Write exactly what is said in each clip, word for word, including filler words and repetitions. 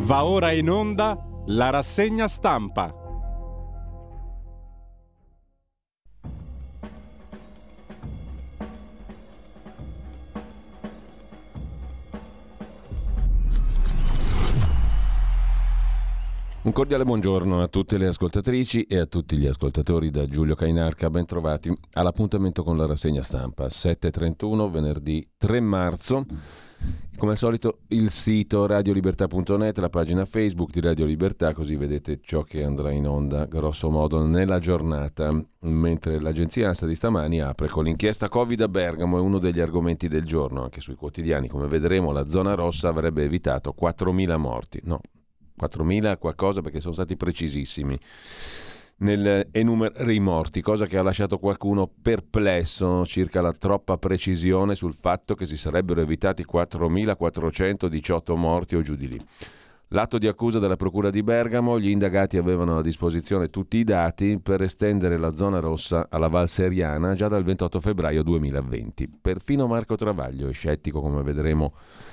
Va ora in onda la rassegna stampa. Un cordiale buongiorno a tutte le ascoltatrici e a tutti gli ascoltatori da Giulio Cainarca, ben trovati all'appuntamento con la rassegna stampa, sette e trentuno, venerdì tre marzo. Come al solito il sito radiolibertà punto net, la pagina Facebook di Radio Libertà, così vedete ciò che andrà in onda grosso modo nella giornata, mentre l'agenzia ANSA di stamani apre con l'inchiesta Covid a Bergamo, è uno degli argomenti del giorno, anche sui quotidiani, come vedremo la zona rossa avrebbe evitato quattromila morti, no, quattromila qualcosa perché sono stati precisissimi nel enumerare i morti, cosa che ha lasciato qualcuno perplesso circa la troppa precisione sul fatto che si sarebbero evitati quattromilaquattrocentodiciotto morti o giù di lì. L'atto di accusa della Procura di Bergamo, gli indagati avevano a disposizione tutti i dati per estendere la zona rossa alla Val Seriana già dal ventotto febbraio duemilaventi. Perfino Marco Travaglio è scettico, come vedremo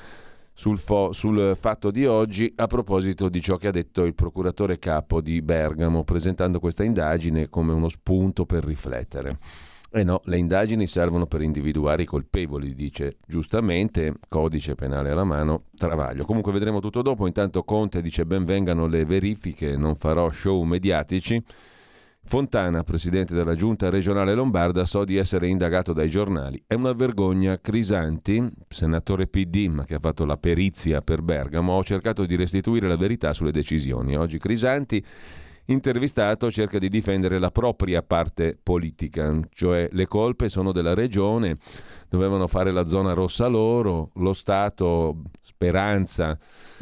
Sul, fo- sul fatto di oggi, a proposito di ciò che ha detto il procuratore capo di Bergamo, presentando questa indagine come uno spunto per riflettere. E no, le indagini servono per individuare i colpevoli, dice giustamente, codice penale alla mano, Travaglio. Comunque vedremo tutto dopo. Intanto Conte dice ben vengano le verifiche, non farò show mediatici. Fontana, presidente della giunta regionale lombarda, so di essere indagato dai giornali. È una vergogna. Crisanti, senatore P D, ma che ha fatto la perizia per Bergamo, ho cercato di restituire la verità sulle decisioni. Oggi Crisanti, intervistato, cerca di difendere la propria parte politica, cioè le colpe sono della regione, dovevano fare la zona rossa loro, lo Stato, Speranza,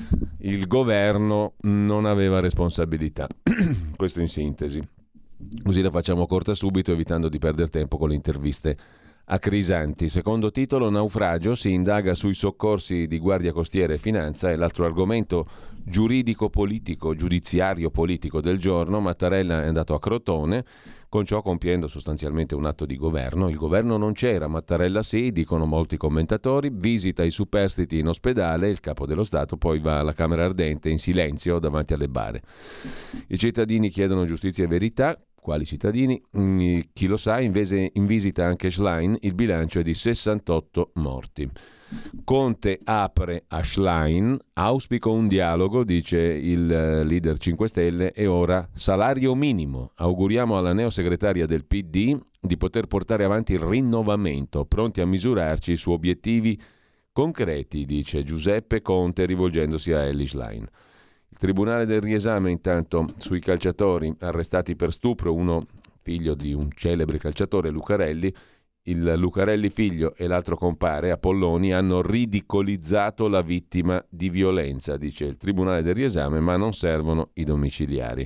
il governo non aveva responsabilità. Questo in sintesi. Così la facciamo corta subito, evitando di perdere tempo con le interviste a Crisanti. Secondo titolo, naufragio, si indaga sui soccorsi di Guardia Costiera e Finanza, è l'altro argomento giuridico-politico, giudiziario-politico del giorno. Mattarella è andato a Crotone, con ciò compiendo sostanzialmente un atto di governo. Il governo non c'era, Mattarella sì, dicono molti commentatori. Visita i superstiti in ospedale, il capo dello Stato poi va alla Camera Ardente in silenzio davanti alle bare. I cittadini chiedono giustizia e verità. Quali cittadini? Mm, chi lo sa, invece in visita anche Schlein, il bilancio è di sessantotto morti. Conte apre a Schlein, auspico un dialogo, dice il leader cinque Stelle, e ora salario minimo. Auguriamo alla neosegretaria del P D di poter portare avanti il rinnovamento, pronti a misurarci su obiettivi concreti, dice Giuseppe Conte rivolgendosi a Elly Schlein. Il Tribunale del riesame intanto sui calciatori arrestati per stupro, uno figlio di un celebre calciatore, Lucarelli, il Lucarelli figlio e l'altro compare, Apolloni, hanno ridicolizzato la vittima di violenza, dice il Tribunale del riesame, ma non servono i domiciliari.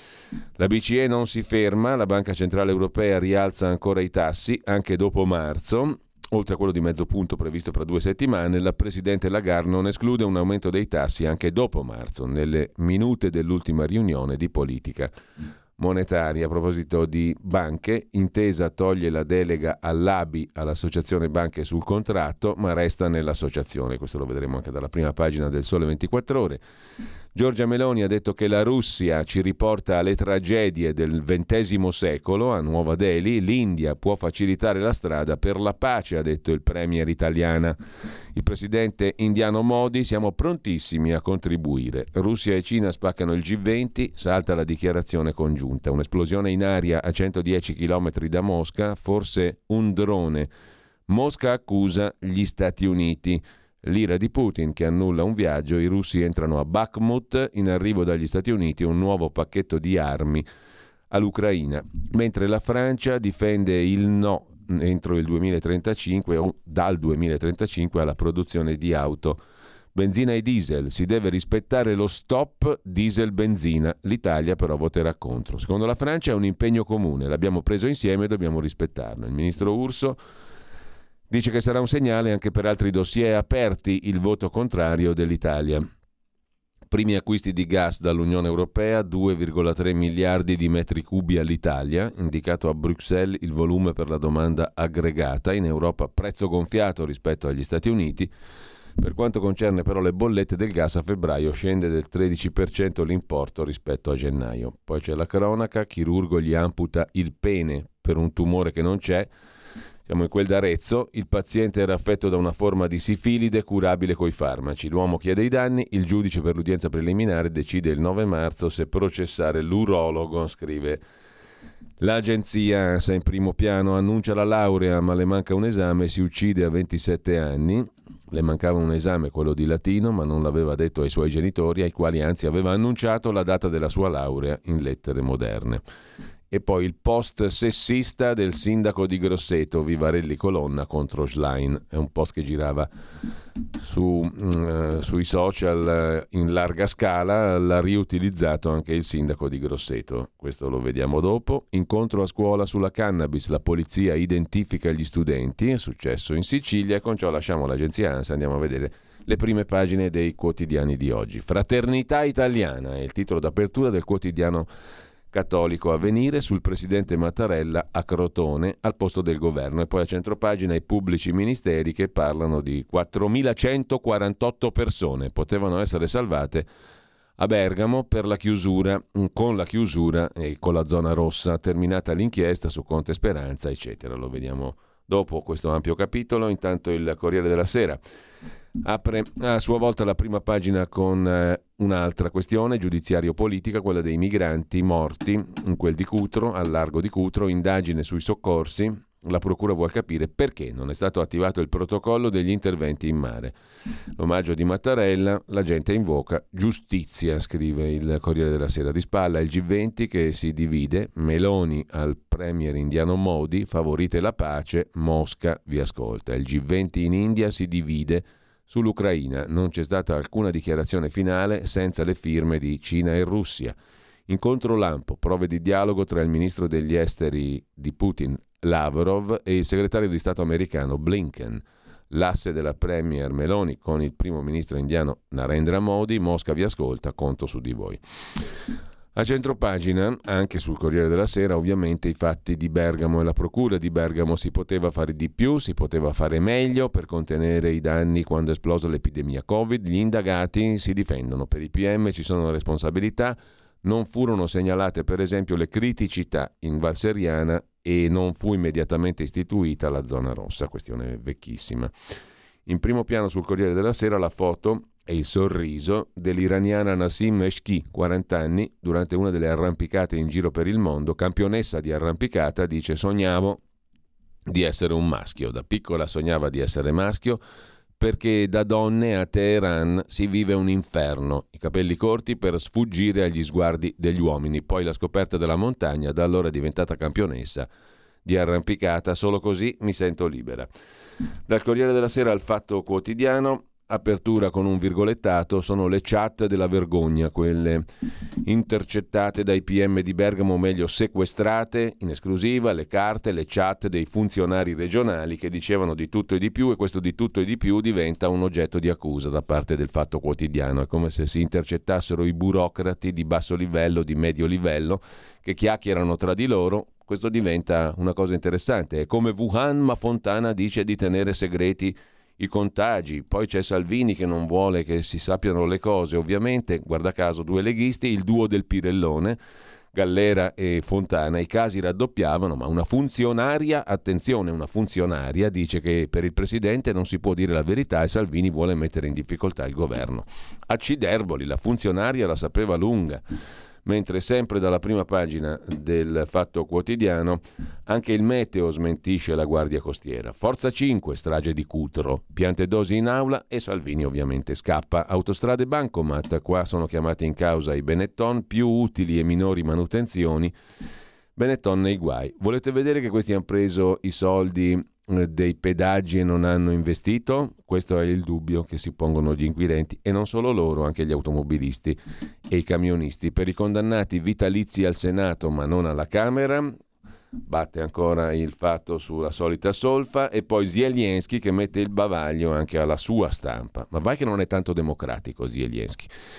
La B C E non si ferma, la Banca Centrale Europea rialza ancora i tassi anche dopo marzo. Oltre a quello di mezzo punto previsto fra due settimane, la Presidente Lagarde non esclude un aumento dei tassi anche dopo marzo, nelle minute dell'ultima riunione di politica monetaria. A proposito di banche, Intesa toglie la delega all'A B I, all'Associazione Banche, sul contratto, ma resta nell'associazione. Questo lo vedremo anche dalla prima pagina del Sole ventiquattro Ore. Giorgia Meloni ha detto che la Russia ci riporta alle tragedie del ventesimo secolo a Nuova Delhi. L'India può facilitare la strada per la pace, ha detto il premier italiana. Il presidente indiano Modi, siamo prontissimi a contribuire. Russia e Cina spaccano il G venti, salta la dichiarazione congiunta. Un'esplosione in aria a centodieci chilometri da Mosca, forse un drone. Mosca accusa gli Stati Uniti. L'ira di Putin che annulla un viaggio, i russi entrano a Bakhmut, in arrivo dagli Stati Uniti un nuovo pacchetto di armi all'Ucraina, mentre la Francia difende il no entro il duemilatrentacinque o dal duemilatrentacinque alla produzione di auto benzina e diesel. Si deve rispettare lo stop diesel-benzina. L'Italia però voterà contro. Secondo la Francia è un impegno comune, l'abbiamo preso insieme e dobbiamo rispettarlo. Il ministro Urso dice che sarà un segnale anche per altri dossier aperti il voto contrario dell'Italia. Primi acquisti di gas dall'Unione Europea, due virgola tre miliardi di metri cubi all'Italia, indicato a Bruxelles il volume per la domanda aggregata. In Europa prezzo gonfiato rispetto agli Stati Uniti, Per quanto concerne però le bollette del gas, a febbraio scende del tredici per cento l'importo rispetto a gennaio. Poi c'è la cronaca, chirurgo gli amputa il pene per un tumore che non c'è. Siamo in quel d'Arezzo, il paziente era affetto da una forma di sifilide curabile coi farmaci. L'uomo chiede i danni, il giudice per l'udienza preliminare decide il nove marzo se processare l'urologo, scrive l'agenzia ANSA. In primo piano annuncia la laurea ma le manca un esame, si uccide a ventisette anni. Le mancava un esame, quello di latino, ma non l'aveva detto ai suoi genitori, ai quali anzi aveva annunciato la data della sua laurea in lettere moderne. E poi il post sessista del sindaco di Grosseto, Vivarelli colonna contro Schlein. È un post che girava su, uh, sui social uh, in larga scala, l'ha riutilizzato anche il sindaco di Grosseto. Questo lo vediamo dopo. Incontro a scuola sulla cannabis, la polizia identifica gli studenti, è successo in Sicilia, e con ciò lasciamo l'agenzia ANSA, andiamo a vedere le prime pagine dei quotidiani di oggi. Fraternità italiana è il titolo d'apertura del quotidiano cattolico Avvenire, sul presidente Mattarella a Crotone al posto del governo, e poi a centropagina i pubblici ministeri che parlano di quattromilacentoquarantotto persone potevano essere salvate a Bergamo per la chiusura, con la chiusura e con la zona rossa, terminata l'inchiesta su Conte Speranza, eccetera. Lo vediamo dopo questo ampio capitolo. Intanto il Corriere della Sera apre a sua volta la prima pagina con eh, un'altra questione giudiziario-politica, quella dei migranti morti in quel di Cutro, al largo di Cutro, indagine sui soccorsi. La procura vuol capire perché non è stato attivato il protocollo degli interventi in mare. L'omaggio di Mattarella, la gente invoca giustizia, scrive il Corriere della Sera. Di spalla il G venti che si divide, Meloni al premier indiano Modi, favorite la pace, Mosca vi ascolta. Il G venti in India si divide sull'Ucraina, non c'è stata alcuna dichiarazione finale senza le firme di Cina e Russia. Incontro lampo, prove di dialogo tra il ministro degli esteri di Putin, Lavrov, e il segretario di Stato americano Blinken. L'asse della premier Meloni con il primo ministro indiano Narendra Modi, Mosca vi ascolta, conto su di voi. A centropagina, anche sul Corriere della Sera, ovviamente i fatti di Bergamo e la procura di Bergamo. Si poteva fare di più, si poteva fare meglio per contenere i danni quando è esplosa l'epidemia Covid. Gli indagati si difendono, per i P M ci sono responsabilità, non furono segnalate per esempio le criticità in Val Seriana e non fu immediatamente istituita la zona rossa, questione vecchissima. In primo piano sul Corriere della Sera la foto e il sorriso dell'iraniana Nassim Eshki, quaranta anni, durante una delle arrampicate in giro per il mondo. Campionessa di arrampicata, dice: sognavo di essere un maschio, da piccola sognava di essere maschio perché da donne a Teheran si vive un inferno, i capelli corti per sfuggire agli sguardi degli uomini, poi la scoperta della montagna, da allora è diventata campionessa di arrampicata, solo così mi sento libera. Dal Corriere della Sera al Fatto Quotidiano, apertura con un virgolettato, sono le chat della vergogna, quelle intercettate dai P M di Bergamo, o meglio sequestrate in esclusiva, le carte, le chat dei funzionari regionali che dicevano di tutto e di più, e questo di tutto e di più diventa un oggetto di accusa da parte del Fatto Quotidiano. È come se si intercettassero i burocrati di basso livello, di medio livello, che chiacchierano tra di loro. Questo diventa una cosa interessante. È come Wuhan, ma Fontana dice di tenere segreti i contagi. Poi c'è Salvini che non vuole che si sappiano le cose, ovviamente, guarda caso due leghisti, il duo del Pirellone, Gallera e Fontana. I casi raddoppiavano, ma una funzionaria, attenzione, una funzionaria dice che per il presidente non si può dire la verità e Salvini vuole mettere in difficoltà il governo. Acciderboli, la funzionaria la sapeva lunga. Mentre sempre dalla prima pagina del Fatto Quotidiano, anche il meteo smentisce la Guardia Costiera. Forza cinque, strage di Cutro, piante dosi in aula e Salvini ovviamente scappa. Autostrade Bancomat, qua sono chiamati in causa i Benetton, più utili e minori manutenzioni. Benetton nei guai. Volete vedere che questi hanno preso i soldi dei pedaggi e non hanno investito? Questo è il dubbio che si pongono gli inquirenti, e non solo loro, anche gli automobilisti e i camionisti. Per i condannati vitalizi al Senato ma non alla Camera, batte ancora il Fatto sulla solita solfa, e poi Zelensky che mette il bavaglio anche alla sua stampa. Ma vai che non è tanto democratico Zelensky.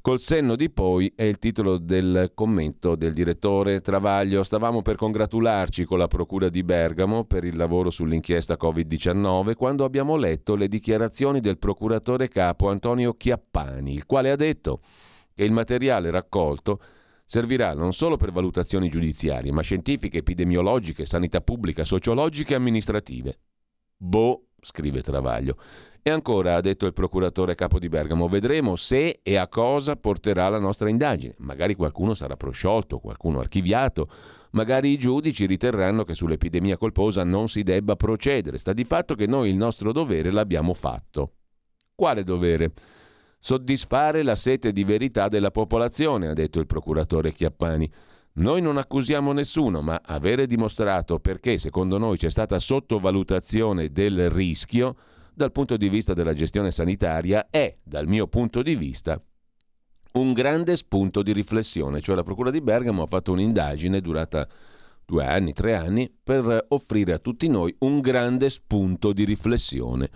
Col senno di poi è il titolo del commento del direttore Travaglio. Stavamo per congratularci con la Procura di Bergamo per il lavoro sull'inchiesta covid diciannove quando abbiamo letto le dichiarazioni del procuratore capo Antonio Chiappani, il quale ha detto che il materiale raccolto servirà non solo per valutazioni giudiziarie, ma scientifiche, epidemiologiche, sanità pubblica, sociologiche e amministrative. Boh, scrive Travaglio. E ancora, ha detto il procuratore capo di Bergamo, vedremo se e a cosa porterà la nostra indagine. Magari qualcuno sarà prosciolto, qualcuno archiviato, magari i giudici riterranno che sull'epidemia colposa non si debba procedere. Sta di fatto che noi il nostro dovere l'abbiamo fatto. Quale dovere? Soddisfare la sete di verità della popolazione, ha detto il procuratore Chiappani. Noi non accusiamo nessuno, ma avere dimostrato perché secondo noi c'è stata sottovalutazione del rischio dal punto di vista della gestione sanitaria è, dal mio punto di vista, un grande spunto di riflessione. Cioè la Procura di Bergamo ha fatto un'indagine durata due anni, tre anni, per offrire a tutti noi un grande spunto di riflessione.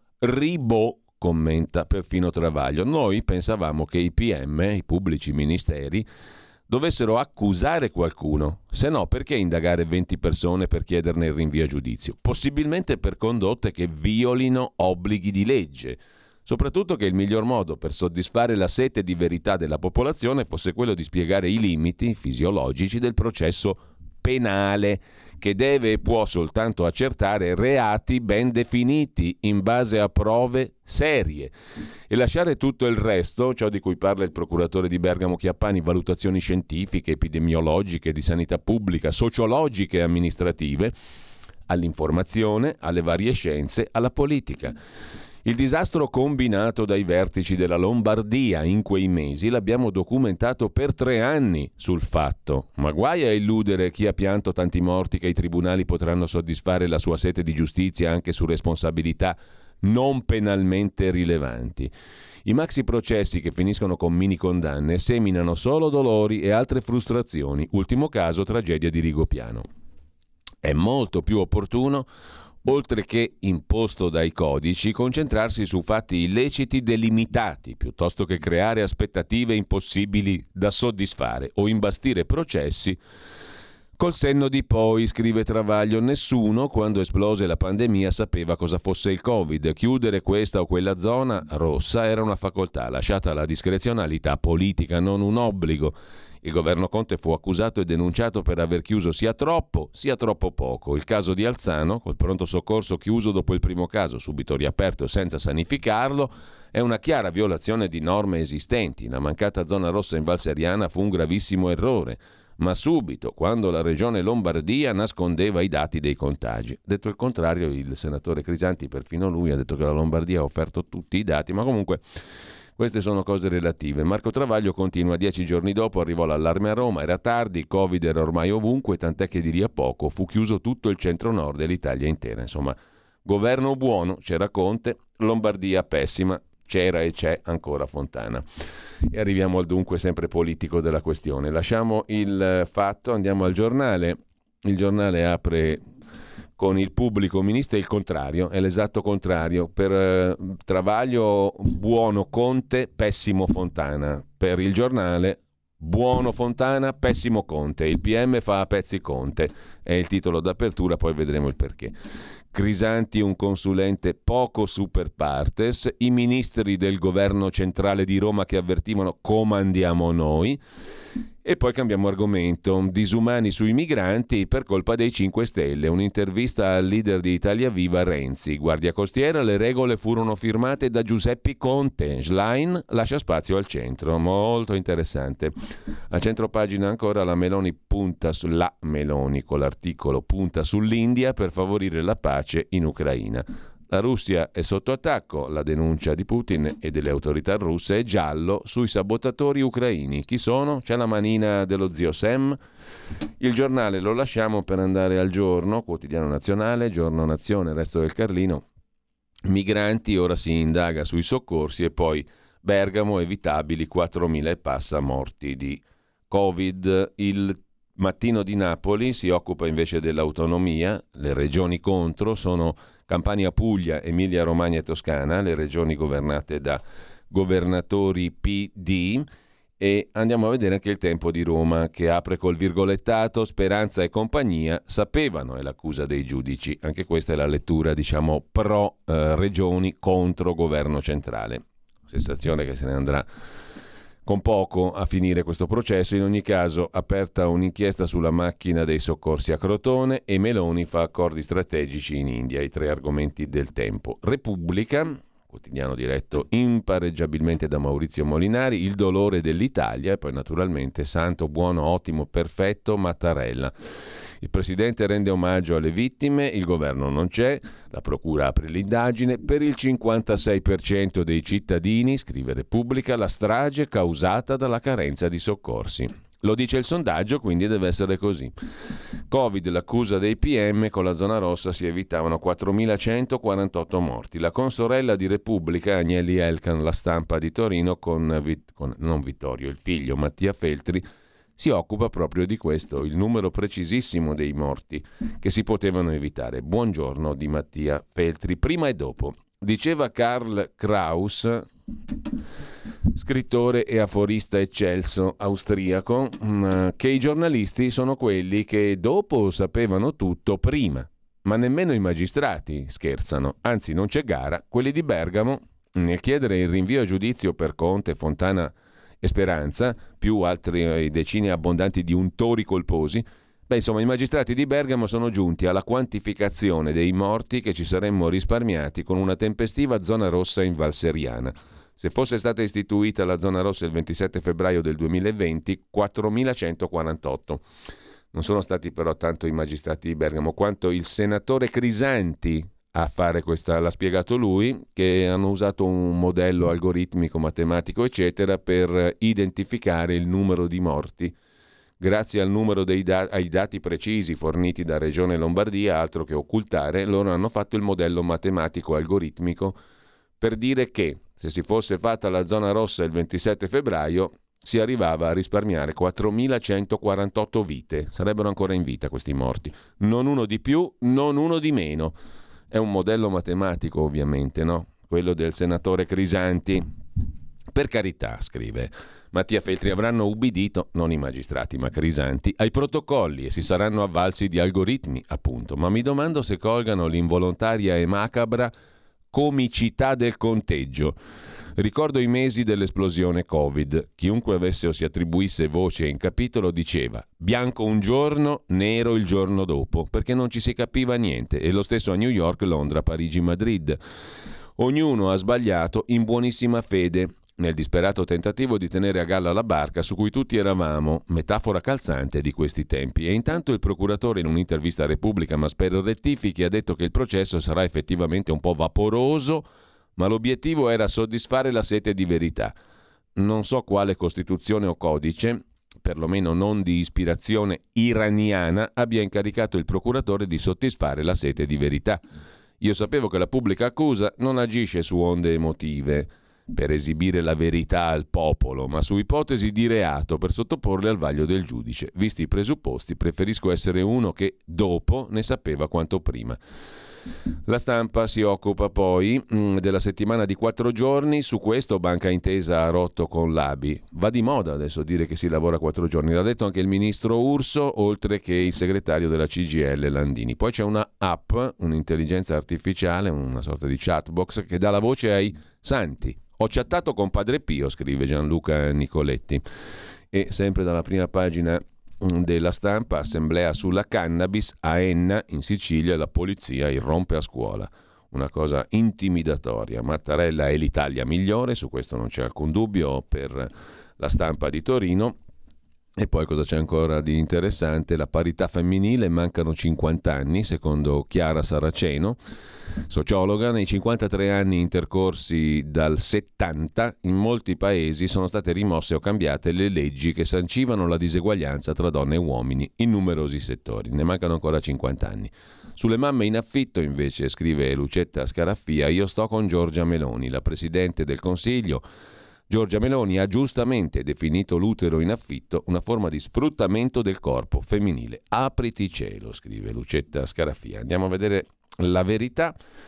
Ribò, commenta perfino Travaglio. Noi pensavamo che i P M, i pubblici ministeri, dovessero accusare qualcuno, se no perché indagare venti persone per chiederne il rinvio a giudizio? Possibilmente per condotte che violino obblighi di legge, soprattutto che il miglior modo per soddisfare la sete di verità della popolazione fosse quello di spiegare i limiti fisiologici del processo penale, che deve e può soltanto accertare reati ben definiti in base a prove serie, e lasciare tutto il resto, ciò di cui parla il procuratore di Bergamo Chiappani, valutazioni scientifiche, epidemiologiche, di sanità pubblica, sociologiche e amministrative, all'informazione, alle varie scienze, alla politica. Il disastro combinato dai vertici della Lombardia in quei mesi l'abbiamo documentato per tre anni sul Fatto, ma guai a illudere chi ha pianto tanti morti che i tribunali potranno soddisfare la sua sete di giustizia anche su responsabilità non penalmente rilevanti. I maxi processi che finiscono con mini condanne seminano solo dolori e altre frustrazioni, ultimo caso tragedia di Rigopiano. È molto più opportuno, oltre che imposto dai codici, concentrarsi su fatti illeciti delimitati, piuttosto che creare aspettative impossibili da soddisfare o imbastire processi col senno di poi, scrive Travaglio. Nessuno, quando esplose la pandemia, sapeva cosa fosse il Covid. Chiudere questa o quella zona rossa era una facoltà, lasciata alla discrezionalità politica, non un obbligo. Il governo Conte fu accusato e denunciato per aver chiuso sia troppo sia troppo poco. Il caso di Alzano, col pronto soccorso chiuso dopo il primo caso, subito riaperto senza sanificarlo, è una chiara violazione di norme esistenti. La mancata zona rossa in Val Seriana fu un gravissimo errore, ma subito, quando la regione Lombardia nascondeva i dati dei contagi. Detto il contrario, il senatore Crisanti, perfino lui, ha detto che la Lombardia ha offerto tutti i dati, ma comunque queste sono cose relative. Marco Travaglio continua: dieci giorni dopo arrivò l'allarme a Roma, era tardi, Covid era ormai ovunque, tant'è che di lì a poco fu chiuso tutto il centro-nord e l'Italia intera. Insomma, governo buono, c'era Conte, Lombardia pessima, c'era e c'è ancora Fontana. E arriviamo al dunque sempre politico della questione. Lasciamo il Fatto, andiamo al Giornale. Il Giornale apre con il pubblico ministro, è il contrario, è l'esatto contrario. Per eh, Travaglio buono Conte, pessimo Fontana. Per il Giornale buono Fontana, pessimo Conte. Il P M fa a pezzi Conte, è il titolo d'apertura, poi vedremo il perché. Crisanti un consulente poco super partes, i ministri del governo centrale di Roma che avvertivano comandiamo noi. E poi cambiamo argomento. Disumani sui migranti per colpa dei cinque Stelle. Un'intervista al leader di Italia Viva Renzi. Guardia costiera, le regole furono firmate da Giuseppe Conte. Schlein lascia spazio al centro. Molto interessante. A centropagina ancora la Meloni punta sulla Meloni con l'articolo punta sull'India per favorire la pace in Ucraina. La Russia è sotto attacco, la denuncia di Putin e delle autorità russe è giallo sui sabotatori ucraini. Chi sono? C'è la manina dello zio Sam. Il Giornale lo lasciamo per andare al Giorno, Quotidiano Nazionale, Giorno Nazione, Resto del Carlino. Migranti, ora si indaga sui soccorsi, e poi Bergamo, evitabili quattromila e passa morti di Covid. Il Mattino di Napoli si occupa invece dell'autonomia, le regioni contro sono Campania, Puglia, Emilia Romagna e Toscana, le regioni governate da governatori P D. E andiamo a vedere anche il Tempo di Roma, che apre col virgolettato: Speranza e compagnia sapevano, è l'accusa dei giudici. Anche questa è la lettura, diciamo, pro eh, regioni contro governo centrale. Sensazione che se ne andrà con poco a finire questo processo. In ogni caso, aperta un'inchiesta sulla macchina dei soccorsi a Crotone e Meloni fa accordi strategici in India, i tre argomenti del Tempo. Repubblica, quotidiano diretto impareggiabilmente da Maurizio Molinari, il dolore dell'Italia, e poi naturalmente santo, buono, ottimo, perfetto Mattarella. Il presidente rende omaggio alle vittime, il governo non c'è, la procura apre l'indagine, per il cinquantasei per cento dei cittadini, scrive Repubblica, la strage causata dalla carenza di soccorsi. Lo dice il sondaggio, quindi deve essere così. Covid, l'accusa dei P M, con la zona rossa si evitavano quattromilacentoquarantotto morti. La consorella di Repubblica, Agnelli Elkan, La Stampa di Torino, con, con non Vittorio, il figlio Mattia Feltri, si occupa proprio di questo, il numero precisissimo dei morti che si potevano evitare. Buongiorno di Mattia Feltri, prima e dopo. Diceva Karl Kraus, scrittore e aforista eccelso austriaco, che i giornalisti sono quelli che dopo sapevano tutto prima, ma nemmeno i magistrati scherzano, anzi non c'è gara. Quelli di Bergamo, nel chiedere il rinvio a giudizio per Conte, Fontana e Speranza, più altre decine abbondanti di untori colposi, beh, insomma, i magistrati di Bergamo sono giunti alla quantificazione dei morti che ci saremmo risparmiati con una tempestiva zona rossa in Val Seriana. Se fosse stata istituita la zona rossa il ventisette febbraio del duemilaventi, quattromilacentoquarantotto. Non sono stati però tanto i magistrati di Bergamo quanto il senatore Crisanti a fare questa, l'ha spiegato lui, che hanno usato un modello algoritmico, matematico, eccetera, per identificare il numero di morti. Grazie al numero dei da- ai dati precisi forniti da Regione Lombardia, altro che occultare, loro hanno fatto il modello matematico algoritmico per dire che se si fosse fatta la zona rossa il ventisette febbraio si arrivava a risparmiare quattromilacentoquarantotto vite. Sarebbero ancora in vita questi morti. Non uno di più, non uno di meno. È un modello matematico, ovviamente, no? Quello del senatore Crisanti. Per carità, scrive Mattia Feltri, avranno ubbidito, non i magistrati ma Crisanti, ai protocolli e si saranno avvalsi di algoritmi, appunto. Ma mi domando se colgano l'involontaria e macabra comicità del conteggio. Ricordo i mesi dell'esplosione Covid. Chiunque avesse o si attribuisse voce in capitolo diceva bianco un giorno, nero il giorno dopo, perché non ci si capiva niente. E lo stesso a New York, Londra, Parigi, Madrid. Ognuno ha sbagliato in buonissima fede nel disperato tentativo di tenere a galla la barca su cui tutti eravamo, metafora calzante di questi tempi. E intanto il procuratore, in un'intervista a Repubblica, ma spero rettifichi, ha detto che il processo sarà effettivamente un po' vaporoso, ma l'obiettivo era soddisfare la sete di verità. Non so quale Costituzione o codice, perlomeno non di ispirazione iraniana, abbia incaricato il procuratore di soddisfare la sete di verità. Io sapevo che la pubblica accusa non agisce su onde emotive per esibire la verità al popolo, ma su ipotesi di reato per sottoporle al vaglio del giudice. Visti i presupposti, preferisco essere uno che dopo ne sapeva quanto prima. La Stampa si occupa poi mh, della settimana di quattro giorni. Su questo Banca Intesa ha rotto con l'A B I. Va di moda adesso dire che si lavora quattro giorni. L'ha detto anche il ministro Urso, oltre che il segretario della C G I L Landini. Poi c'è una app, un'intelligenza artificiale, una sorta di chatbox che dà la voce ai santi. Ho chattato con Padre Pio, scrive Gianluca Nicoletti. E sempre dalla prima pagina della Stampa, assemblea sulla cannabis a Enna in Sicilia, la polizia irrompe a scuola. Una cosa intimidatoria. Mattarella è l'Italia migliore, su questo non c'è alcun dubbio, per la Stampa di Torino. E poi cosa c'è ancora di interessante? La parità femminile, mancano cinquanta anni, secondo Chiara Saraceno, sociologa. Nei cinquantatré anni intercorsi dal settanta, in molti paesi sono state rimosse o cambiate le leggi che sancivano la diseguaglianza tra donne e uomini in numerosi settori. Ne mancano ancora cinquanta anni. Sulle mamme in affitto, invece, scrive Lucetta Scaraffia, io sto con Giorgia Meloni, la Presidente del Consiglio. Giorgia Meloni ha giustamente definito l'utero in affitto una forma di sfruttamento del corpo femminile. Apriti cielo, scrive Lucetta Scaraffia. Andiamo a vedere La Verità,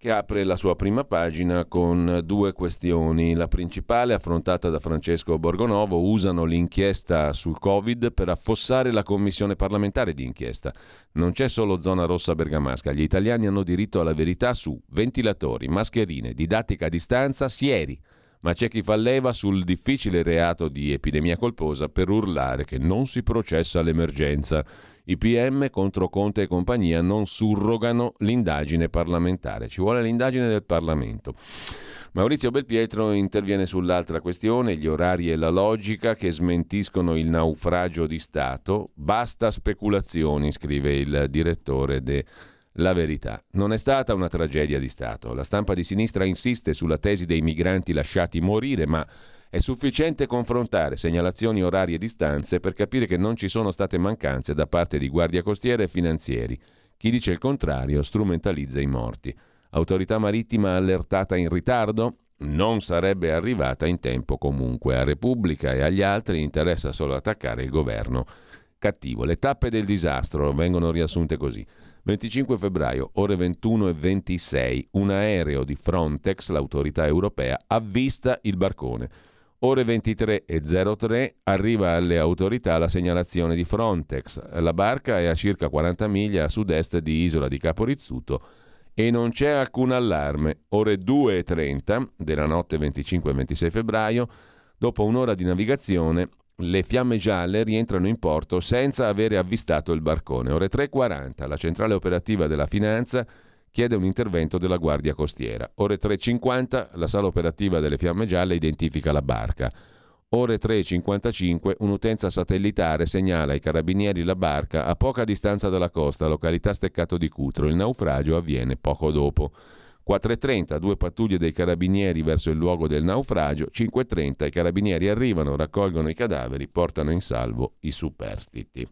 che apre la sua prima pagina con due questioni. La principale, affrontata da Francesco Borgonovo: usano l'inchiesta sul Covid per affossare la commissione parlamentare di inchiesta. Non c'è solo zona rossa bergamasca, gli italiani hanno diritto alla verità su ventilatori, mascherine, didattica a distanza, sieri. Ma c'è chi fa leva sul difficile reato di epidemia colposa per urlare che non si processa l'emergenza. I P M contro Conte e compagnia non surrogano l'indagine parlamentare. Ci vuole l'indagine del Parlamento. Maurizio Belpietro interviene sull'altra questione, gli orari e la logica che smentiscono il naufragio di Stato. Basta speculazioni, scrive il direttore de La Verità. Non è stata una tragedia di Stato. La stampa di sinistra insiste sulla tesi dei migranti lasciati morire, ma è sufficiente confrontare segnalazioni, orari e distanze per capire che non ci sono state mancanze da parte di guardia costiera e finanzieri. Chi dice il contrario strumentalizza i morti. Autorità marittima allertata in ritardo? Non sarebbe arrivata in tempo comunque. A Repubblica e agli altri interessa solo attaccare il governo cattivo. Le tappe del disastro vengono riassunte così. venticinque febbraio, ore ventuno e ventisei, un aereo di Frontex, l'autorità europea, avvista il barcone. Ore ventitré e zero tre arriva alle autorità la segnalazione di Frontex. La barca è a circa quaranta miglia a sud-est di Isola di Capo Rizzuto e non c'è alcun allarme. Ore due e trenta della notte venticinque e ventisei febbraio, dopo un'ora di navigazione, le Fiamme Gialle rientrano in porto senza avere avvistato il barcone. Ore tre e quaranta, la centrale operativa della Finanza chiede un intervento della Guardia Costiera. Ore tre e cinquanta, la sala operativa delle Fiamme Gialle identifica la barca. Ore tre e cinquantacinque, un'utenza satellitare segnala ai carabinieri la barca a poca distanza dalla costa, località Steccato di Cutro. Il naufragio avviene poco dopo. quattro e trenta, due pattuglie dei carabinieri verso il luogo del naufragio. cinque e trenta, i carabinieri arrivano, raccolgono i cadaveri, portano in salvo i superstiti.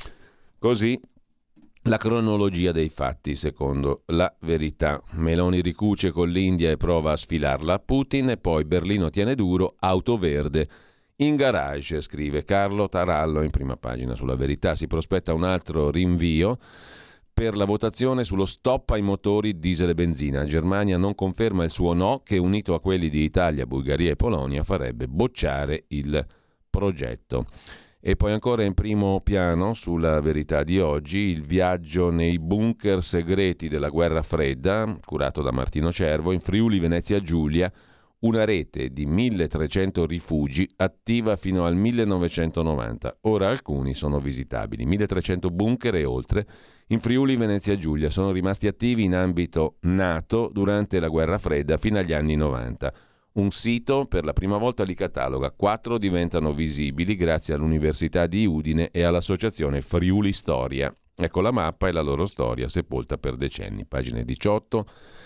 Così la cronologia dei fatti secondo La Verità. Meloni ricuce con l'India e prova a sfilarla a Putin, e poi Berlino tiene duro, auto verde in garage, scrive Carlo Tarallo in prima pagina sulla Verità. Si prospetta un altro rinvio per la votazione sullo stop ai motori diesel e benzina. Germania non conferma il suo no, che unito a quelli di Italia, Bulgaria e Polonia farebbe bocciare il progetto. E poi ancora in primo piano sulla Verità di oggi il viaggio nei bunker segreti della guerra fredda, curato da Martino Cervo, in Friuli Venezia Giulia, una rete di milletrecento rifugi attiva fino al millenovecentonovanta. Ora alcuni sono visitabili. milletrecento bunker e oltre in Friuli Venezia Giulia sono rimasti attivi in ambito NATO durante la guerra fredda fino agli anni novanta. Un sito per la prima volta li cataloga, quattro diventano visibili grazie all'Università di Udine e all'associazione Friuli Storia. Ecco la mappa e la loro storia sepolta per decenni, pagine diciotto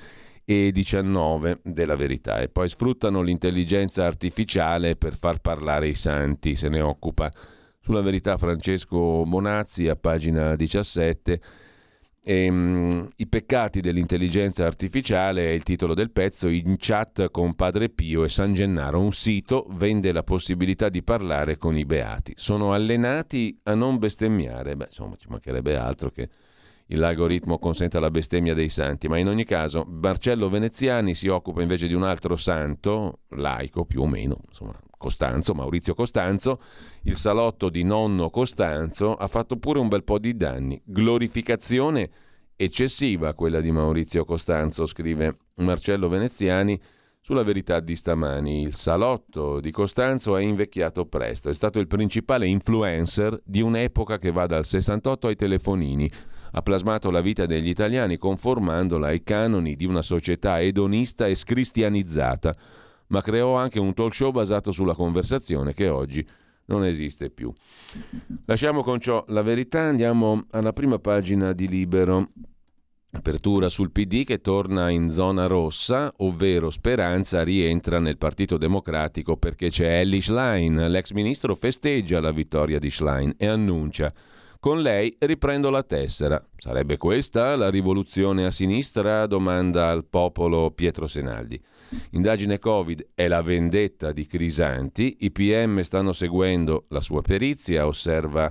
e diciannove della Verità. E poi sfruttano l'intelligenza artificiale per far parlare i santi, se ne occupa sulla Verità Francesco Bonazzi a pagina diciassette. E, um, I peccati dell'intelligenza artificiale è il titolo del pezzo. In chat con Padre Pio e San Gennaro un sito vende la possibilità di parlare con i beati. Sono allenati a non bestemmiare. Beh, insomma, ci mancherebbe altro che l'algoritmo consenta la bestemmia dei santi, ma in ogni caso Marcello Veneziani si occupa invece di un altro santo laico, più o meno, insomma, Costanzo, Maurizio Costanzo. Il salotto di nonno Costanzo ha fatto pure un bel po' di danni. Glorificazione eccessiva quella di Maurizio Costanzo, scrive Marcello Veneziani sulla Verità di stamani. Il salotto di Costanzo è invecchiato presto, è stato il principale influencer di un'epoca che va dal sessantotto ai telefonini. Ha plasmato la vita degli italiani conformandola ai canoni di una società edonista e scristianizzata, ma creò anche un talk show basato sulla conversazione che oggi non esiste più. Lasciamo con ciò La Verità, andiamo alla prima pagina di Libero. Apertura sul P D che torna in zona rossa, ovvero Speranza rientra nel Partito Democratico perché c'è Elly Schlein. L'ex ministro festeggia la vittoria di Schlein e annuncia: con lei riprendo la tessera. Sarebbe questa la rivoluzione a sinistra? Domanda al popolo Pietro Senaldi. Indagine Covid è la vendetta di Crisanti. I P M stanno seguendo la sua perizia, osserva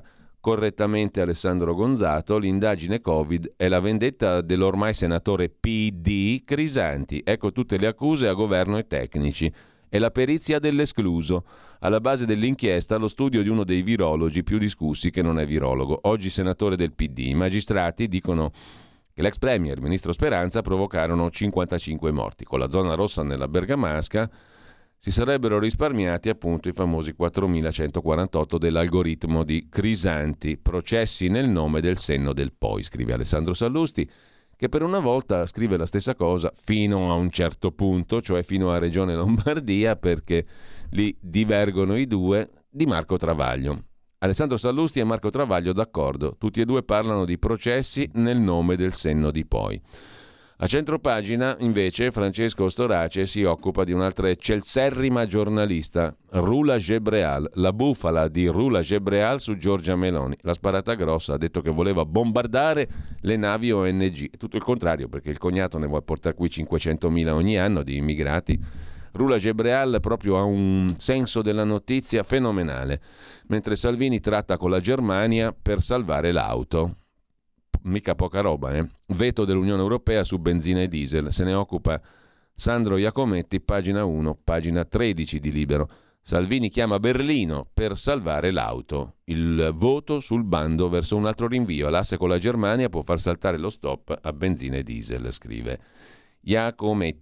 correttamente Alessandro Gonzato, l'indagine Covid è la vendetta dell'ormai senatore P D Crisanti. Ecco tutte le accuse a governo e tecnici. È la perizia dell'escluso. Alla base dell'inchiesta lo studio di uno dei virologi più discussi che non è virologo, oggi senatore del P D. I magistrati dicono che l'ex premier, il ministro Speranza, provocarono cinquantacinque morti. Con la zona rossa nella Bergamasca si sarebbero risparmiati appunto i famosi quattromilacentoquarantotto dell'algoritmo di Crisanti, processi nel nome del senno del poi, scrive Alessandro Sallusti, che per una volta scrive la stessa cosa fino a un certo punto, cioè fino a Regione Lombardia, perché lì divergono i due di Marco Travaglio. Alessandro Sallusti e Marco Travaglio d'accordo, tutti e due parlano di processi nel nome del senno di poi. A centropagina, invece, Francesco Storace si occupa di un'altra eccelserrima giornalista, Rula Gebreal, la bufala di Rula Gebreal su Giorgia Meloni. La sparata grossa, ha detto che voleva bombardare le navi O N G. Tutto il contrario, perché il cognato ne vuole portare qui cinquecentomila ogni anno di immigrati. Rula Gebreal proprio ha un senso della notizia fenomenale, mentre Salvini tratta con la Germania per salvare l'auto. Mica poca roba, eh? Veto dell'Unione Europea su benzina e diesel. Se ne occupa Sandro Iacometti, pagina uno, pagina tredici di Libero. Salvini chiama Berlino per salvare l'auto. Il voto sul bando verso un altro rinvio. L'asse con la Germania può far saltare lo stop a benzina e diesel, scrive Iacometti.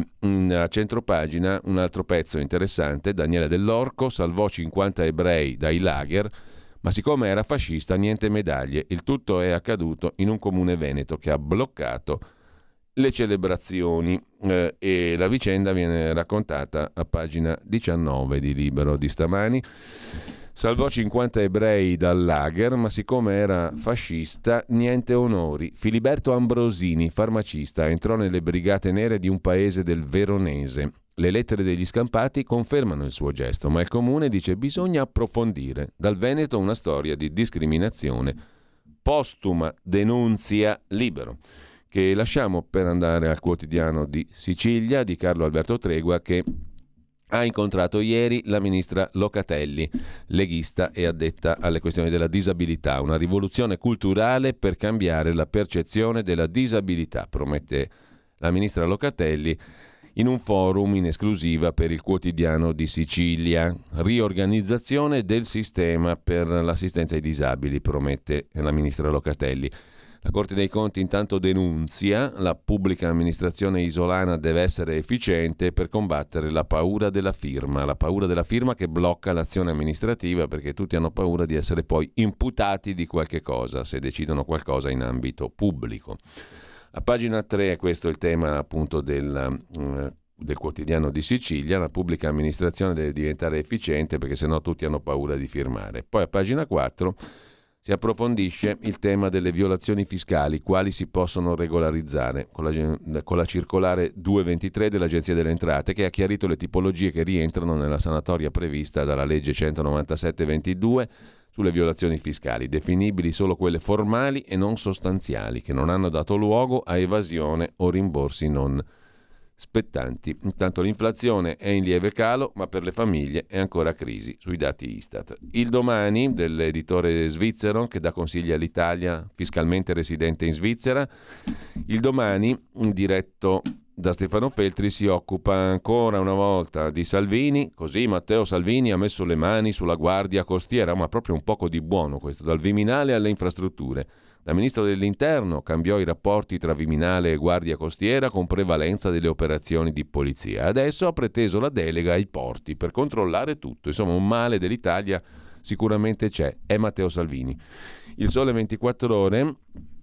A centropagina un altro pezzo interessante. Daniele Dell'Orco salvò cinquanta ebrei dai lager, ma siccome era fascista niente medaglie. Il tutto è accaduto in un comune veneto che ha bloccato le celebrazioni eh, e la vicenda viene raccontata a pagina diciannove di Libero di stamani. Salvò cinquanta ebrei dal lager, ma siccome era fascista niente onori. Filiberto Ambrosini, farmacista, entrò nelle brigate nere di un paese del Veronese. Le lettere degli scampati confermano il suo gesto, ma il comune dice bisogna approfondire. Dal Veneto una storia di discriminazione postuma, denunzia Libero, che lasciamo per andare al quotidiano di Sicilia di Carlo Alberto Tregua, che ha incontrato ieri la ministra Locatelli, leghista e addetta alle questioni della disabilità. Una rivoluzione culturale per cambiare la percezione della disabilità, promette la ministra Locatelli in un forum in esclusiva per il quotidiano di Sicilia. Riorganizzazione del sistema per l'assistenza ai disabili, promette la ministra Locatelli. La Corte dei Conti intanto denunzia la pubblica amministrazione isolana deve essere efficiente per combattere la paura della firma, la paura della firma che blocca l'azione amministrativa perché tutti hanno paura di essere poi imputati di qualche cosa se decidono qualcosa in ambito pubblico. A pagina tre, questo è il tema appunto del, uh, del quotidiano di Sicilia, la pubblica amministrazione deve diventare efficiente perché sennò tutti hanno paura di firmare. Poi a pagina quattro si approfondisce il tema delle violazioni fiscali, quali si possono regolarizzare, con la, con la circolare duecentoventitré dell'Agenzia delle Entrate, che ha chiarito le tipologie che rientrano nella sanatoria prevista dalla legge centonovantasette ventidue sulle violazioni fiscali, definibili solo quelle formali e non sostanziali, che non hanno dato luogo a evasione o rimborsi non spettanti. Intanto l'inflazione è in lieve calo, ma per le famiglie è ancora crisi, sui dati Istat. Il Domani, dell'editore svizzero che dà consigli all'Italia fiscalmente residente in Svizzera, il Domani, diretto da Stefano Feltri, si occupa ancora una volta di Salvini. Così Matteo Salvini ha messo le mani sulla Guardia Costiera, ma proprio un poco di buono questo, dal Viminale alle infrastrutture. Da ministro dell'Interno cambiò i rapporti tra Viminale e Guardia Costiera con prevalenza delle operazioni di polizia. Adesso ha preteso la delega ai porti per controllare tutto. Insomma, un male dell'Italia sicuramente c'è. È Matteo Salvini. Il Sole ventiquattro Ore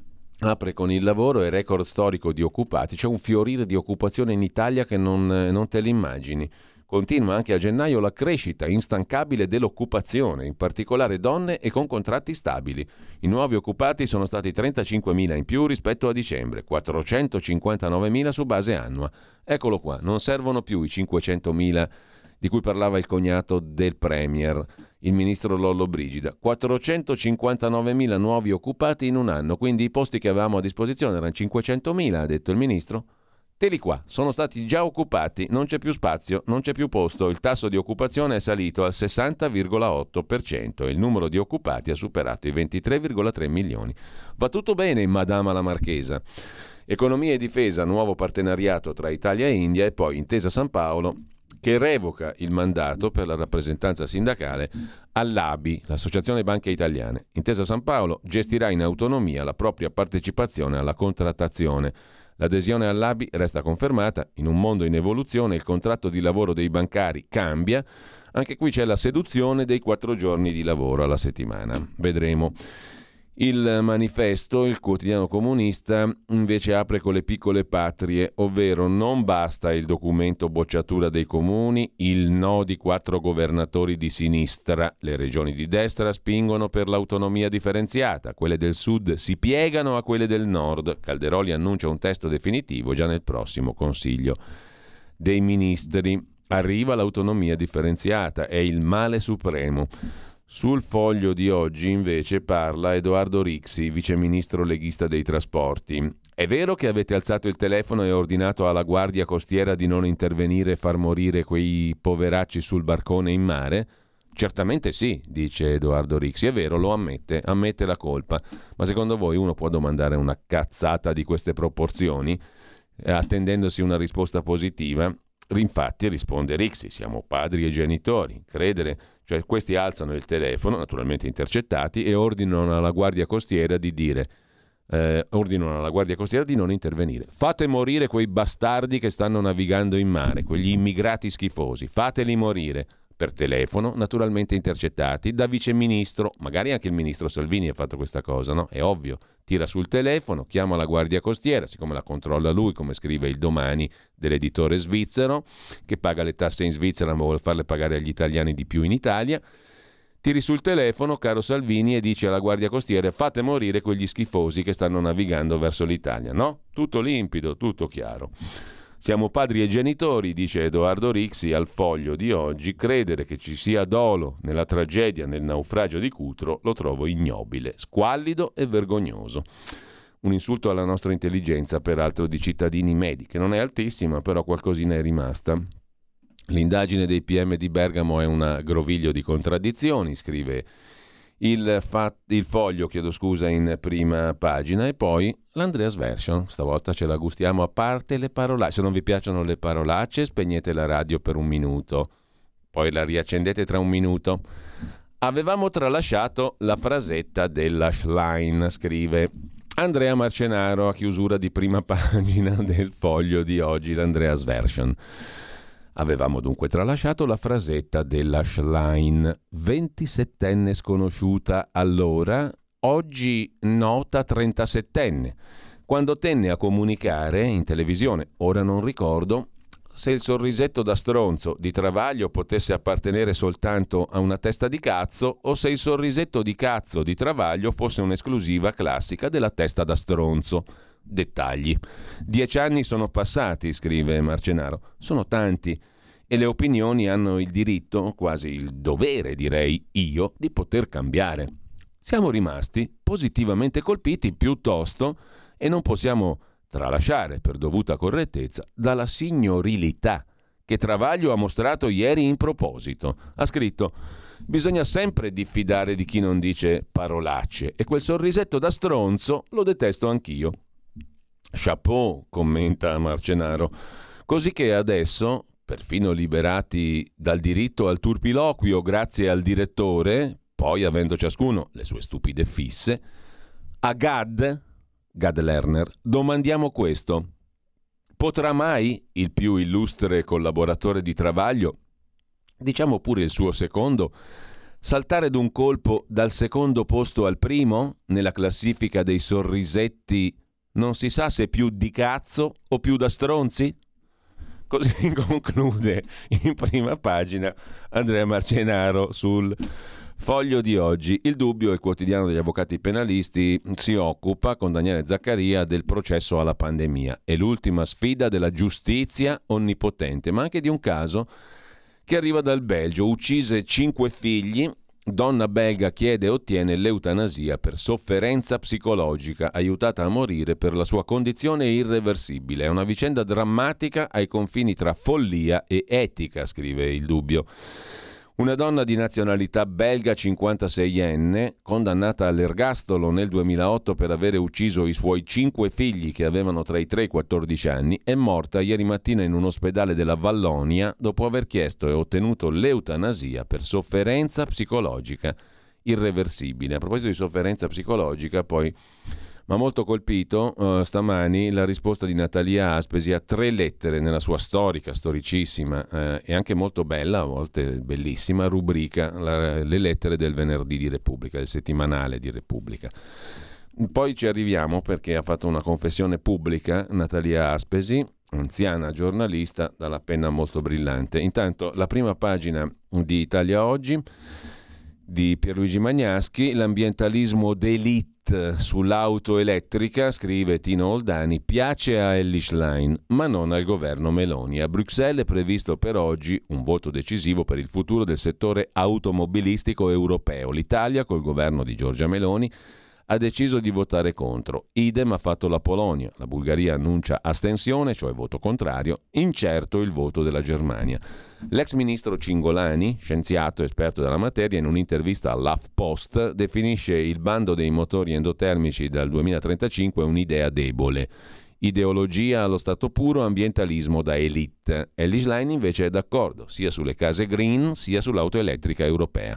apre con il lavoro e record storico di occupati. C'è un fiorire di occupazione in Italia che non, non te l'immagini. Continua anche a gennaio la crescita instancabile dell'occupazione, in particolare donne e con contratti stabili. I nuovi occupati sono stati trentacinquemila in più rispetto a dicembre, quattrocentocinquantanovemila su base annua. Eccolo qua, non servono più i cinquecentomila di cui parlava il cognato del Premier, il ministro Lollobrigida. quattrocentocinquantanovemila nuovi occupati in un anno, quindi i posti che avevamo a disposizione erano cinquecentomila, ha detto il ministro. Teli qua, sono stati già occupati, non c'è più spazio, non c'è più posto. Il tasso di occupazione è salito al sessanta virgola otto per cento e il numero di occupati ha superato i ventitré virgola tre milioni. Va tutto bene in Madama la Marchesa. Economia e difesa, nuovo partenariato tra Italia e India e poi Intesa San Paolo che revoca il mandato per la rappresentanza sindacale all'A B I, l'Associazione Banche Italiane. Intesa San Paolo gestirà in autonomia la propria partecipazione alla contrattazione. L'adesione all'A B I resta confermata. In un mondo in evoluzione il contratto di lavoro dei bancari cambia. Anche qui c'è la seduzione dei quattro giorni di lavoro alla settimana. Vedremo. Il Manifesto, il quotidiano comunista, invece apre con le piccole patrie, ovvero non basta il documento bocciatura dei comuni, il no di quattro governatori di sinistra, le regioni di destra spingono per l'autonomia differenziata, quelle del sud si piegano a quelle del nord. Calderoli annuncia un testo definitivo già nel prossimo Consiglio dei Ministri. Arriva l'autonomia differenziata, è il male supremo. Sul Foglio di oggi invece parla Edoardo Rixi, viceministro leghista dei trasporti. È vero che avete alzato il telefono e ordinato alla Guardia Costiera di non intervenire e far morire quei poveracci sul barcone in mare? Certamente sì, dice Edoardo Rixi, è vero, lo ammette, ammette la colpa. Ma secondo voi uno può domandare una cazzata di queste proporzioni, eh, attendendosi una risposta positiva? Infatti risponde Rixi, siamo padri e genitori, credere, cioè questi alzano il telefono, naturalmente intercettati, e ordinano alla Guardia Costiera di dire, eh, ordinano alla Guardia Costiera di non intervenire. Fate morire quei bastardi che stanno navigando in mare, quegli immigrati schifosi, fateli morire. Per telefono, naturalmente intercettati da viceministro, magari anche il ministro Salvini ha fatto questa cosa, no? È ovvio, tira sul telefono, chiama la Guardia Costiera, siccome la controlla lui, come scrive il Domani dell'editore svizzero, che paga le tasse in Svizzera ma vuole farle pagare agli italiani di più in Italia, tiri sul telefono, caro Salvini, e dici alla Guardia Costiera fate morire quegli schifosi che stanno navigando verso l'Italia, no? Tutto limpido, tutto chiaro. Siamo padri e genitori, dice Edoardo Rixi al Foglio di oggi. Credere che ci sia dolo nella tragedia, nel naufragio di Cutro, lo trovo ignobile, squallido e vergognoso. Un insulto alla nostra intelligenza, peraltro di cittadini medi, che non è altissima, però qualcosina è rimasta. L'indagine dei P M di Bergamo è un groviglio di contraddizioni, scrive il, fa- il Foglio, chiedo scusa, in prima pagina, e poi l'Andreas Version, stavolta ce la gustiamo, a parte le parolacce. Se non vi piacciono le parolacce, spegnete la radio per un minuto, poi la riaccendete tra un minuto. Avevamo tralasciato la frasetta della Schlein, scrive Andrea Marcenaro a chiusura di prima pagina del Foglio di oggi, l'Andreas Version. Avevamo dunque tralasciato la frasetta della Schlein, ventisettenne sconosciuta allora, oggi nota trentasettenne, quando tenne a comunicare in televisione, ora non ricordo, se il sorrisetto da stronzo di Travaglio potesse appartenere soltanto a una testa di cazzo o se il sorrisetto di cazzo di Travaglio fosse un'esclusiva classica della testa da stronzo. Dettagli. Dieci anni sono passati, scrive Marcenaro, sono tanti e le opinioni hanno il diritto, quasi il dovere direi io, di poter cambiare. Siamo rimasti positivamente colpiti piuttosto e non possiamo tralasciare per dovuta correttezza dalla signorilità che Travaglio ha mostrato ieri in proposito. Ha scritto: bisogna sempre diffidare di chi non dice parolacce e quel sorrisetto da stronzo lo detesto anch'io. Chapeau, commenta Marcenaro, così che adesso, perfino liberati dal diritto al turpiloquio grazie al direttore, poi avendo ciascuno le sue stupide fisse, a Gad, Gad Lerner, domandiamo questo: potrà mai il più illustre collaboratore di Travaglio, diciamo pure il suo secondo, saltare d'un colpo dal secondo posto al primo nella classifica dei sorrisetti? Non si sa se più di cazzo o più da stronzi? Così conclude in prima pagina Andrea Marcenaro sul Foglio di oggi. Il Dubbio, il quotidiano degli avvocati penalisti, si occupa con Daniele Zaccaria del processo alla pandemia. È l'ultima sfida della giustizia onnipotente, ma anche di un caso che arriva dal Belgio. Uccise cinque figli Donna belga chiede e ottiene l'eutanasia per sofferenza psicologica, aiutata a morire per la sua condizione irreversibile. È una vicenda drammatica ai confini tra follia e etica, scrive Il Dubbio. Una donna di nazionalità belga cinquantaseienne, condannata all'ergastolo nel duemilaotto per avere ucciso i suoi cinque figli che avevano tra i tre e i quattordici anni, è morta ieri mattina in un ospedale della Vallonia dopo aver chiesto e ottenuto l'eutanasia per sofferenza psicologica irreversibile. A proposito di sofferenza psicologica, poi ma molto colpito uh, stamani la risposta di Natalia Aspesi a tre lettere nella sua storica, storicissima eh, e anche molto bella, a volte bellissima, rubrica la, le lettere del venerdì di Repubblica, del settimanale di Repubblica. Poi ci arriviamo perché ha fatto una confessione pubblica Natalia Aspesi, anziana giornalista dalla penna molto brillante. Intanto la prima pagina di Italia Oggi di Pierluigi Magnaschi, l'ambientalismo d'élite sull'auto elettrica, scrive Tino Oldani, piace a Elly Schlein, ma non al governo Meloni. A Bruxelles è previsto per oggi un voto decisivo per il futuro del settore automobilistico europeo. L'Italia, col governo di Giorgia Meloni, ha deciso di votare contro. Idem ha fatto la Polonia. La Bulgaria annuncia astensione, cioè voto contrario, incerto il voto della Germania. L'ex ministro Cingolani, scienziato esperto della materia, in un'intervista all'HuffPost definisce il bando dei motori endotermici dal duemilatrentacinque un'idea debole. Ideologia allo stato puro, ambientalismo da elite. Elly Schlein invece è d'accordo, sia sulle case green sia sull'auto elettrica europea.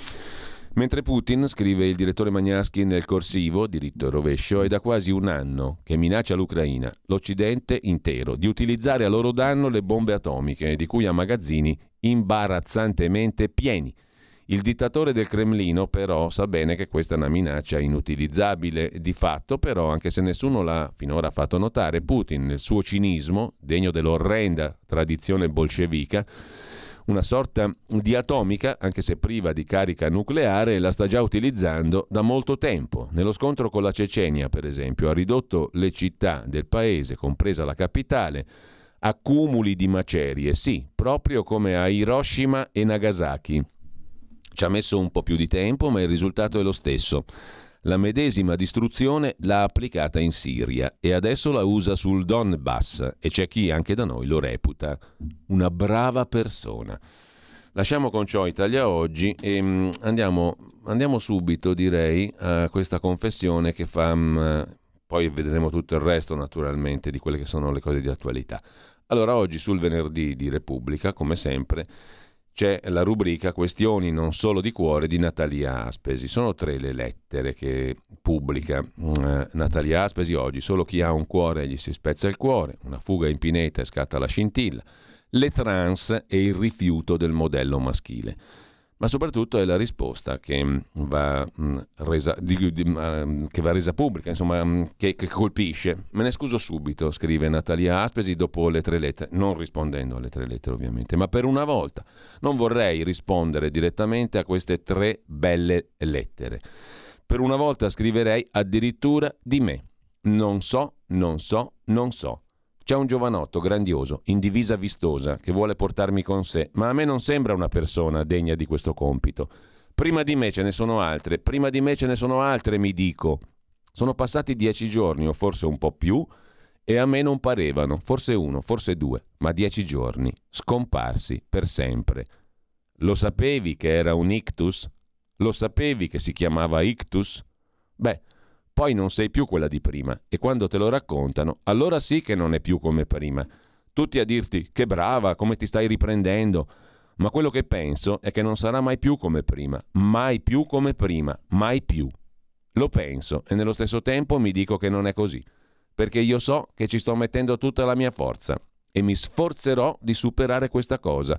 Mentre Putin, scrive il direttore Magnaschi nel corsivo, diritto e rovescio, è da quasi un anno che minaccia l'Ucraina, l'Occidente intero, di utilizzare a loro danno le bombe atomiche, di cui ha magazzini imbarazzantemente pieni. Il dittatore del Cremlino però sa bene che questa è una minaccia inutilizzabile di fatto, però anche se nessuno l'ha finora fatto notare, Putin nel suo cinismo, degno dell'orrenda tradizione bolscevica, una sorta di atomica, anche se priva di carica nucleare, la sta già utilizzando da molto tempo. Nello scontro con la Cecenia, per esempio, ha ridotto le città del paese, compresa la capitale, a cumuli di macerie, sì, proprio come a Hiroshima e Nagasaki. Ci ha messo un po' più di tempo, ma il risultato è lo stesso. La medesima distruzione l'ha applicata in Siria e adesso la usa sul Donbass e c'è chi anche da noi lo reputa una brava persona. Lasciamo con ciò Italia Oggi e mh, andiamo, andiamo subito, direi, a questa confessione che fa, mh, poi vedremo tutto il resto naturalmente di quelle che sono le cose di attualità. Allora, oggi sul venerdì di Repubblica, come sempre, c'è la rubrica Questioni non solo di cuore di Natalia Aspesi. Sono tre le lettere che pubblica eh, Natalia Aspesi oggi. Solo chi ha un cuore gli si spezza il cuore, una fuga in pineta e scatta la scintilla, le trans e il rifiuto del modello maschile. Ma soprattutto è la risposta che va, mh, resa, di, di, uh, che va resa pubblica, insomma, mh, che, che colpisce. Me ne scuso subito, scrive Natalia Aspesi dopo le tre lettere, non rispondendo alle tre lettere ovviamente, ma per una volta non vorrei rispondere direttamente a queste tre belle lettere. Per una volta scriverei addirittura di me. Non so, non so, non so. C'è un giovanotto grandioso, in divisa vistosa, che vuole portarmi con sé, ma a me non sembra una persona degna di questo compito. Prima di me ce ne sono altre, prima di me ce ne sono altre, mi dico. Sono passati dieci giorni, o forse un po' più, e a me non parevano, forse uno, forse due, ma dieci giorni, scomparsi per sempre. Lo sapevi che era un ictus? Lo sapevi che si chiamava ictus? Beh, poi non sei più quella di prima e quando te lo raccontano, allora sì che non è più come prima. Tutti a dirti che brava, come ti stai riprendendo, ma quello che penso è che non sarà mai più come prima, mai più come prima, mai più. Lo penso e nello stesso tempo mi dico che non è così, perché io so che ci sto mettendo tutta la mia forza e mi sforzerò di superare questa cosa.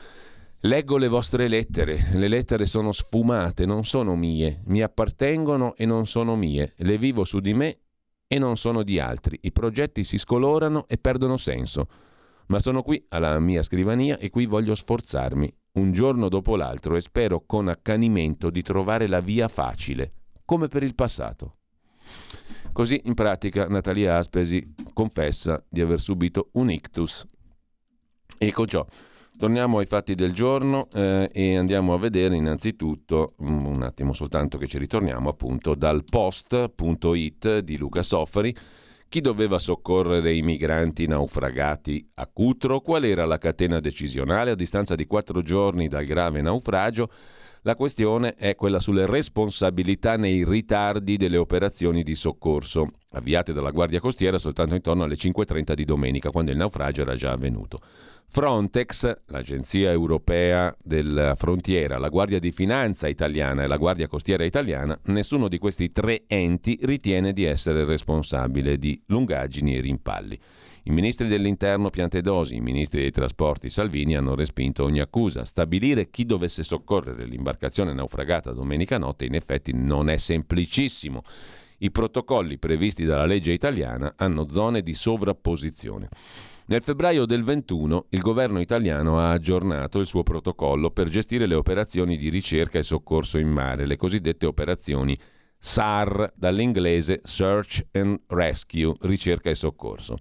Leggo le vostre lettere, le lettere sono sfumate, non sono mie, mi appartengono e non sono mie, le vivo su di me e non sono di altri, i progetti si scolorano e perdono senso, ma sono qui alla mia scrivania e qui voglio sforzarmi, un giorno dopo l'altro e spero con accanimento di trovare la via facile, come per il passato. Così in pratica Natalia Aspesi confessa di aver subito un ictus e con ciò torniamo ai fatti del giorno eh, e andiamo a vedere innanzitutto, un attimo soltanto che ci ritorniamo appunto, dal post punto it di Luca Soffari. Chi doveva soccorrere i migranti naufragati a Cutro? Qual era la catena decisionale? A distanza di quattro giorni dal grave naufragio, la questione è quella sulle responsabilità nei ritardi delle operazioni di soccorso, avviate dalla Guardia Costiera soltanto intorno alle cinque e trenta di domenica, quando il naufragio era già avvenuto. Frontex, l'agenzia europea della frontiera, la Guardia di Finanza italiana e la Guardia Costiera italiana, nessuno di questi tre enti ritiene di essere responsabile di lungaggini e rimpalli. I ministri dell'Interno Piantedosi, i ministri dei Trasporti Salvini hanno respinto ogni accusa. Stabilire chi dovesse soccorrere l'imbarcazione naufragata domenica notte in effetti non è semplicissimo. I protocolli previsti dalla legge italiana hanno zone di sovrapposizione. Nel febbraio del ventuno il governo italiano ha aggiornato il suo protocollo per gestire le operazioni di ricerca e soccorso in mare, le cosiddette operazioni S A R, dall'inglese Search and Rescue, ricerca e soccorso.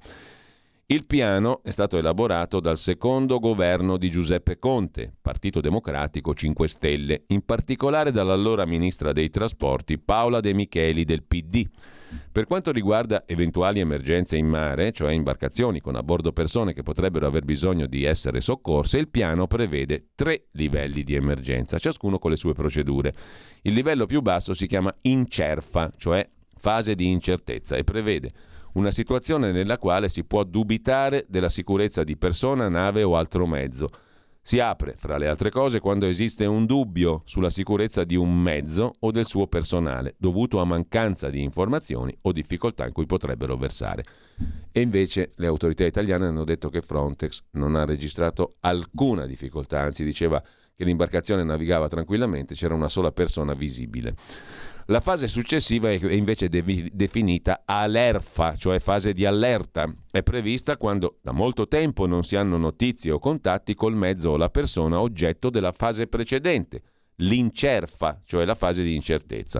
Il piano è stato elaborato dal secondo governo di Giuseppe Conte, Partito Democratico cinque Stelle, in particolare dall'allora ministra dei Trasporti Paola De Micheli del P D. Per quanto riguarda eventuali emergenze in mare, cioè imbarcazioni con a bordo persone che potrebbero aver bisogno di essere soccorse, il piano prevede tre livelli di emergenza, ciascuno con le sue procedure. Il livello più basso si chiama incerfa, cioè fase di incertezza, e prevede una situazione nella quale si può dubitare della sicurezza di persona, nave o altro mezzo. Si apre, fra le altre cose, quando esiste un dubbio sulla sicurezza di un mezzo o del suo personale, dovuto a mancanza di informazioni o difficoltà in cui potrebbero versare. E invece le autorità italiane hanno detto che Frontex non ha registrato alcuna difficoltà, anzi diceva che l'imbarcazione navigava tranquillamente, c'era una sola persona visibile. La fase successiva è invece de- definita alerfa, cioè fase di allerta. È prevista quando da molto tempo non si hanno notizie o contatti col mezzo o la persona oggetto della fase precedente, l'incerfa, cioè la fase di incertezza.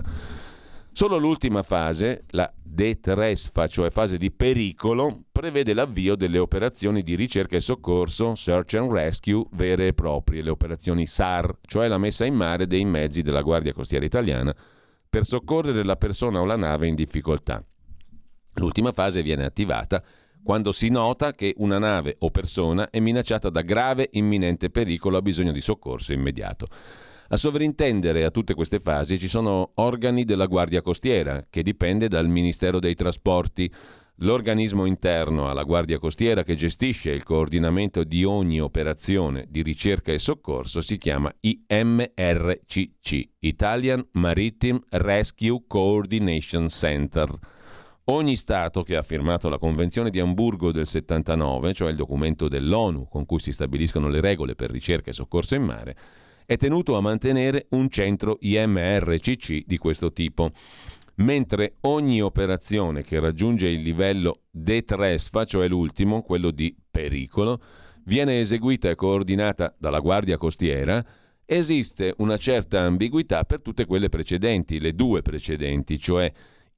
Solo l'ultima fase, la detresfa, cioè fase di pericolo, prevede l'avvio delle operazioni di ricerca e soccorso, search and rescue, vere e proprie, le operazioni S A R, cioè la messa in mare dei mezzi della Guardia Costiera italiana per soccorrere la persona o la nave in difficoltà. L'ultima fase viene attivata quando si nota che una nave o persona è minacciata da grave imminente pericolo, ha bisogno di soccorso immediato. A sovrintendere a tutte queste fasi ci sono organi della Guardia Costiera, che dipende dal Ministero dei Trasporti. L'organismo interno alla Guardia Costiera che gestisce il coordinamento di ogni operazione di ricerca e soccorso si chiama I M R C C, Italian Maritime Rescue Coordination Center. Ogni Stato che ha firmato la Convenzione di Amburgo del settantanove, cioè il documento dell'ONU con cui si stabiliscono le regole per ricerca e soccorso in mare, è tenuto a mantenere un centro I M R C C di questo tipo. Mentre ogni operazione che raggiunge il livello detresfa, cioè l'ultimo, quello di pericolo, viene eseguita e coordinata dalla Guardia Costiera, esiste una certa ambiguità per tutte quelle precedenti, le due precedenti, cioè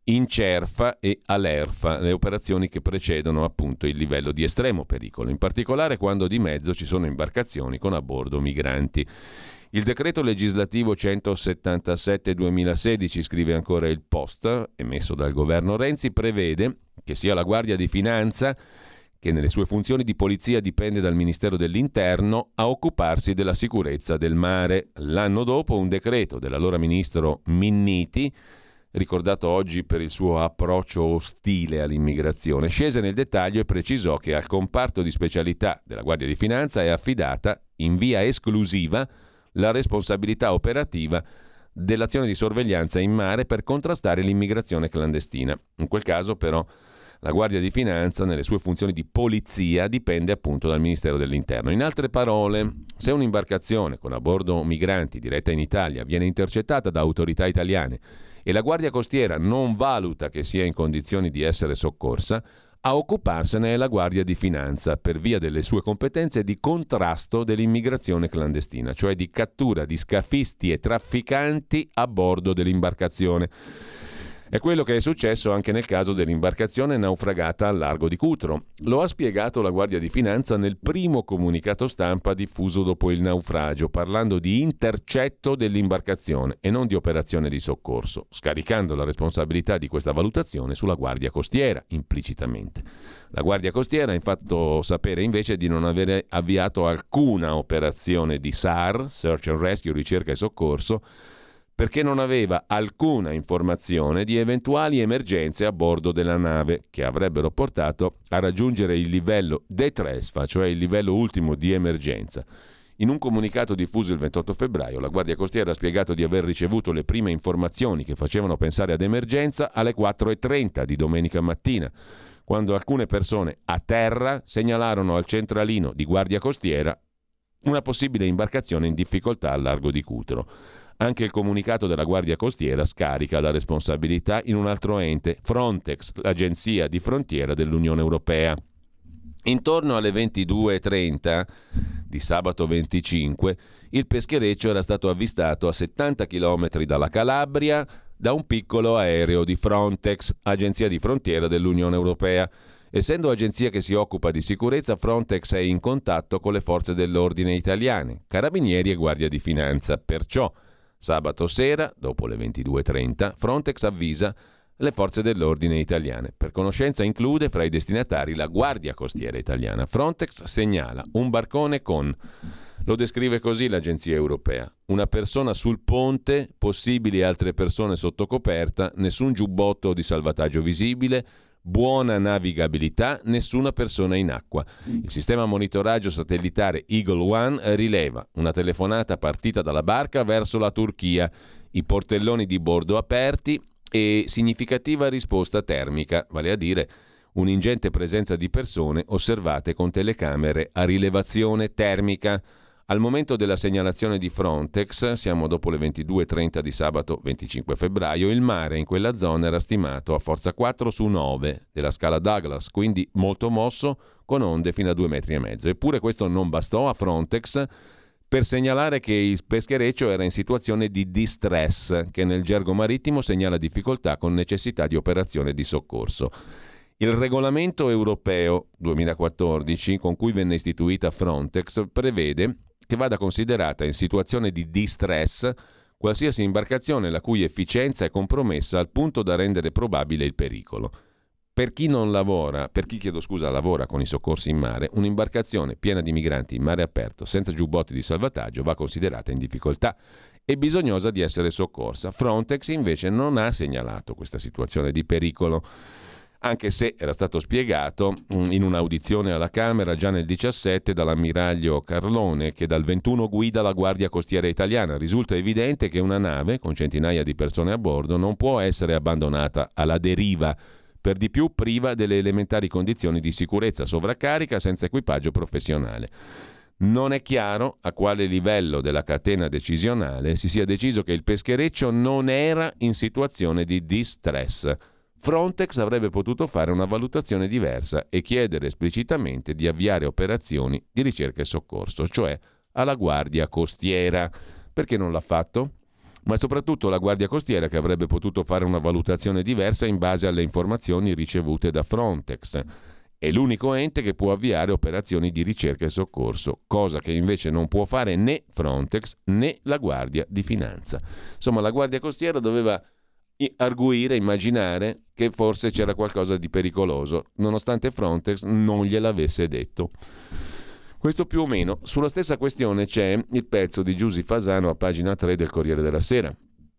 incerfa e alerfa, le operazioni che precedono appunto il livello di estremo pericolo, in particolare quando di mezzo ci sono imbarcazioni con a bordo migranti. Il decreto legislativo centosettantasette duemilasedici, scrive ancora il Post, emesso dal governo Renzi, prevede che sia la Guardia di Finanza, che nelle sue funzioni di polizia dipende dal Ministero dell'Interno, a occuparsi della sicurezza del mare. L'anno dopo un decreto dell'allora ministro Minniti, ricordato oggi per il suo approccio ostile all'immigrazione, scese nel dettaglio e precisò che al comparto di specialità della Guardia di Finanza è affidata in via esclusiva la responsabilità operativa dell'azione di sorveglianza in mare per contrastare l'immigrazione clandestina. In quel caso, però, la Guardia di Finanza, nelle sue funzioni di polizia, dipende appunto dal Ministero dell'Interno. In altre parole, se un'imbarcazione con a bordo migranti diretta in Italia viene intercettata da autorità italiane e la Guardia Costiera non valuta che sia in condizioni di essere soccorsa, a occuparsene è la Guardia di Finanza per via delle sue competenze di contrasto dell'immigrazione clandestina, cioè di cattura di scafisti e trafficanti a bordo dell'imbarcazione. È quello che è successo anche nel caso dell'imbarcazione naufragata al largo di Cutro. Lo ha spiegato la Guardia di Finanza nel primo comunicato stampa diffuso dopo il naufragio, parlando di intercetto dell'imbarcazione e non di operazione di soccorso, scaricando la responsabilità di questa valutazione sulla Guardia Costiera, implicitamente. La Guardia Costiera ha fatto sapere invece di non avere avviato alcuna operazione di S A R, Search and Rescue, ricerca e soccorso, perché non aveva alcuna informazione di eventuali emergenze a bordo della nave che avrebbero portato a raggiungere il livello de Tresfa, cioè il livello ultimo di emergenza. In un comunicato diffuso il ventotto febbraio, la Guardia Costiera ha spiegato di aver ricevuto le prime informazioni che facevano pensare ad emergenza alle quattro e trenta di domenica mattina, quando alcune persone a terra segnalarono al centralino di Guardia Costiera una possibile imbarcazione in difficoltà al largo di Cutro. Anche il comunicato della Guardia Costiera scarica la responsabilità in un altro ente, Frontex, l'agenzia di frontiera dell'Unione Europea. Intorno alle ventidue e trenta di sabato venticinque, il peschereccio era stato avvistato a settanta chilometri dalla Calabria da un piccolo aereo di Frontex, agenzia di frontiera dell'Unione Europea. Essendo agenzia che si occupa di sicurezza, Frontex è in contatto con le forze dell'ordine italiane, Carabinieri e Guardia di Finanza. Perciò sabato sera, dopo le ventidue e trenta, Frontex avvisa le forze dell'ordine italiane. Per conoscenza include fra i destinatari la Guardia Costiera italiana. Frontex segnala un barcone con, lo descrive così l'agenzia europea, una persona sul ponte, possibili altre persone sotto coperta, nessun giubbotto di salvataggio visibile, buona navigabilità, nessuna persona in acqua. Il sistema monitoraggio satellitare Eagle One rileva una telefonata partita dalla barca verso la Turchia, i portelloni di bordo aperti e significativa risposta termica, vale a dire un'ingente presenza di persone osservate con telecamere a rilevazione termica. Al momento della segnalazione di Frontex, siamo dopo le ventidue e trenta di sabato venticinque febbraio, il mare in quella zona era stimato a forza quattro su nove della scala Douglas, quindi molto mosso, con onde fino a due metri e mezzo. Eppure questo non bastò a Frontex per segnalare che il peschereccio era in situazione di distress, che nel gergo marittimo segnala difficoltà con necessità di operazione di soccorso. Il regolamento europeo duemilaquattordici, con cui venne istituita Frontex, prevede che vada considerata in situazione di distress qualsiasi imbarcazione la cui efficienza è compromessa al punto da rendere probabile il pericolo. Per chi non lavora, per chi chiedo scusa, lavora con i soccorsi in mare, un'imbarcazione piena di migranti in mare aperto senza giubbotti di salvataggio va considerata in difficoltà e bisognosa di essere soccorsa. Frontex invece non ha segnalato questa situazione di pericolo, anche se era stato spiegato in un'audizione alla Camera già nel diciassette dall'ammiraglio Carlone, che dal ventuno guida la Guardia Costiera italiana. Risulta evidente che una nave con centinaia di persone a bordo non può essere abbandonata alla deriva, per di più priva delle elementari condizioni di sicurezza, sovraccarica, senza equipaggio professionale. Non è chiaro a quale livello della catena decisionale si sia deciso che il peschereccio non era in situazione di distress. Frontex avrebbe potuto fare una valutazione diversa e chiedere esplicitamente di avviare operazioni di ricerca e soccorso, cioè alla Guardia Costiera. Perché non l'ha fatto? Ma soprattutto la Guardia Costiera, che avrebbe potuto fare una valutazione diversa in base alle informazioni ricevute da Frontex. È l'unico ente che può avviare operazioni di ricerca e soccorso, cosa che invece non può fare né Frontex né la Guardia di Finanza. Insomma, la Guardia Costiera doveva arguire, immaginare che forse c'era qualcosa di pericoloso, nonostante Frontex non gliel'avesse detto. Questo più o meno. Sulla stessa questione c'è il pezzo di Giusy Fasano a pagina tre del Corriere della Sera.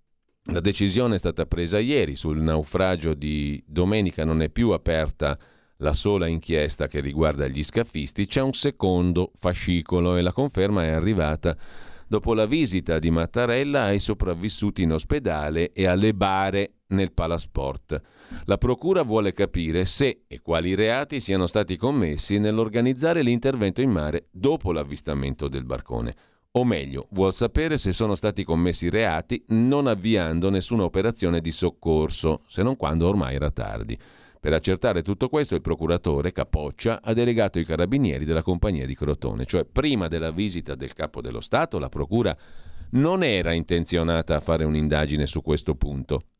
La decisione è stata presa ieri. Sul naufragio di domenica non è più aperta la sola inchiesta che riguarda gli scafisti, c'è un secondo fascicolo e la conferma è arrivata dopo la visita di Mattarella ai sopravvissuti in ospedale e alle bare nel Palasport. La procura vuole capire se e quali reati siano stati commessi nell'organizzare l'intervento in mare dopo l'avvistamento del barcone. O meglio, vuol sapere se sono stati commessi reati non avviando nessuna operazione di soccorso, se non quando ormai era tardi. Per accertare tutto questo, il procuratore Capoccia ha delegato i carabinieri della compagnia di Crotone, cioè prima della visita del Capo dello Stato la procura non era intenzionata a fare un'indagine su questo punto.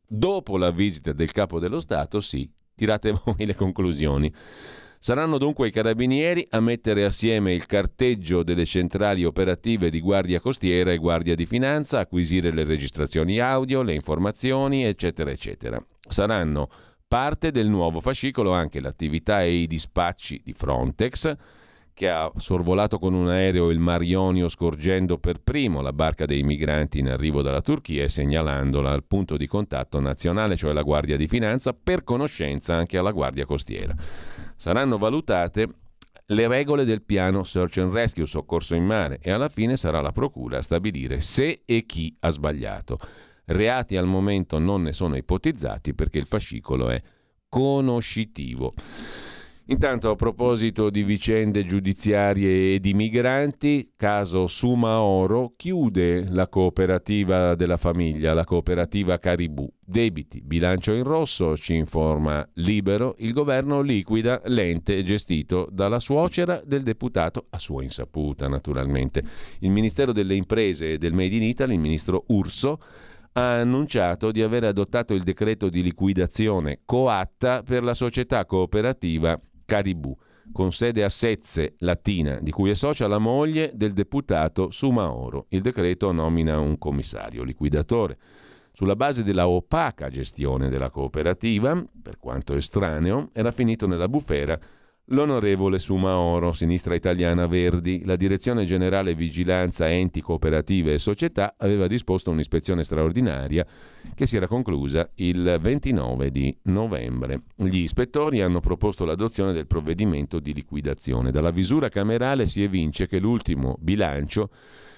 Dopo la visita del Capo dello Stato, sì, tirate voi le conclusioni. Saranno dunque i carabinieri a mettere assieme il carteggio delle centrali operative di Guardia Costiera e Guardia di Finanza, acquisire le registrazioni audio, le informazioni, eccetera, eccetera. Saranno parte del nuovo fascicolo anche l'attività e i dispacci di Frontex, che ha sorvolato con un aereo il Mar Ionio scorgendo per primo la barca dei migranti in arrivo dalla Turchia e segnalandola al punto di contatto nazionale, cioè la Guardia di Finanza, per conoscenza anche alla Guardia Costiera. Saranno valutate le regole del piano Search and Rescue, soccorso in mare, e alla fine sarà la procura a stabilire se e chi ha sbagliato. Reati al momento non ne sono ipotizzati perché il fascicolo è conoscitivo. Intanto, a proposito di vicende giudiziarie e di migranti, caso Sumaoro, chiude la cooperativa della famiglia, la cooperativa Caribou. Debiti, bilancio in rosso, ci informa Libero, il governo liquida l'ente gestito dalla suocera del deputato, a sua insaputa naturalmente. Il Ministero delle Imprese e del Made in Italy, il ministro Urso, ha annunciato di aver adottato il decreto di liquidazione coatta per la società cooperativa Caribou, con sede a Sezze, Latina, di cui è socia la moglie del deputato Sumaoro. Il decreto nomina un commissario liquidatore. Sulla base della opaca gestione della cooperativa, per quanto estraneo, era finito nella bufera l'onorevole Sumaoro, Sinistra Italiana Verdi. La Direzione Generale Vigilanza Enti Cooperative e Società aveva disposto un'ispezione straordinaria che si era conclusa il ventinove di novembre. Gli ispettori hanno proposto l'adozione del provvedimento di liquidazione. Dalla visura camerale si evince che l'ultimo bilancio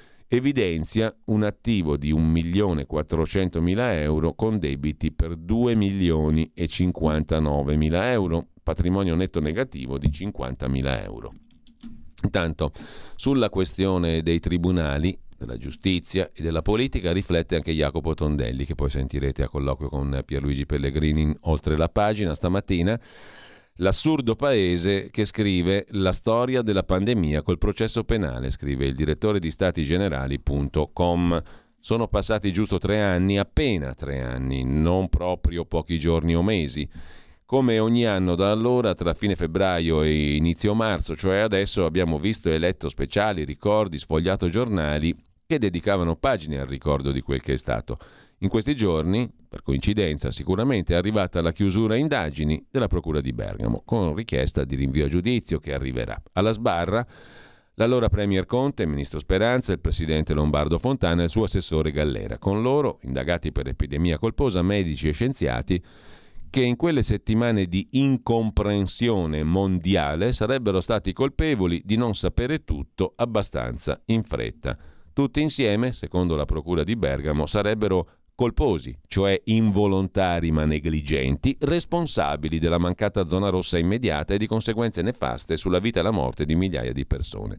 evidenzia un attivo di un milione quattrocentomila euro con debiti per due milioni e cinquantanovemila euro, patrimonio netto negativo di cinquantamila euro. Intanto, sulla questione dei tribunali, della giustizia e della politica riflette anche Jacopo Tondelli, che poi sentirete a colloquio con Pierluigi Pellegrini in Oltre la Pagina stamattina. L'assurdo paese che scrive la storia della pandemia col processo penale, scrive il direttore di stati generali punto com. Sono passati giusto tre anni, appena tre anni, non proprio pochi giorni o mesi. Come ogni anno da allora, tra fine febbraio e inizio marzo, cioè adesso, abbiamo visto e letto speciali, ricordi, sfogliato giornali che dedicavano pagine al ricordo di quel che è stato. In questi giorni, per coincidenza sicuramente, è arrivata la chiusura indagini della Procura di Bergamo, con richiesta di rinvio a giudizio che arriverà. Alla sbarra l'allora Premier Conte, il ministro Speranza, il presidente Lombardo Fontana e il suo assessore Gallera. Con loro, indagati per epidemia colposa, medici e scienziati che in quelle settimane di incomprensione mondiale sarebbero stati colpevoli di non sapere tutto abbastanza in fretta. Tutti insieme, secondo la Procura di Bergamo, sarebbero colposi, cioè involontari ma negligenti, responsabili della mancata zona rossa immediata e di conseguenze nefaste sulla vita e la morte di migliaia di persone.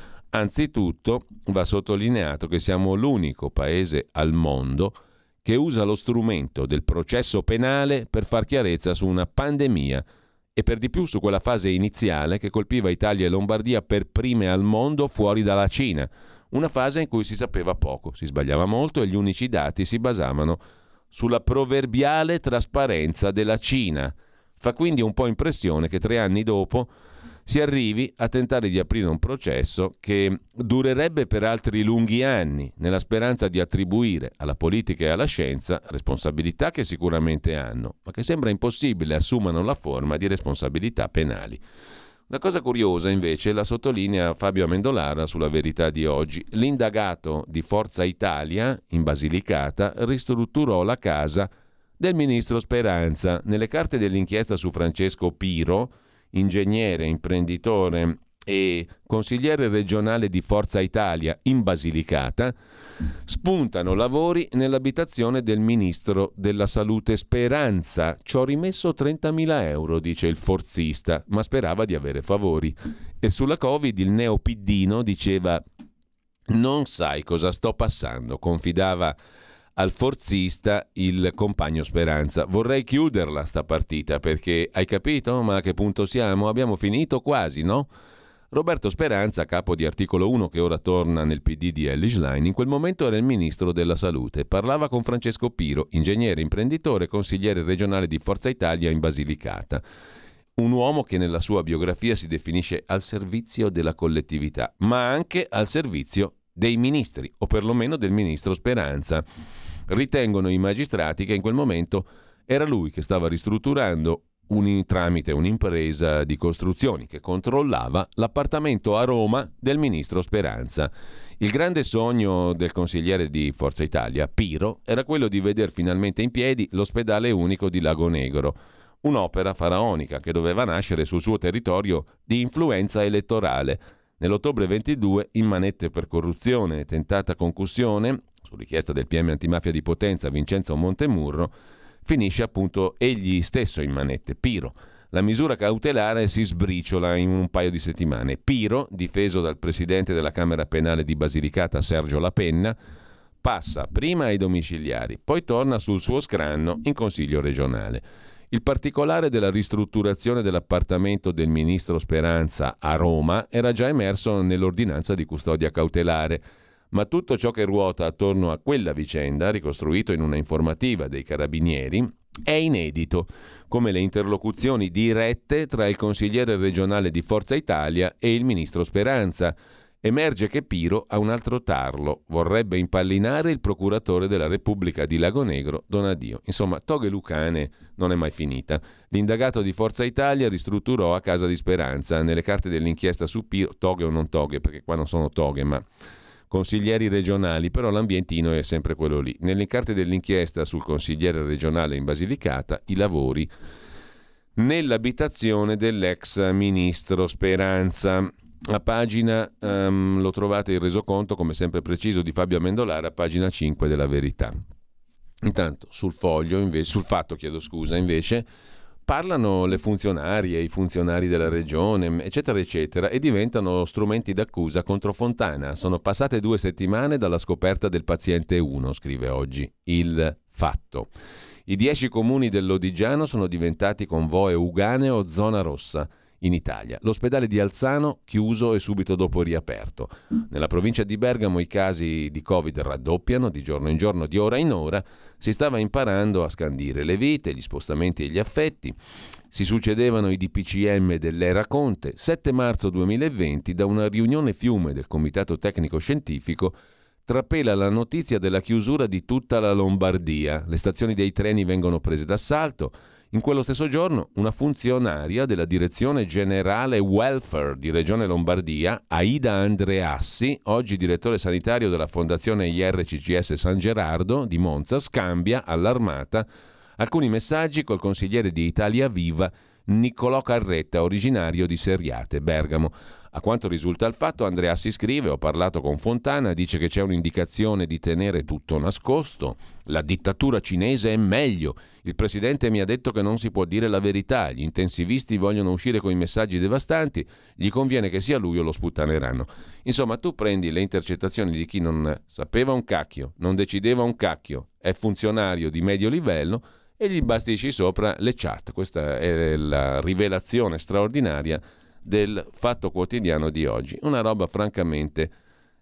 Anzitutto va sottolineato che siamo l'unico paese al mondo che usa lo strumento del processo penale per far chiarezza su una pandemia e per di più su quella fase iniziale che colpiva Italia e Lombardia per prime al mondo fuori dalla Cina. Una fase in cui si sapeva poco, si sbagliava molto e gli unici dati si basavano sulla proverbiale trasparenza della Cina. Fa quindi un po' impressione che tre anni dopo si arrivi a tentare di aprire un processo che durerebbe per altri lunghi anni, nella speranza di attribuire alla politica e alla scienza responsabilità che sicuramente hanno, ma che sembra impossibile assumano la forma di responsabilità penali. Una cosa curiosa invece la sottolinea Fabio Amendolara sulla Verità di oggi. L'indagato di Forza Italia in Basilicata ristrutturò la casa del ministro Speranza. Nelle carte dell'inchiesta su Francesco Piro, ingegnere, imprenditore e consigliere regionale di Forza Italia in Basilicata, spuntano lavori nell'abitazione del ministro della Salute Speranza. Ci ho rimesso trentamila euro, dice il forzista, ma sperava di avere favori. E sulla Covid il neopiddino diceva: non sai cosa sto passando, confidava al forzista il compagno Speranza. Vorrei chiuderla sta partita perché, hai capito? Ma a che punto siamo? Abbiamo finito quasi, no? Roberto Speranza, capo di Articolo uno che ora torna nel P D di Elly Schlein, in quel momento era il ministro della Salute. Parlava con Francesco Piro, ingegnere, imprenditore, consigliere regionale di Forza Italia in Basilicata. Un uomo che nella sua biografia si definisce al servizio della collettività, ma anche al servizio dei ministri, o perlomeno del ministro Speranza. Ritengono i magistrati che in quel momento era lui che stava ristrutturando un, tramite un'impresa di costruzioni che controllava l'appartamento a Roma del ministro Speranza. Il grande sogno del consigliere di Forza Italia, Piro, era quello di veder finalmente in piedi l'ospedale unico di Lago Negro, un'opera faraonica che doveva nascere sul suo territorio di influenza elettorale. Nell'ottobre ventidue, in manette per corruzione e tentata concussione, su richiesta del P M antimafia di Potenza Vincenzo Montemurro, finisce appunto egli stesso in manette, Piro. La misura cautelare si sbriciola in un paio di settimane. Piro, difeso dal presidente della Camera Penale di Basilicata Sergio La Penna, passa prima ai domiciliari, poi torna sul suo scranno in Consiglio regionale. Il particolare della ristrutturazione dell'appartamento del ministro Speranza a Roma era già emerso nell'ordinanza di custodia cautelare, ma tutto ciò che ruota attorno a quella vicenda, ricostruito in una informativa dei Carabinieri, è inedito, come le interlocuzioni dirette tra il consigliere regionale di Forza Italia e il ministro Speranza. Emerge che Piro ha un altro tarlo, vorrebbe impallinare il procuratore della Repubblica di Lago Negro, Donadio. Insomma, toghe lucane non è mai finita. L'indagato di Forza Italia ristrutturò a casa di Speranza. Nelle carte dell'inchiesta su Piro, toghe o non toghe, perché qua non sono toghe, ma consiglieri regionali, però l'ambientino è sempre quello lì. Nelle carte dell'inchiesta sul consigliere regionale in Basilicata, i lavori nell'abitazione dell'ex ministro Speranza. A pagina, um, lo trovate il resoconto, come sempre preciso, di Fabio Amendolara, a pagina cinque della Verità. Intanto sul foglio, invece, sul fatto, chiedo scusa, invece, parlano le funzionarie, i funzionari della regione, eccetera, eccetera, e diventano strumenti d'accusa contro Fontana. Sono passate due settimane dalla scoperta del paziente uno, scrive oggi il Fatto. I dieci comuni del Lodigiano sono diventati convoe Uganeo zona rossa. In Italia. L'ospedale di Alzano chiuso e subito dopo riaperto. Nella provincia di Bergamo i casi di Covid raddoppiano di giorno in giorno, di ora in ora. Si stava imparando a scandire le vite, gli spostamenti e gli affetti. Si succedevano i D P C M dell'era Conte. sette marzo duemilaventi, da una riunione fiume del Comitato Tecnico Scientifico, trapela la notizia della chiusura di tutta la Lombardia. Le stazioni dei treni vengono prese d'assalto. In quello stesso giorno, una funzionaria della Direzione Generale Welfare di Regione Lombardia, Aida Andreassi, oggi direttore sanitario della Fondazione I R C C S San Gerardo di Monza, scambia, allarmata, alcuni messaggi col consigliere di Italia Viva, Niccolò Carretta, originario di Seriate, Bergamo. A quanto risulta al Fatto, Andreassi scrive: ho parlato con Fontana, dice che c'è un'indicazione di tenere tutto nascosto, la dittatura cinese è meglio, il presidente mi ha detto che non si può dire la verità, gli intensivisti vogliono uscire con i messaggi devastanti, gli conviene che sia lui o lo sputtaneranno. Insomma, tu prendi le intercettazioni di chi non sapeva un cacchio, non decideva un cacchio, è funzionario di medio livello e gli bastisci sopra le chat. Questa è la rivelazione straordinaria del Fatto Quotidiano di oggi. Una roba francamente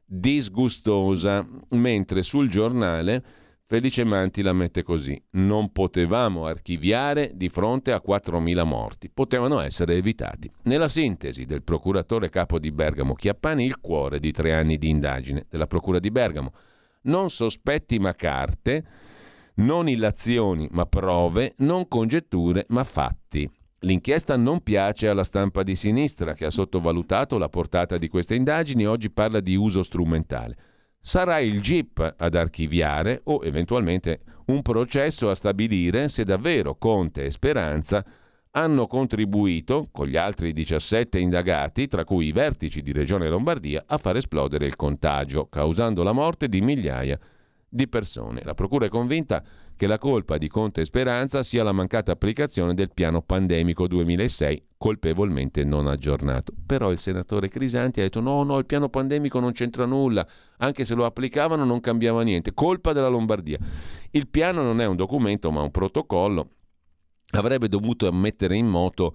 disgustosa, mentre sul Giornale Felice Manti la mette così: non potevamo archiviare di fronte a quattromila morti, potevano essere evitati. Nella sintesi del procuratore capo di Bergamo Chiappani, il cuore di tre anni di indagine della Procura di Bergamo: non sospetti ma carte, non illazioni ma prove, non congetture ma fatti. L'inchiesta non piace alla stampa di sinistra, che ha sottovalutato la portata di queste indagini e oggi parla di uso strumentale. Sarà il G I P ad archiviare o eventualmente un processo a stabilire se davvero Conte e Speranza hanno contribuito, con gli altri diciassette indagati, tra cui i vertici di Regione Lombardia, a far esplodere il contagio, causando la morte di migliaia di persone. La Procura è convinta che la colpa di Conte e Speranza sia la mancata applicazione del piano pandemico duemilasei, colpevolmente non aggiornato. Però il senatore Crisanti ha detto no, no, il piano pandemico non c'entra nulla, anche se lo applicavano non cambiava niente, colpa della Lombardia. Il piano non è un documento ma un protocollo, avrebbe dovuto mettere in moto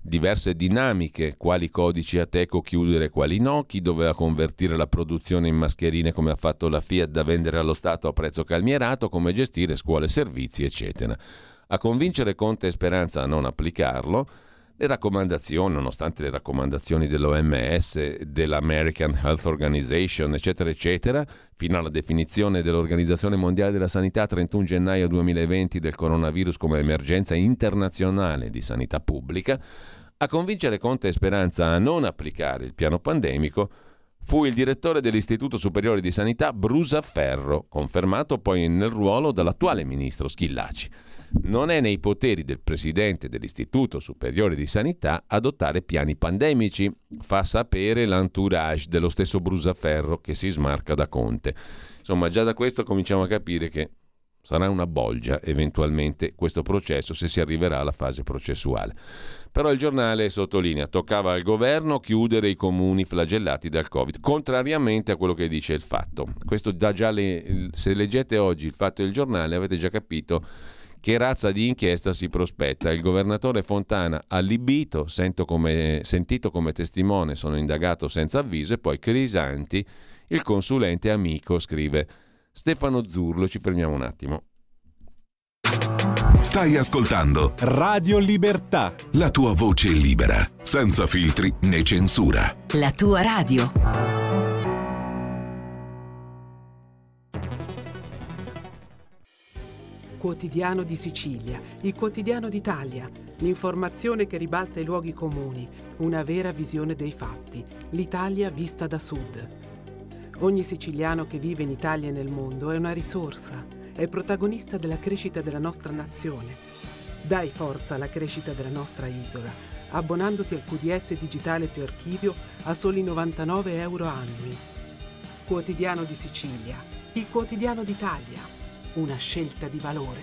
diverse dinamiche, quali codici Ateco chiudere e quali no, chi doveva convertire la produzione in mascherine come ha fatto la Fiat da vendere allo Stato a prezzo calmierato, come gestire scuole e servizi, eccetera. A convincere Conte e Speranza a non applicarlo, le raccomandazioni, nonostante le raccomandazioni dell'O M S, dell'American Health Organization, eccetera, eccetera, fino alla definizione dell'Organizzazione Mondiale della Sanità trentuno gennaio duemilaventi del coronavirus come emergenza internazionale di sanità pubblica, a convincere Conte e Speranza a non applicare il piano pandemico fu il direttore dell'Istituto Superiore di Sanità Brusaferro, confermato poi nel ruolo dall'attuale ministro Schillaci. Non è nei poteri del presidente dell'Istituto Superiore di Sanità adottare piani pandemici, fa sapere l'entourage dello stesso Brusaferro che si smarca da Conte. Insomma, già da questo cominciamo a capire che sarà una bolgia eventualmente questo processo se si arriverà alla fase processuale. Però il giornale sottolinea: toccava al governo chiudere i comuni flagellati dal Covid, contrariamente a quello che dice il Fatto. Questo dà già le, se leggete oggi il Fatto e il giornale avete già capito che razza di inchiesta si prospetta. Il governatore Fontana allibito, sento come, sentito come testimone, sono indagato senza avviso, e poi Crisanti, il consulente amico, scrive Stefano Zurlo. Ci fermiamo un attimo. Stai ascoltando Radio Libertà, la tua voce libera, senza filtri né censura. La tua radio. Quotidiano di Sicilia, il quotidiano d'Italia, l'informazione che ribalta i luoghi comuni, una vera visione dei fatti, l'Italia vista da sud. Ogni siciliano che vive in Italia e nel mondo è una risorsa, è protagonista della crescita della nostra nazione. Dai forza alla crescita della nostra isola, abbonandoti al Q D S digitale più archivio a soli novantanove euro annui. Quotidiano di Sicilia, il quotidiano d'Italia. Una scelta di valore.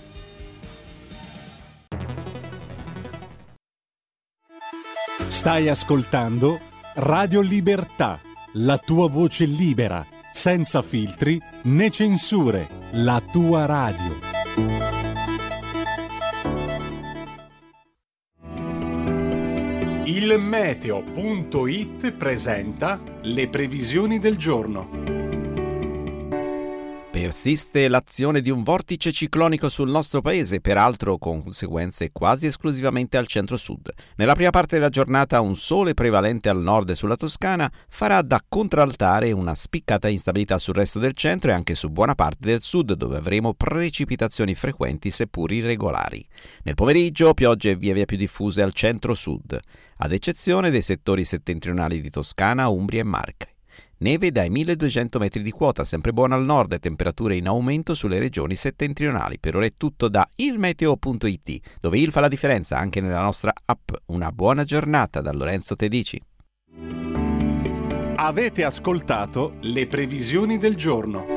stai ascoltando Radio Libertà, la tua voce libera, senza filtri né censure, la tua radio. Il meteo punto it presenta le previsioni del giorno. Persiste l'azione di un vortice ciclonico sul nostro paese, peraltro con conseguenze quasi esclusivamente al centro-sud. Nella prima parte della giornata un sole prevalente al nord e sulla Toscana farà da contraltare una spiccata instabilità sul resto del centro e anche su buona parte del sud, dove avremo precipitazioni frequenti seppur irregolari. Nel pomeriggio piogge via via più diffuse al centro-sud, ad eccezione dei settori settentrionali di Toscana, Umbria e Marche. Neve dai milleduecento metri di quota, sempre buona al nord e temperature in aumento sulle regioni settentrionali. Per ora è tutto da il meteo punto it, dove il fa la differenza anche nella nostra app. Una buona giornata da Lorenzo Tedici. Avete ascoltato le previsioni del giorno.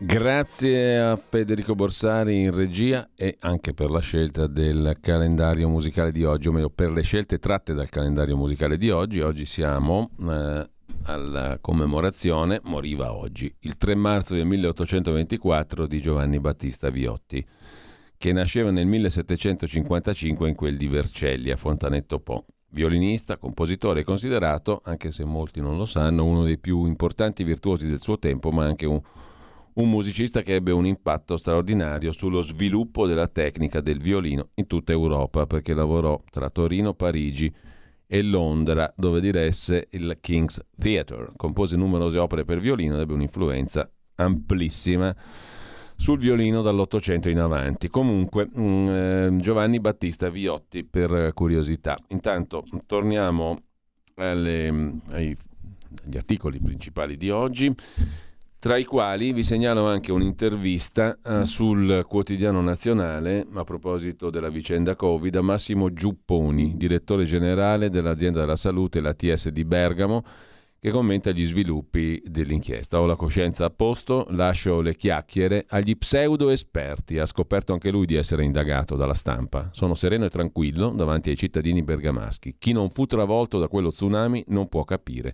Grazie a Federico Borsari in regia e anche per la scelta del calendario musicale di oggi, o meglio per le scelte tratte dal calendario musicale di oggi. Oggi siamo eh, alla commemorazione, moriva oggi, il tre marzo del milleottocentoventiquattro, di Giovanni Battista Viotti, che nasceva nel millesettecentocinquantacinque in quel di Vercelli, a Fontanetto Po. Violinista, compositore, considerato, anche se molti non lo sanno, uno dei più importanti virtuosi del suo tempo, ma anche un Un musicista che ebbe un impatto straordinario sullo sviluppo della tecnica del violino in tutta Europa, perché lavorò tra Torino, Parigi e Londra, dove diresse il King's Theatre. Compose numerose opere per violino ed ebbe un'influenza amplissima sul violino dall'Ottocento in avanti. Comunque, mh, eh, Giovanni Battista Viotti, per curiosità. Intanto torniamo alle, ai, agli articoli principali di oggi, tra i quali vi segnalo anche un'intervista uh, sul Quotidiano Nazionale a proposito della vicenda Covid a Massimo Giupponi, direttore generale dell'azienda della salute, l'A T S di Bergamo, che commenta gli sviluppi dell'inchiesta. Ho la coscienza a posto, lascio le chiacchiere agli pseudo esperti. Ha scoperto anche lui di essere indagato dalla stampa. Sono sereno e tranquillo davanti ai cittadini bergamaschi. Chi non fu travolto da quello tsunami non può capire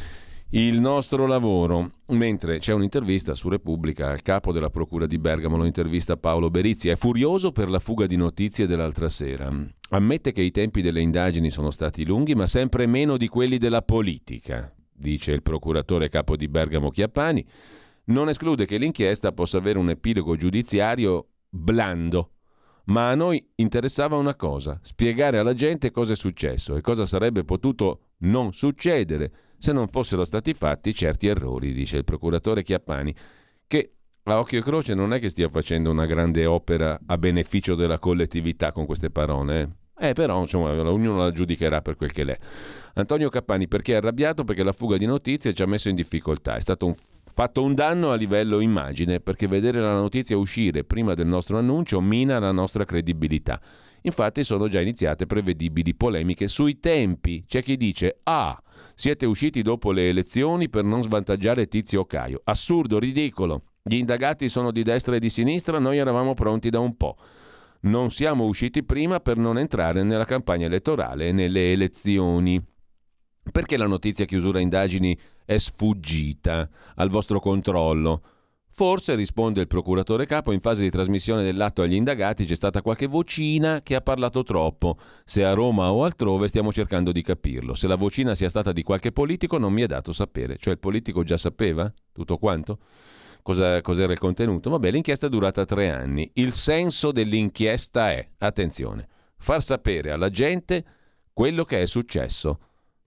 il nostro lavoro. Mentre c'è un'intervista su Repubblica al capo della procura di Bergamo, lo intervista Paolo Berizzi. È furioso per la fuga di notizie dell'altra sera. Ammette che i tempi delle indagini sono stati lunghi, ma sempre meno di quelli della politica, dice il procuratore capo di Bergamo Chiappani. Non esclude che l'inchiesta possa avere un epilogo giudiziario blando, ma a noi interessava una cosa: spiegare alla gente cosa è successo e cosa sarebbe potuto non succedere se non fossero stati fatti certi errori, dice il procuratore Chiappani, che a occhio e croce non è che stia facendo una grande opera a beneficio della collettività con queste parole, eh, eh però insomma ognuno la giudicherà per quel che l'è. Antonio Cappani perché è arrabbiato? Perché la fuga di notizie ci ha messo in difficoltà, è stato un, fatto un danno a livello immagine, perché vedere la notizia uscire prima del nostro annuncio mina la nostra credibilità. Infatti sono già iniziate prevedibili polemiche sui tempi. C'è chi dice: ah, siete usciti dopo le elezioni per non svantaggiare Tizio o Caio. Assurdo, ridicolo. Gli indagati sono di destra e di sinistra, noi eravamo pronti da un po'. Non siamo usciti prima per non entrare nella campagna elettorale e nelle elezioni. Perché la notizia chiusura indagini è sfuggita al vostro controllo? Forse, risponde il procuratore capo, in fase di trasmissione dell'atto agli indagati c'è stata qualche vocina che ha parlato troppo. Se a Roma o altrove stiamo cercando di capirlo. Se la vocina sia stata di qualche politico non mi è dato sapere. Cioè il politico già sapeva tutto quanto? Cosa, cos'era il contenuto? Vabbè, l'inchiesta è durata tre anni. Il senso dell'inchiesta è, attenzione, far sapere alla gente quello che è successo.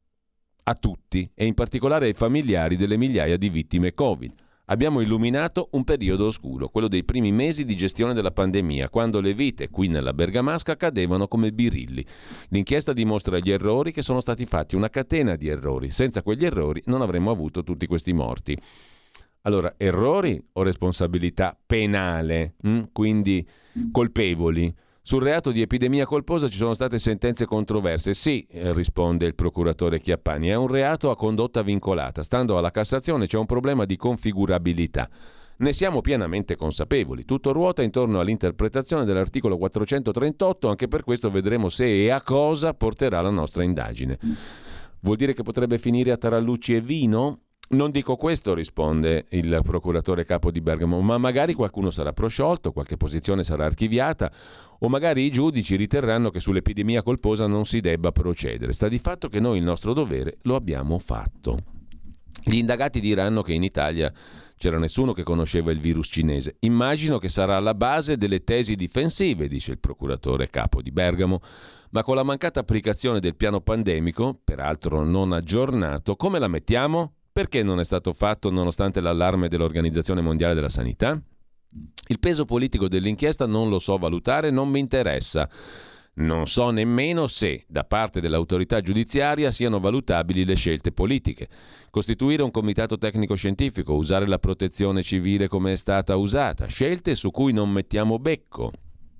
A tutti, e in particolare ai familiari delle migliaia di vittime Covid. Abbiamo illuminato un periodo oscuro, quello dei primi mesi di gestione della pandemia, quando le vite qui nella Bergamasca cadevano come birilli. L'inchiesta dimostra gli errori che sono stati fatti, una catena di errori. Senza quegli errori non avremmo avuto tutti questi morti. Allora, errori o responsabilità penale? Mm? Quindi colpevoli? Sul reato di epidemia colposa ci sono state sentenze controverse. Sì, risponde il procuratore Chiappani, è un reato a condotta vincolata. Stando alla Cassazione c'è un problema di configurabilità. Ne siamo pienamente consapevoli. Tutto ruota intorno all'interpretazione dell'articolo quattrocentotrentotto, anche per questo vedremo se e a cosa porterà la nostra indagine. Vuol dire che potrebbe finire a tarallucci e vino? Non dico questo, risponde il procuratore capo di Bergamo, ma magari qualcuno sarà prosciolto, qualche posizione sarà archiviata, o magari i giudici riterranno che sull'epidemia colposa non si debba procedere. Sta di fatto che noi il nostro dovere lo abbiamo fatto. Gli indagati diranno che in Italia c'era nessuno che conosceva il virus cinese. Immagino che sarà alla base delle tesi difensive, dice il procuratore capo di Bergamo, ma con la mancata applicazione del piano pandemico, peraltro non aggiornato, come la mettiamo? Perché non è stato fatto nonostante l'allarme dell'Organizzazione Mondiale della Sanità? Il peso politico dell'inchiesta non lo so valutare, non mi interessa. Non so nemmeno se, da parte dell'autorità giudiziaria, siano valutabili le scelte politiche. Costituire un comitato tecnico-scientifico, usare la protezione civile come è stata usata, scelte su cui non mettiamo becco.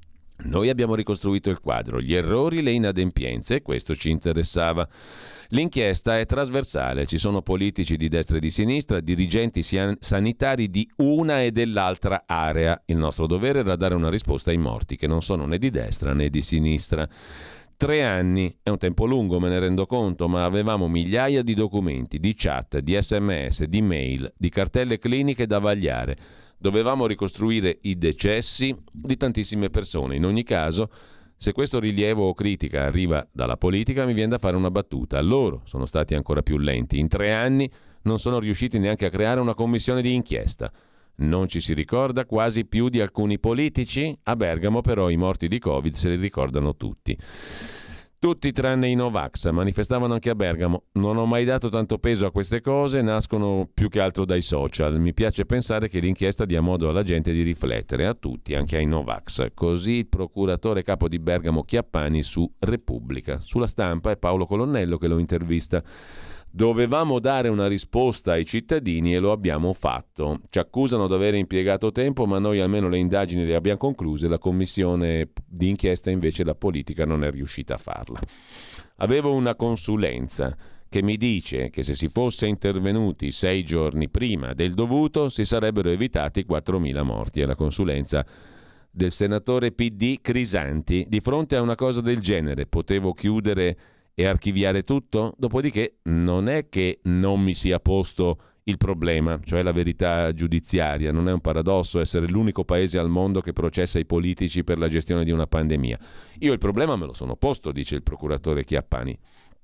Noi abbiamo ricostruito il quadro, gli errori, le inadempienze, e questo ci interessava. L'inchiesta è trasversale, ci sono politici di destra e di sinistra, dirigenti sanitari di una e dell'altra area. Il nostro dovere era dare una risposta ai morti, che non sono né di destra né di sinistra. Tre anni è un tempo lungo, me ne rendo conto, ma avevamo migliaia di documenti, di chat, di sms, di mail, di cartelle cliniche da vagliare. Dovevamo ricostruire i decessi di tantissime persone. In ogni caso, se questo rilievo o critica arriva dalla politica, mi viene da fare una battuta. Loro sono stati ancora più lenti. In tre anni non sono riusciti neanche a creare una commissione di inchiesta. Non ci si ricorda quasi più di alcuni politici? A Bergamo però i morti di Covid se li ricordano tutti. Tutti tranne i Novax manifestavano anche a Bergamo. Non ho mai dato tanto peso a queste cose, nascono più che altro dai social. Mi piace pensare che l'inchiesta dia modo alla gente di riflettere, a tutti, anche ai Novax. Così il procuratore capo di Bergamo Chiappani su Repubblica. Sulla Stampa è Paolo Colonnello che lo intervista. Dovevamo dare una risposta ai cittadini e lo abbiamo fatto. Ci accusano di aver impiegato tempo, ma noi almeno le indagini le abbiamo concluse. La commissione di inchiesta invece la politica non è riuscita a farla. Avevo una consulenza che mi dice che se si fosse intervenuti sei giorni prima del dovuto si sarebbero evitati quattromila morti. È la consulenza del senatore P D Crisanti. Di fronte a una cosa del genere potevo chiudere e archiviare tutto? Dopodiché non è che non mi sia posto il problema, cioè la verità giudiziaria. Non è un paradosso essere l'unico paese al mondo che processa i politici per la gestione di una pandemia. Io il problema me lo sono posto, dice il procuratore Chiappani.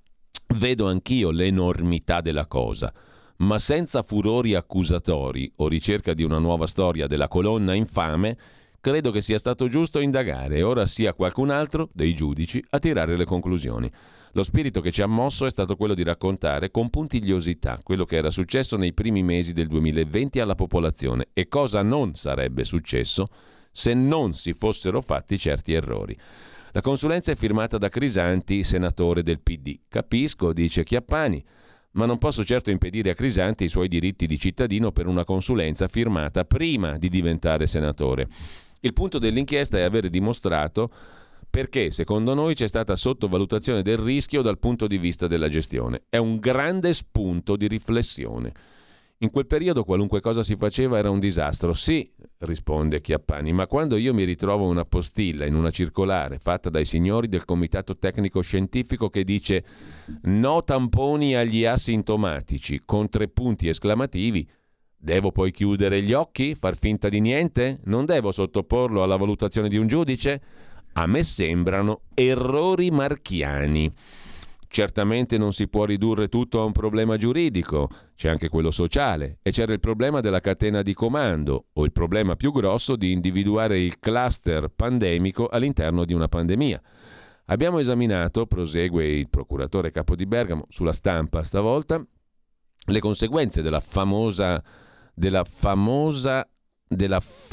Vedo anch'io l'enormità della cosa, ma senza furori accusatori o ricerca di una nuova storia della colonna infame, credo che sia stato giusto indagare e ora sia qualcun altro dei giudici a tirare le conclusioni. Lo spirito che ci ha mosso è stato quello di raccontare con puntigliosità quello che era successo nei primi mesi del duemilaventi alla popolazione e cosa non sarebbe successo se non si fossero fatti certi errori. La consulenza è firmata da Crisanti, senatore del P D. Capisco, dice Chiappani, ma non posso certo impedire a Crisanti i suoi diritti di cittadino per una consulenza firmata prima di diventare senatore. Il punto dell'inchiesta è aver dimostrato perché, secondo noi, c'è stata sottovalutazione del rischio dal punto di vista della gestione. È un grande spunto di riflessione. In quel periodo qualunque cosa si faceva era un disastro. Sì, risponde Chiappani, ma quando io mi ritrovo una postilla in una circolare fatta dai signori del Comitato Tecnico Scientifico che dice no tamponi agli asintomatici con tre punti esclamativi, devo poi chiudere gli occhi, far finta di niente? Non devo sottoporlo alla valutazione di un giudice? A me sembrano errori marchiani. Certamente non si può ridurre tutto a un problema giuridico, c'è anche quello sociale e c'era il problema della catena di comando o il problema più grosso di individuare il cluster pandemico all'interno di una pandemia. Abbiamo esaminato, prosegue il procuratore capo di Bergamo, sulla Stampa stavolta, le conseguenze della famosa della famosa della f-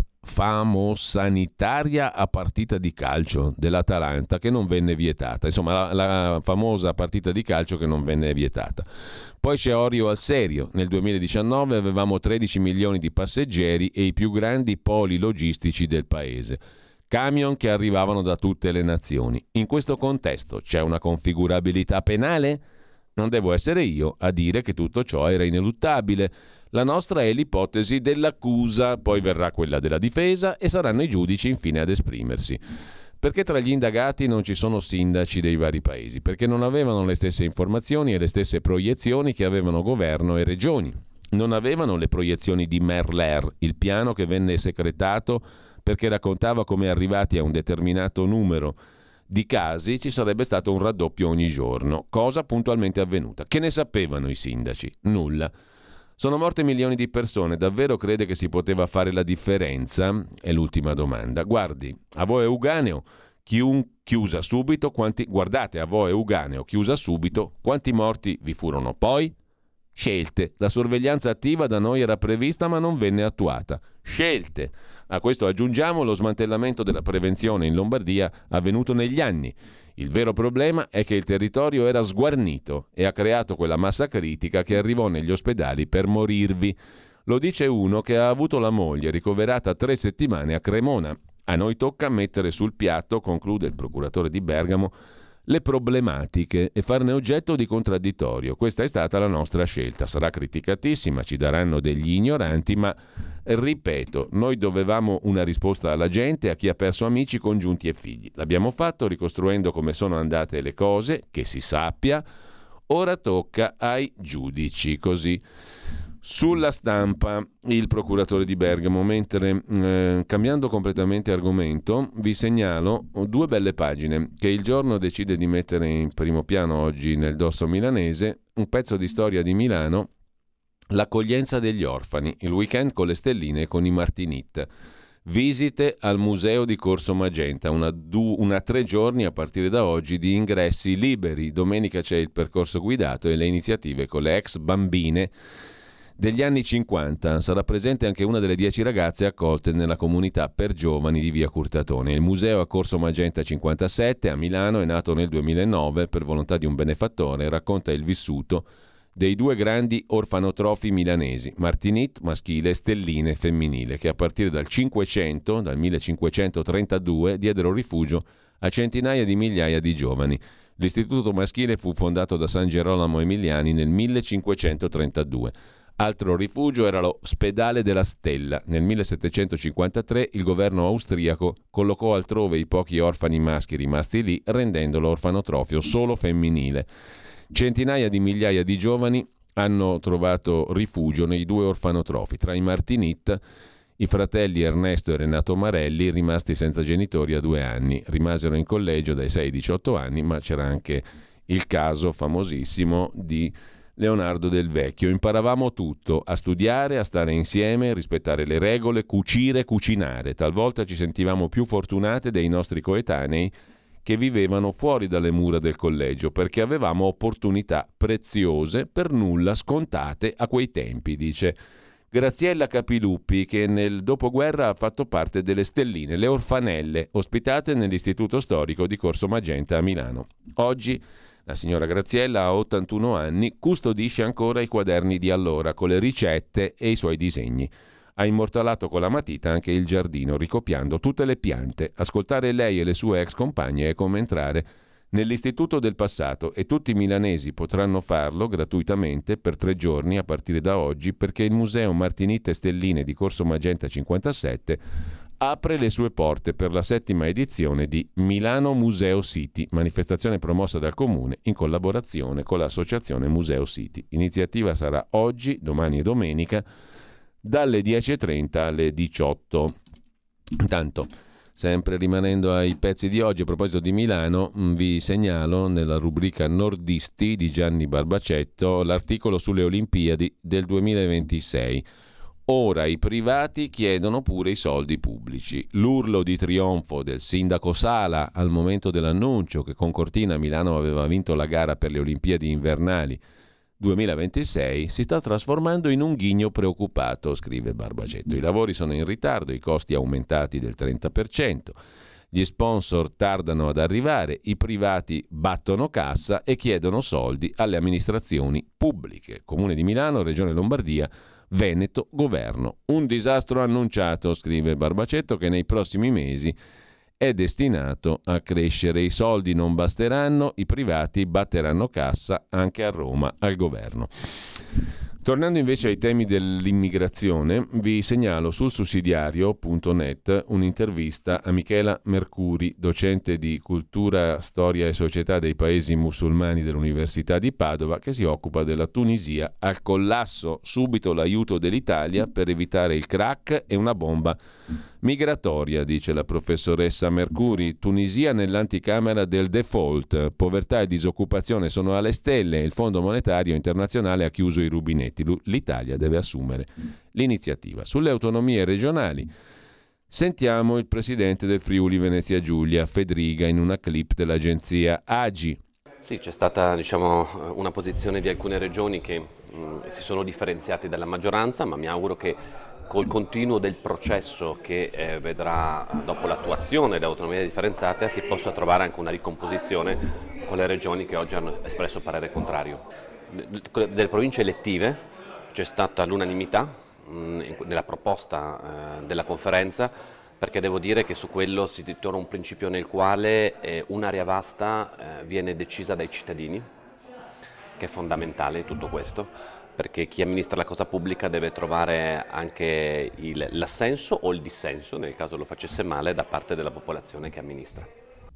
famosanitaria a partita di calcio dell'Atalanta che non venne vietata, insomma la, la famosa partita di calcio che non venne vietata. Poi c'è Orio al serio, nel duemiladiciannove avevamo tredici milioni di passeggeri e i più grandi poli logistici del paese, camion che arrivavano da tutte le nazioni. In questo contesto c'è una configurabilità penale? Non devo essere io a dire che tutto ciò era ineluttabile. La nostra è l'ipotesi dell'accusa, poi verrà quella della difesa e saranno i giudici infine ad esprimersi. Perché tra gli indagati non ci sono sindaci dei vari paesi? Perché non avevano le stesse informazioni e le stesse proiezioni che avevano governo e regioni. Non avevano le proiezioni di Merler, il piano che venne secretato perché raccontava come arrivati a un determinato numero di casi ci sarebbe stato un raddoppio ogni giorno, cosa puntualmente avvenuta. Che ne sapevano i sindaci? Nulla. Sono morte milioni di persone, davvero crede che si poteva fare la differenza? È l'ultima domanda. Guardi, a voi Euganeo, chiun, chiusa subito, quanti, guardate, a voi Euganeo, chiusa subito, quanti morti vi furono poi? Scelte. La sorveglianza attiva da noi era prevista ma non venne attuata. Scelte. A questo aggiungiamo lo smantellamento della prevenzione in Lombardia avvenuto negli anni. Il vero problema è che il territorio era sguarnito e ha creato quella massa critica che arrivò negli ospedali per morirvi. Lo dice uno che ha avuto la moglie ricoverata tre settimane a Cremona. A noi tocca mettere sul piatto, conclude il procuratore di Bergamo, le problematiche e farne oggetto di contraddittorio. Questa è stata la nostra scelta. Sarà criticatissima, ci daranno degli ignoranti, ma ripeto, noi dovevamo una risposta alla gente, a chi ha perso amici, congiunti e figli. L'abbiamo fatto ricostruendo come sono andate le cose, che si sappia. Ora tocca ai giudici, così. Sulla Stampa, il procuratore di Bergamo, mentre eh, cambiando completamente argomento, vi segnalo due belle pagine che Il Giorno decide di mettere in primo piano oggi nel dorso milanese, un pezzo di storia di Milano, l'accoglienza degli orfani, il weekend con le stelline e con i Martinit. Visite al museo di Corso Magenta, una, du, una tre giorni a partire da oggi di ingressi liberi. Domenica c'è il percorso guidato e le iniziative con le ex bambine degli anni cinquanta. Sarà presente anche una delle dieci ragazze accolte nella comunità per giovani di via Curtatone. Il museo a Corso Magenta cinquantasette a Milano è nato nel duemilanove per volontà di un benefattore e racconta il vissuto dei due grandi orfanotrofi milanesi, Martinit maschile e Stelline femminile, che a partire dal Cinquecento, dal millecinquecentotrentadue, diedero rifugio a centinaia di migliaia di giovani. L'istituto maschile fu fondato da San Gerolamo Emiliani nel millecinquecentotrentadue. Altro rifugio era l'Ospedale della Stella. Nel millesettecentocinquantatré il governo austriaco collocò altrove i pochi orfani maschi rimasti lì, rendendolo orfanotrofio solo femminile. Centinaia di migliaia di giovani hanno trovato rifugio nei due orfanotrofi. Tra i Martinit, i fratelli Ernesto e Renato Marelli, rimasti senza genitori a due anni, rimasero in collegio dai sei ai diciotto anni, ma c'era anche il caso famosissimo di Leonardo Del Vecchio. Imparavamo tutto, a studiare, a stare insieme, rispettare le regole, cucire, cucinare. Talvolta ci sentivamo più fortunate dei nostri coetanei che vivevano fuori dalle mura del collegio, perché avevamo opportunità preziose, per nulla scontate a quei tempi, dice Graziella Capiluppi, che nel dopoguerra ha fatto parte delle Stelline, le orfanelle, ospitate nell'Istituto Storico di Corso Magenta a Milano. Oggi la signora Graziella ha ottantuno anni, custodisce ancora i quaderni di allora, con le ricette e i suoi disegni. Ha immortalato con la matita anche il giardino, ricopiando tutte le piante. Ascoltare lei e le sue ex compagne è come entrare nell'istituto del passato, e tutti i milanesi potranno farlo gratuitamente per tre giorni a partire da oggi, perché il Museo Martinit e Stelline di Corso Magenta cinquantasette apre le sue porte per la settima edizione di Milano Museo City, manifestazione promossa dal Comune in collaborazione con l'associazione Museo City. L'iniziativa sarà oggi, domani e domenica, dalle dieci e trenta alle diciotto. Intanto, sempre rimanendo ai pezzi di oggi, a proposito di Milano, vi segnalo nella rubrica Nordisti di Gianni Barbacetto l'articolo sulle Olimpiadi del duemilaventisei. Ora i privati chiedono pure i soldi pubblici. L'urlo di trionfo del sindaco Sala al momento dell'annuncio che con Cortina Milano aveva vinto la gara per le Olimpiadi invernali duemilaventisei si sta trasformando in un ghigno preoccupato, scrive Barbacetto. I lavori sono in ritardo, i costi aumentati del trenta per cento, gli sponsor tardano ad arrivare, i privati battono cassa e chiedono soldi alle amministrazioni pubbliche. Comune di Milano, Regione Lombardia, Veneto, governo. Un disastro annunciato, scrive Barbacetto, che nei prossimi mesi è destinato a crescere. I soldi non basteranno, i privati batteranno cassa anche a Roma, al governo. Tornando invece ai temi dell'immigrazione, vi segnalo sul sussidiario punto net un'intervista a Michela Mercuri, docente di cultura, storia e società dei paesi musulmani dell'Università di Padova, che si occupa della Tunisia al collasso. Subito l'aiuto dell'Italia per evitare il crack e una bomba migratoria, dice la professoressa Mercuri. Tunisia nell'anticamera del default, povertà e disoccupazione sono alle stelle, il Fondo Monetario Internazionale ha chiuso i rubinetti. L'Italia deve assumere l'iniziativa. Sulle autonomie regionali sentiamo il presidente del Friuli Venezia Giulia, Fedriga, in una clip dell'agenzia A G I. Sì, c'è stata diciamo, una posizione di alcune regioni che mh, si sono differenziate dalla maggioranza, ma mi auguro che col continuo del processo che eh, vedrà dopo l'attuazione dell'autonomia differenziata si possa trovare anche una ricomposizione con le regioni che oggi hanno espresso parere contrario. Delle province elettive c'è stata l'unanimità mh, nella proposta eh, della conferenza perché devo dire che su quello si ritorna un principio nel quale eh, un'area vasta eh, viene decisa dai cittadini, che è fondamentale in tutto questo, perché chi amministra la cosa pubblica deve trovare anche il, l'assenso o il dissenso, nel caso lo facesse male, da parte della popolazione che amministra.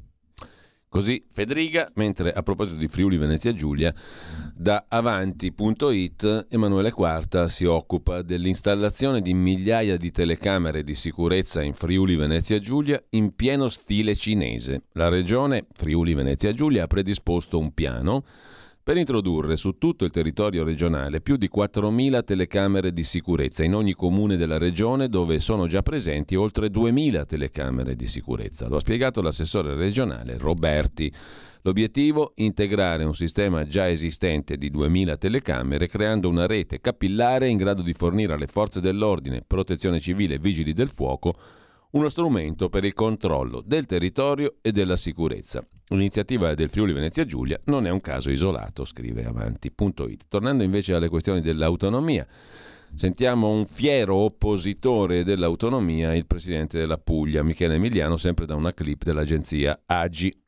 Così Federica, mentre a proposito di Friuli Venezia Giulia, da avanti punto it Emanuele Quarta si occupa dell'installazione di migliaia di telecamere di sicurezza in Friuli Venezia Giulia in pieno stile cinese. La regione Friuli Venezia Giulia ha predisposto un piano per introdurre su tutto il territorio regionale più di quattromila telecamere di sicurezza in ogni comune della regione, dove sono già presenti oltre duemila telecamere di sicurezza. Lo ha spiegato l'assessore regionale Roberti. L'obiettivo? Integrare un sistema già esistente di duemila telecamere, creando una rete capillare in grado di fornire alle forze dell'ordine, protezione civile e vigili del fuoco uno strumento per il controllo del territorio e della sicurezza. L'iniziativa del Friuli Venezia Giulia non è un caso isolato, scrive avanti punto it. Tornando invece alle questioni dell'autonomia, sentiamo un fiero oppositore dell'autonomia, il presidente della Puglia, Michele Emiliano, sempre da una clip dell'agenzia A G I.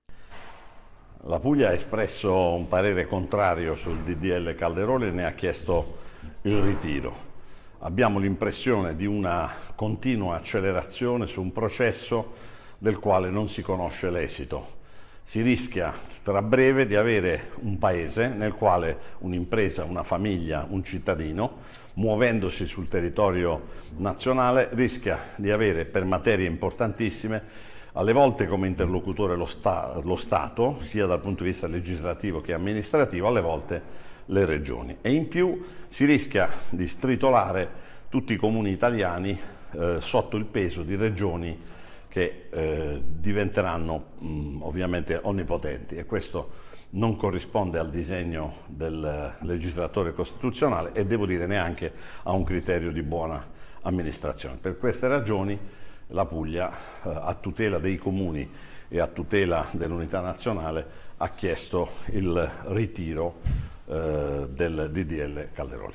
La Puglia ha espresso un parere contrario sul D D L Calderoli e ne ha chiesto il ritiro. Abbiamo l'impressione di una continua accelerazione su un processo del quale non si conosce l'esito. Si rischia tra breve di avere un paese nel quale un'impresa, una famiglia, un cittadino, muovendosi sul territorio nazionale, rischia di avere per materie importantissime, alle volte come interlocutore lo, sta- lo Stato, sia dal punto di vista legislativo che amministrativo, alle volte le regioni. E in più si rischia di stritolare tutti i comuni italiani eh, sotto il peso di regioni che eh, diventeranno mh, ovviamente onnipotenti, e questo non corrisponde al disegno del legislatore costituzionale e devo dire neanche a un criterio di buona amministrazione. Per queste ragioni la Puglia, eh, a tutela dei comuni e a tutela dell'unità nazionale, ha chiesto il ritiro eh, del D D L Calderoli.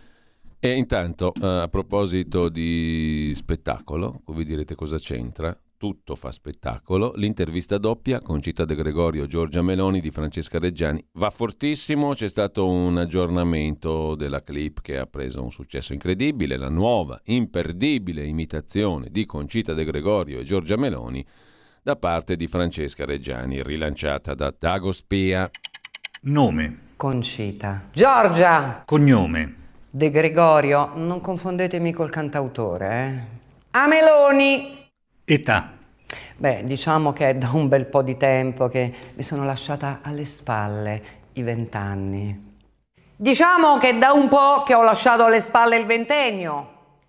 E intanto, eh, a proposito di spettacolo, voi direte cosa c'entra? Tutto fa spettacolo. L'intervista doppia con Città De Gregorio, Giorgia Meloni di Francesca Reggiani va fortissimo. C'è stato un aggiornamento della clip che ha preso un successo incredibile, la nuova, imperdibile imitazione di Concita De Gregorio e Giorgia Meloni da parte di Francesca Reggiani, rilanciata da Dago Spia. Nome. Concita. Giorgia. Cognome. De Gregorio, non confondetemi col cantautore, eh? A Meloni. Età. Beh, diciamo che è da un bel po' di tempo che mi sono lasciata alle spalle i vent'anni. Diciamo che è da un po' che ho lasciato alle spalle il ventennio.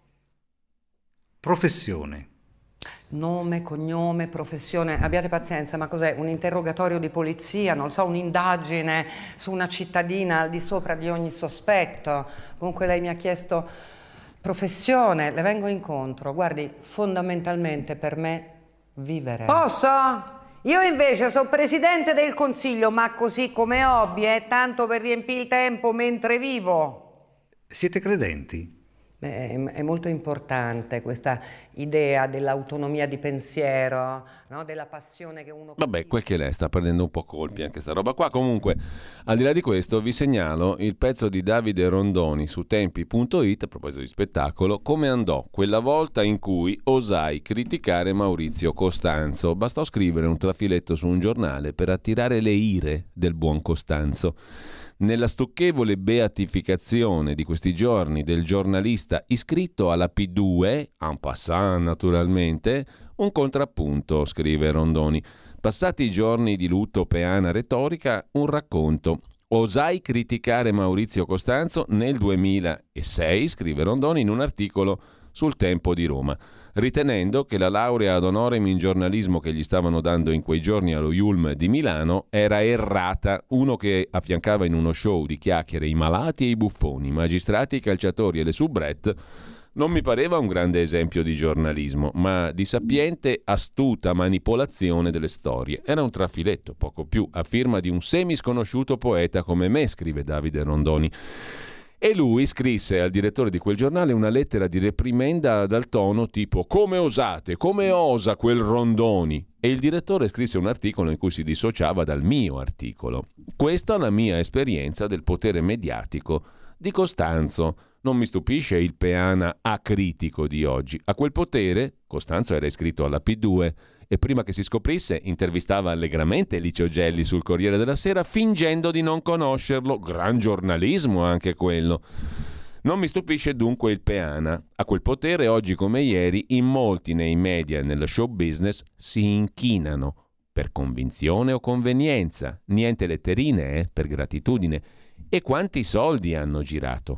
Professione. Nome, cognome, professione, abbiate pazienza, ma cos'è? Un interrogatorio di polizia, non so, un'indagine su una cittadina al di sopra di ogni sospetto? Comunque lei mi ha chiesto professione, le vengo incontro. Guardi, fondamentalmente per me vivere. Posso? Io invece sono presidente del consiglio, ma così come hobby, è eh, tanto per riempire il tempo mentre vivo. Siete credenti? Beh, è molto importante questa idea dell'autonomia di pensiero, no? Della passione che uno... Vabbè, quel che lei sta prendendo un po' colpi anche sta roba qua. Comunque, al di là di questo, vi segnalo il pezzo di Davide Rondoni su tempi punto it, a proposito di spettacolo, come andò quella volta in cui osai criticare Maurizio Costanzo. Bastò scrivere un trafiletto su un giornale per attirare le ire del buon Costanzo. Nella stucchevole beatificazione di questi giorni del giornalista iscritto alla P due, en passant naturalmente, un contrappunto, scrive Rondoni. Passati i giorni di lutto peana retorica, un racconto. Osai criticare Maurizio Costanzo nel duemilasei, scrive Rondoni in un articolo sul Tempo di Roma, ritenendo che la laurea ad honorem in giornalismo che gli stavano dando in quei giorni allo Yulm di Milano era errata. Uno che affiancava in uno show di chiacchiere i malati e i buffoni, i magistrati, i calciatori e le soubrette, non mi pareva un grande esempio di giornalismo, ma di sapiente, astuta manipolazione delle storie. Era un trafiletto, poco più, a firma di un semisconosciuto poeta come me, scrive Davide Rondoni. E lui scrisse al direttore di quel giornale una lettera di reprimenda dal tono tipo «Come osate? Come osa quel Rondoni?» E il direttore scrisse un articolo in cui si dissociava dal mio articolo. Questa è la mia esperienza del potere mediatico di Costanzo. Non mi stupisce il peana acritico di oggi. A quel potere Costanzo era iscritto alla P due e prima che si scoprisse intervistava allegramente Licio Gelli sul Corriere della Sera fingendo di non conoscerlo. Gran giornalismo anche quello. Non mi stupisce dunque il peana. A quel potere oggi come ieri in molti nei media e nello show business si inchinano per convinzione o convenienza. Niente letterine, eh, per gratitudine. E quanti soldi hanno girato?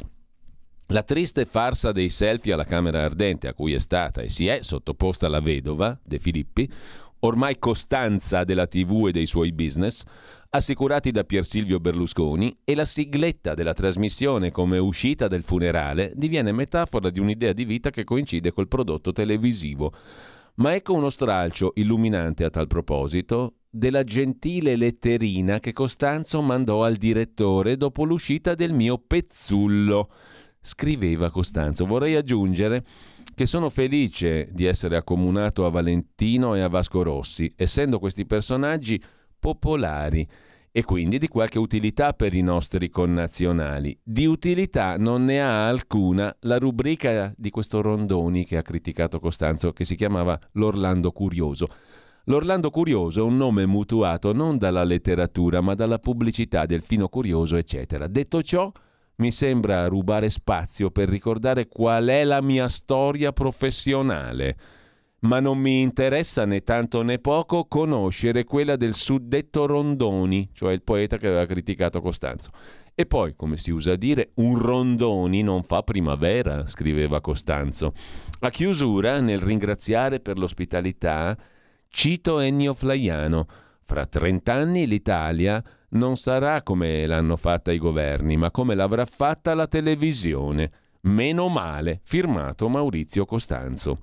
La triste farsa dei selfie alla Camera Ardente a cui è stata e si è sottoposta la vedova De Filippi, ormai costanza della tivù e dei suoi business, assicurati da Pier Silvio Berlusconi, e la sigletta della trasmissione come uscita del funerale diviene metafora di un'idea di vita che coincide col prodotto televisivo. Ma ecco uno stralcio illuminante a tal proposito della gentile letterina che Costanzo mandò al direttore dopo l'uscita del mio pezzullo. Scriveva Costanzo: vorrei aggiungere che sono felice di essere accomunato a Valentino e a Vasco Rossi, essendo questi personaggi popolari e quindi di qualche utilità per i nostri connazionali. Di utilità non ne ha alcuna la rubrica di questo Rondoni che ha criticato Costanzo, che si chiamava L'Orlando Curioso. L'Orlando Curioso è un nome mutuato non dalla letteratura ma dalla pubblicità, Delfino Curioso, eccetera. Detto ciò, mi sembra rubare spazio per ricordare qual è la mia storia professionale, ma non mi interessa né tanto né poco conoscere quella del suddetto Rondoni, cioè il poeta che aveva criticato Costanzo. E poi, come si usa dire, un Rondoni non fa primavera, scriveva Costanzo. A chiusura, nel ringraziare per l'ospitalità, cito Ennio Flaiano: fra trent'anni l'Italia non sarà come l'hanno fatta i governi, ma come l'avrà fatta la televisione. Meno male. Firmato Maurizio Costanzo.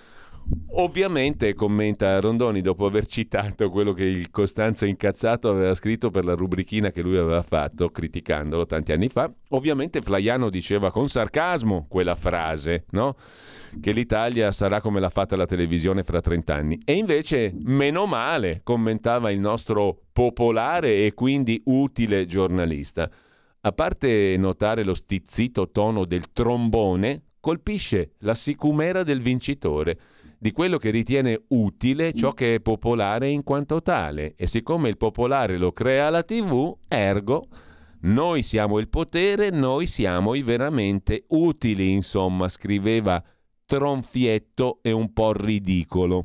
Ovviamente, commenta Rondoni, dopo aver citato quello che il Costanzo incazzato aveva scritto per la rubrichina che lui aveva fatto, criticandolo tanti anni fa, ovviamente Flaiano diceva con sarcasmo quella frase, no? Che l'Italia sarà come l'ha fatta la televisione fra trent'anni. E invece, meno male, commentava il nostro popolare e quindi utile giornalista. A parte notare lo stizzito tono del trombone, colpisce la sicumera del vincitore, di quello che ritiene utile ciò che è popolare in quanto tale. E siccome il popolare lo crea la tivù, ergo noi siamo il potere, noi siamo i veramente utili, insomma, scriveva tronfietto e un po' ridicolo.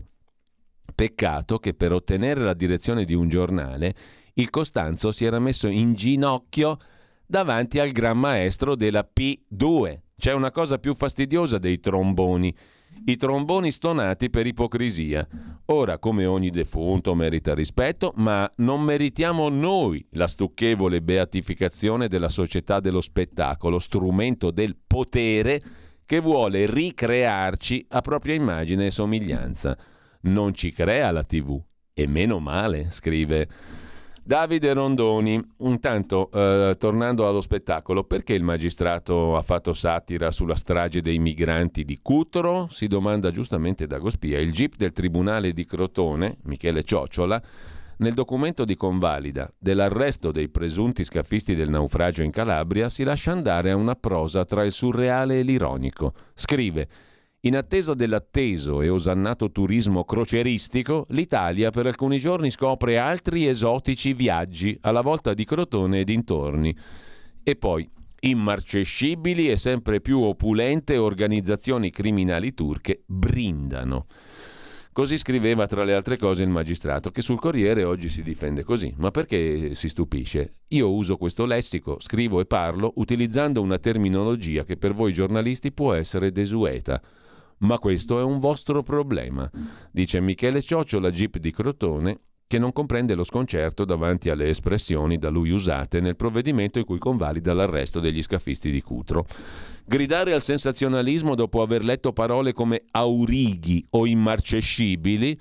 Peccato che per ottenere la direzione di un giornale il Costanzo si era messo in ginocchio davanti al gran maestro della P due. C'è una cosa più fastidiosa dei tromboni: i tromboni stonati per ipocrisia. Ora, come ogni defunto merita rispetto, ma non meritiamo noi la stucchevole beatificazione della società dello spettacolo, strumento del potere che vuole ricrearci a propria immagine e somiglianza. Non ci crea la tivù, e meno male, scrive Davide Rondoni. Intanto, eh, tornando allo spettacolo, perché il magistrato ha fatto satira sulla strage dei migranti di Cutro? Si domanda giustamente Dagospia. Il G I P del Tribunale di Crotone, Michele Ciocciola, nel documento di convalida dell'arresto dei presunti scafisti del naufragio in Calabria, si lascia andare a una prosa tra il surreale e l'ironico. Scrive: in attesa dell'atteso e osannato turismo croceristico, l'Italia per alcuni giorni scopre altri esotici viaggi, alla volta di Crotone e dintorni. E poi, immarcescibili e sempre più opulente organizzazioni criminali turche brindano. Così scriveva, tra le altre cose, il magistrato, che sul Corriere oggi si difende così. Ma perché si stupisce? Io uso questo lessico, scrivo e parlo utilizzando una terminologia che per voi giornalisti può essere desueta. Ma questo è un vostro problema, dice Michele Ciocciola, G I P di Crotone, che non comprende lo sconcerto davanti alle espressioni da lui usate nel provvedimento in cui convalida l'arresto degli scafisti di Cutro. Gridare al sensazionalismo dopo aver letto parole come aurighi o immarcescibili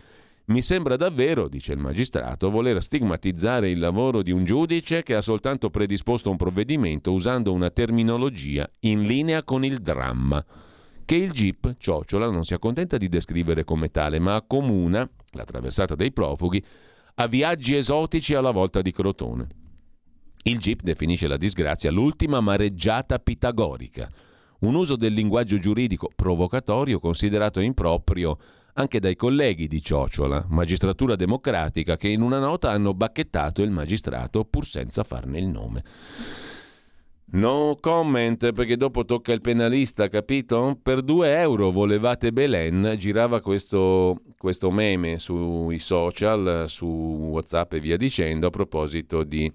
Mi sembra davvero, dice il magistrato, voler stigmatizzare il lavoro di un giudice che ha soltanto predisposto un provvedimento usando una terminologia in linea con il dramma, che il G I P Ciociola non si accontenta di descrivere come tale, ma accomuna, la traversata dei profughi, a viaggi esotici alla volta di Crotone. Il G I P definisce la disgrazia l'ultima mareggiata pitagorica, un uso del linguaggio giuridico provocatorio considerato improprio anche dai colleghi di Ciociola, magistratura democratica, che in una nota hanno bacchettato il magistrato pur senza farne il nome. No comment, perché dopo tocca il penalista, capito? Per due euro volevate Belen, girava questo, questo meme sui social, su WhatsApp e via dicendo, a proposito di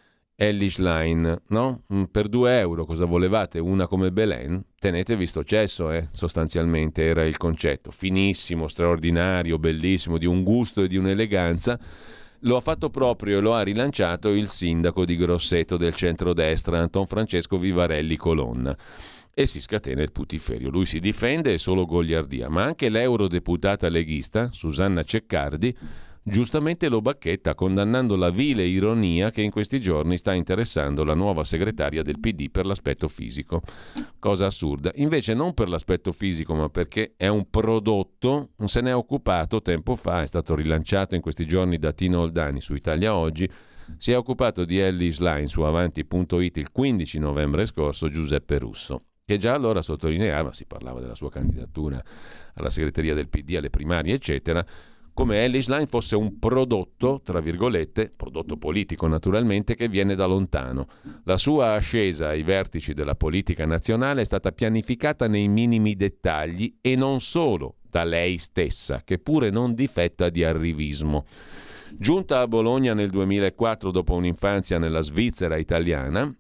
Elly Schlein, no? Per due euro cosa volevate? Una come Belen? Tenetevi sto cesso, eh? Sostanzialmente era il concetto. Finissimo, straordinario, bellissimo, di un gusto e di un'eleganza. Lo ha fatto proprio e lo ha rilanciato il sindaco di Grosseto del centrodestra, Anton Francesco Vivarelli Colonna. E si scatena il putiferio. Lui si difende e solo goliardia, ma anche l'eurodeputata leghista, Susanna Ceccardi, giustamente lo bacchetta, condannando la vile ironia che in questi giorni sta interessando la nuova segretaria del P D per l'aspetto fisico. Cosa assurda. Invece non per l'aspetto fisico, ma perché è un prodotto, se ne è occupato tempo fa, è stato rilanciato in questi giorni da Tino Oldani su Italia Oggi, si è occupato di Elly Schlein su avanti punto it il quindici novembre scorso Giuseppe Russo, che già allora sottolineava, si parlava della sua candidatura alla segreteria del P D, alle primarie, eccetera, come Elly Schlein fosse un prodotto, tra virgolette, prodotto politico naturalmente, che viene da lontano. La sua ascesa ai vertici della politica nazionale è stata pianificata nei minimi dettagli e non solo da lei stessa, che pure non difetta di arrivismo. Giunta a Bologna nel duemilaquattro dopo un'infanzia nella Svizzera italiana,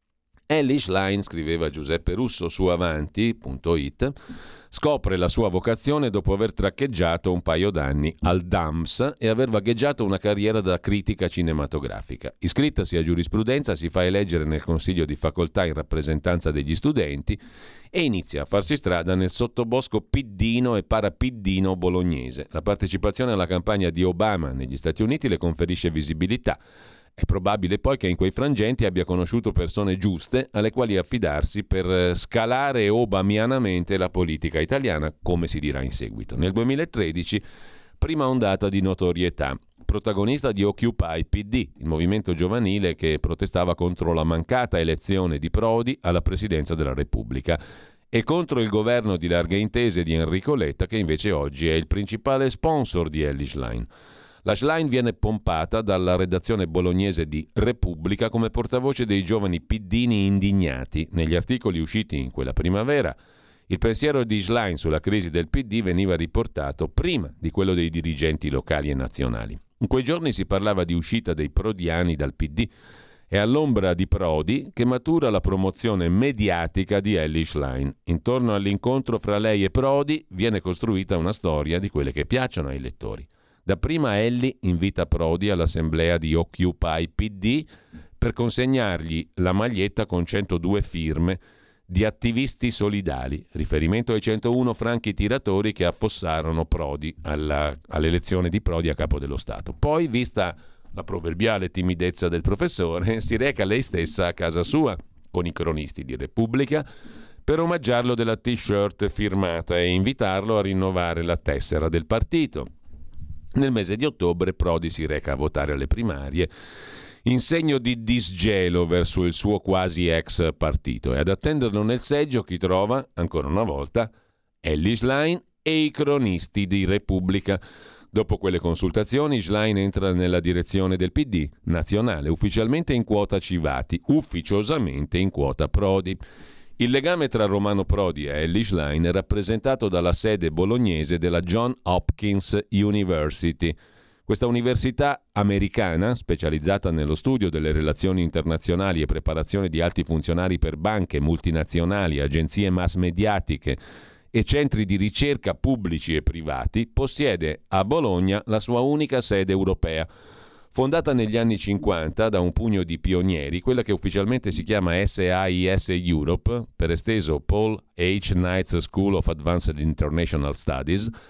Elly Schlein, scriveva Giuseppe Russo su avanti punto it, scopre la sua vocazione dopo aver traccheggiato un paio d'anni al D A M S e aver vagheggiato una carriera da critica cinematografica. Iscrittasi a giurisprudenza, si fa eleggere nel consiglio di facoltà in rappresentanza degli studenti e inizia a farsi strada nel sottobosco piddino e parapiddino bolognese. La partecipazione alla campagna di Obama negli Stati Uniti le conferisce visibilità. È probabile poi che in quei frangenti abbia conosciuto persone giuste alle quali affidarsi per scalare obamianamente la politica italiana, come si dirà in seguito. Nel duemilatredici, prima ondata di notorietà, protagonista di Occupy P D, il movimento giovanile che protestava contro la mancata elezione di Prodi alla presidenza della Repubblica e contro il governo di larghe intese di Enrico Letta, che invece oggi è il principale sponsor di Elly Schlein. La Schlein viene pompata dalla redazione bolognese di Repubblica come portavoce dei giovani piddini indignati. Negli articoli usciti in quella primavera, il pensiero di Schlein sulla crisi del P D veniva riportato prima di quello dei dirigenti locali e nazionali. In quei giorni si parlava di uscita dei prodiani dal P D e all'ombra di Prodi che matura la promozione mediatica di Elly Schlein. Intorno all'incontro fra lei e Prodi viene costruita una storia di quelle che piacciono ai lettori. Dapprima Elly invita Prodi all'assemblea di Occupy P D per consegnargli la maglietta con centodue firme di attivisti solidali, riferimento ai centouno franchi tiratori che affossarono Prodi alla, all'elezione di Prodi a capo dello Stato. Poi, vista la proverbiale timidezza del professore, si reca lei stessa a casa sua con i cronisti di Repubblica per omaggiarlo della t-shirt firmata e invitarlo a rinnovare la tessera del partito. Nel mese di ottobre Prodi si reca a votare alle primarie in segno di disgelo verso il suo quasi ex partito e ad attenderlo nel seggio chi trova, ancora una volta, Elly Schlein e i cronisti di Repubblica. Dopo quelle consultazioni Schlein entra nella direzione del P D nazionale, ufficialmente in quota Civati, ufficiosamente in quota Prodi. Il legame tra Romano Prodi e Elly Schlein è rappresentato dalla sede bolognese della Johns Hopkins University. Questa università americana, specializzata nello studio delle relazioni internazionali e preparazione di alti funzionari per banche, multinazionali, agenzie mass mediatiche e centri di ricerca pubblici e privati, possiede a Bologna la sua unica sede europea. Fondata negli anni cinquanta da un pugno di pionieri, quella che ufficialmente si chiama S A I S Europe, per esteso Paul H. Knight's School of Advanced International Studies,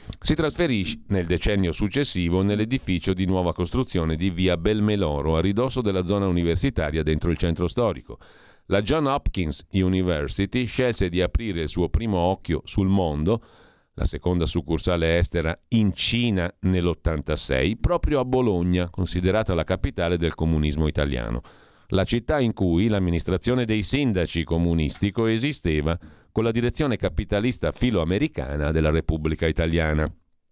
Si trasferì nel decennio successivo nell'edificio di nuova costruzione di via Belmeloro, a ridosso della zona universitaria dentro il centro storico. La Johns Hopkins University scelse di aprire il suo primo occhio sul mondo, la seconda succursale estera in Cina nell'ottantasei, proprio a Bologna, considerata la capitale del comunismo italiano, la città in cui l'amministrazione dei sindaci comunisti coesisteva con la direzione capitalista filoamericana della Repubblica Italiana.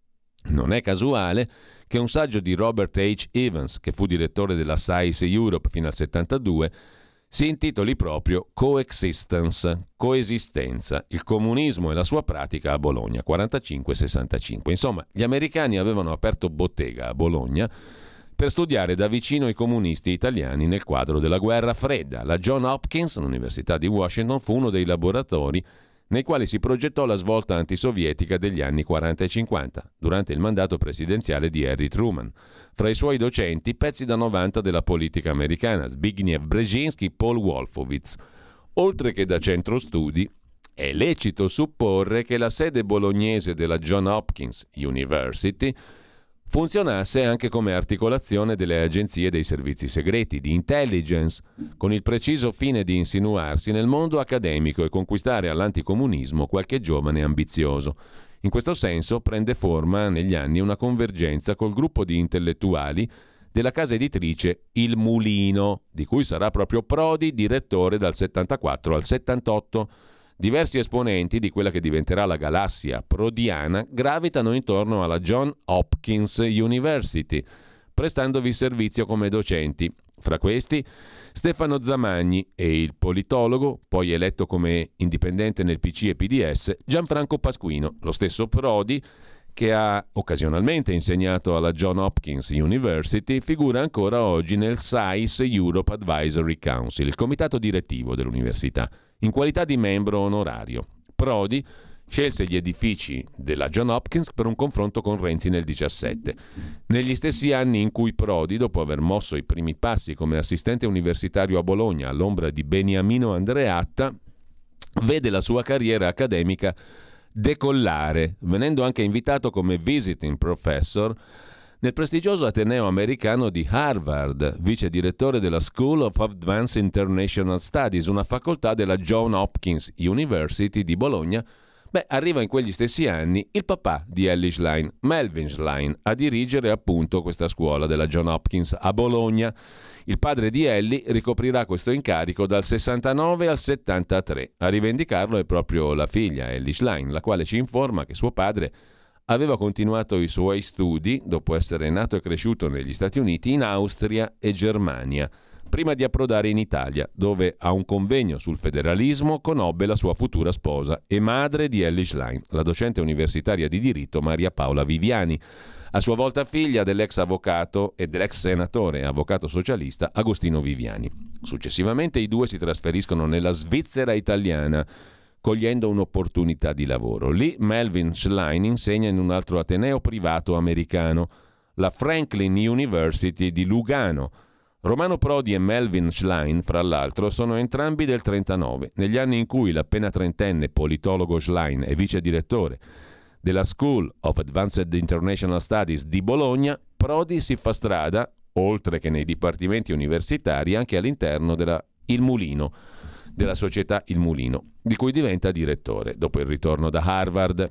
Non è casuale che un saggio di Robert H. Evans, che fu direttore della S A I S Europe fino al settantadue, si intitoli proprio Coexistence, coesistenza, il comunismo e la sua pratica a Bologna, quarantacinque sessantacinque. Insomma, gli americani avevano aperto bottega a Bologna per studiare da vicino i comunisti italiani nel quadro della guerra fredda. La Johns Hopkins, l'Università di Washington, fu uno dei laboratori nei quali si progettò la svolta antisovietica degli anni quaranta e cinquanta, durante il mandato presidenziale di Harry Truman. Fra i suoi docenti, pezzi da novanta della politica americana, Zbigniew Brzezinski, Paul Wolfowitz. Oltre che da centro studi, è lecito supporre che la sede bolognese della Johns Hopkins University funzionasse anche come articolazione delle agenzie dei servizi segreti, di intelligence, con il preciso fine di insinuarsi nel mondo accademico e conquistare all'anticomunismo qualche giovane ambizioso. In questo senso prende forma negli anni una convergenza col gruppo di intellettuali della casa editrice Il Mulino, di cui sarà proprio Prodi direttore dal settantaquattro al settantotto. Diversi esponenti di quella che diventerà la galassia prodiana gravitano intorno alla Johns Hopkins University, prestandovi servizio come docenti. Fra questi Stefano Zamagni e il politologo, poi eletto come indipendente nel P C e P D S, Gianfranco Pasquino, lo stesso Prodi, che ha occasionalmente insegnato alla Johns Hopkins University, figura ancora oggi nel S A I S Europe Advisory Council, il comitato direttivo dell'università, in qualità di membro onorario. Prodi scelse gli edifici della Johns Hopkins per un confronto con Renzi nel diciassette. Negli stessi anni in cui Prodi, dopo aver mosso i primi passi come assistente universitario a Bologna all'ombra di Beniamino Andreatta, vede la sua carriera accademica decollare, venendo anche invitato come visiting professor nel prestigioso Ateneo americano di Harvard, vice direttore della School of Advanced International Studies, una facoltà della Johns Hopkins University di Bologna. Beh, arriva in quegli stessi anni il papà di Elly Schlein, Melvin Schlein, a dirigere appunto questa scuola della Johns Hopkins a Bologna. Il padre di Elly ricoprirà questo incarico dal sessantanove al settantatré. A rivendicarlo è proprio la figlia, Elly Schlein, la quale ci informa che suo padre aveva continuato i suoi studi, dopo essere nato e cresciuto negli Stati Uniti, in Austria e Germania, prima di approdare in Italia, dove a un convegno sul federalismo conobbe la sua futura sposa e madre di Elly Schlein, la docente universitaria di diritto Maria Paola Viviani, a sua volta figlia dell'ex avvocato e dell'ex senatore e avvocato socialista Agostino Viviani. Successivamente i due si trasferiscono nella Svizzera italiana, cogliendo un'opportunità di lavoro. Lì Melvin Schlein insegna in un altro ateneo privato americano, la Franklin University di Lugano. Romano Prodi e Melvin Schlein, fra l'altro, sono entrambi del trentanove, negli anni in cui l'appena trentenne politologo Schlein è vice direttore della School of Advanced International Studies di Bologna. Prodi si fa strada, oltre che nei dipartimenti universitari, anche all'interno della Il Mulino, della società Il Mulino, di cui diventa direttore dopo il ritorno da Harvard.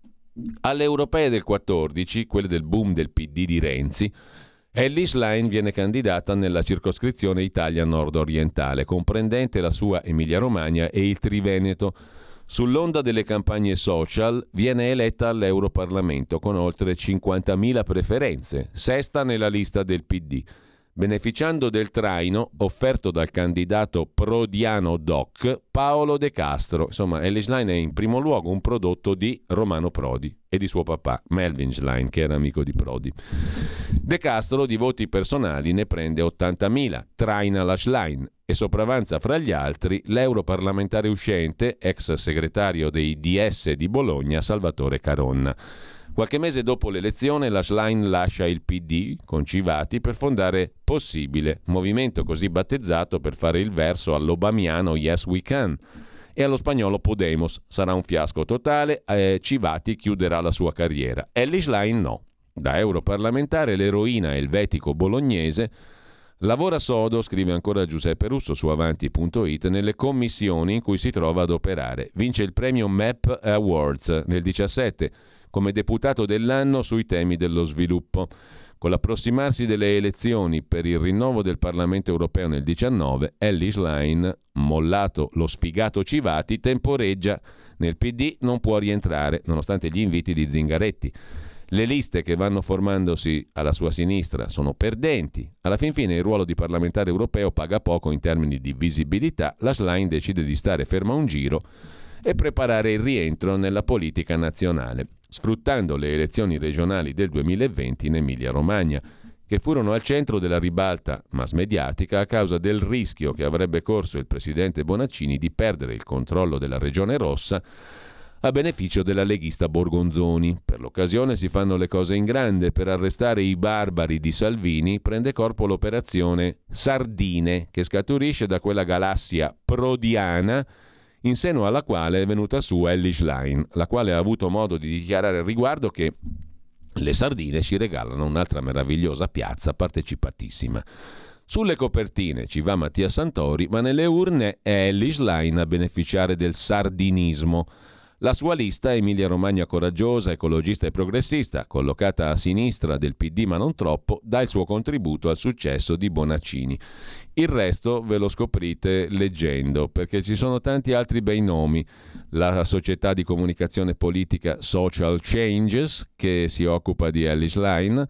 Alle europee del quattordici, quelle del boom del P D di Renzi, Elly Schlein viene candidata nella circoscrizione Italia nord-orientale, comprendente la sua Emilia-Romagna e il Triveneto. Sull'onda delle campagne social viene eletta all'Europarlamento con oltre cinquantamila preferenze, sesta nella lista del P D, beneficiando del traino offerto dal candidato prodiano doc Paolo De Castro. Insomma, Elly Schlein è in primo luogo un prodotto di Romano Prodi e di suo papà, Melvin Schlein, che era amico di Prodi. De Castro di voti personali ne prende ottantamila, traina la Schlein e sopravanza fra gli altri l'europarlamentare uscente, ex segretario dei D S di Bologna, Salvatore Caronna. Qualche mese dopo l'elezione la Schlein lascia il P D con Civati per fondare Possibile, movimento così battezzato per fare il verso all'obamiano Yes We Can, E allo spagnolo Podemos sarà un fiasco totale, eh, Civati chiuderà la sua carriera. Elly Schlein no. Da europarlamentare l'eroina elvetico bolognese lavora sodo, scrive ancora Giuseppe Russo su avanti punto it, nelle commissioni in cui si trova ad operare. Vince il premio M E P Awards nel diciassette come deputato dell'anno sui temi dello sviluppo. Con l'approssimarsi delle elezioni per il rinnovo del Parlamento europeo nel diciannove, Elly Schlein, mollato lo sfigato Civati, temporeggia nel P D, non può rientrare nonostante gli inviti di Zingaretti. Le liste che vanno formandosi alla sua sinistra sono perdenti. Alla fin fine il ruolo di parlamentare europeo paga poco in termini di visibilità. La Schlein decide di stare ferma un giro e preparare il rientro nella politica nazionale, sfruttando le elezioni regionali del duemilaventi in Emilia-Romagna, che furono al centro della ribalta mass mediatica a causa del rischio che avrebbe corso il presidente Bonaccini di perdere il controllo della regione rossa a beneficio della leghista Borgonzoni. Per l'occasione si fanno le cose in grande. Per arrestare i barbari di Salvini prende corpo l'operazione Sardine, che scaturisce da quella galassia prodiana in seno alla quale è venuta su Elly Schlein, la quale ha avuto modo di dichiarare al riguardo che le sardine ci regalano un'altra meravigliosa piazza partecipatissima. Sulle copertine ci va Mattia Santori, ma nelle urne è Elly Schlein a beneficiare del sardinismo. La sua lista, Emilia-Romagna coraggiosa, ecologista e progressista, collocata a sinistra del P D ma non troppo, dà il suo contributo al successo di Bonaccini. Il resto ve lo scoprite leggendo, perché ci sono tanti altri bei nomi. La società di comunicazione politica Social Changes, che si occupa di Elly Schlein,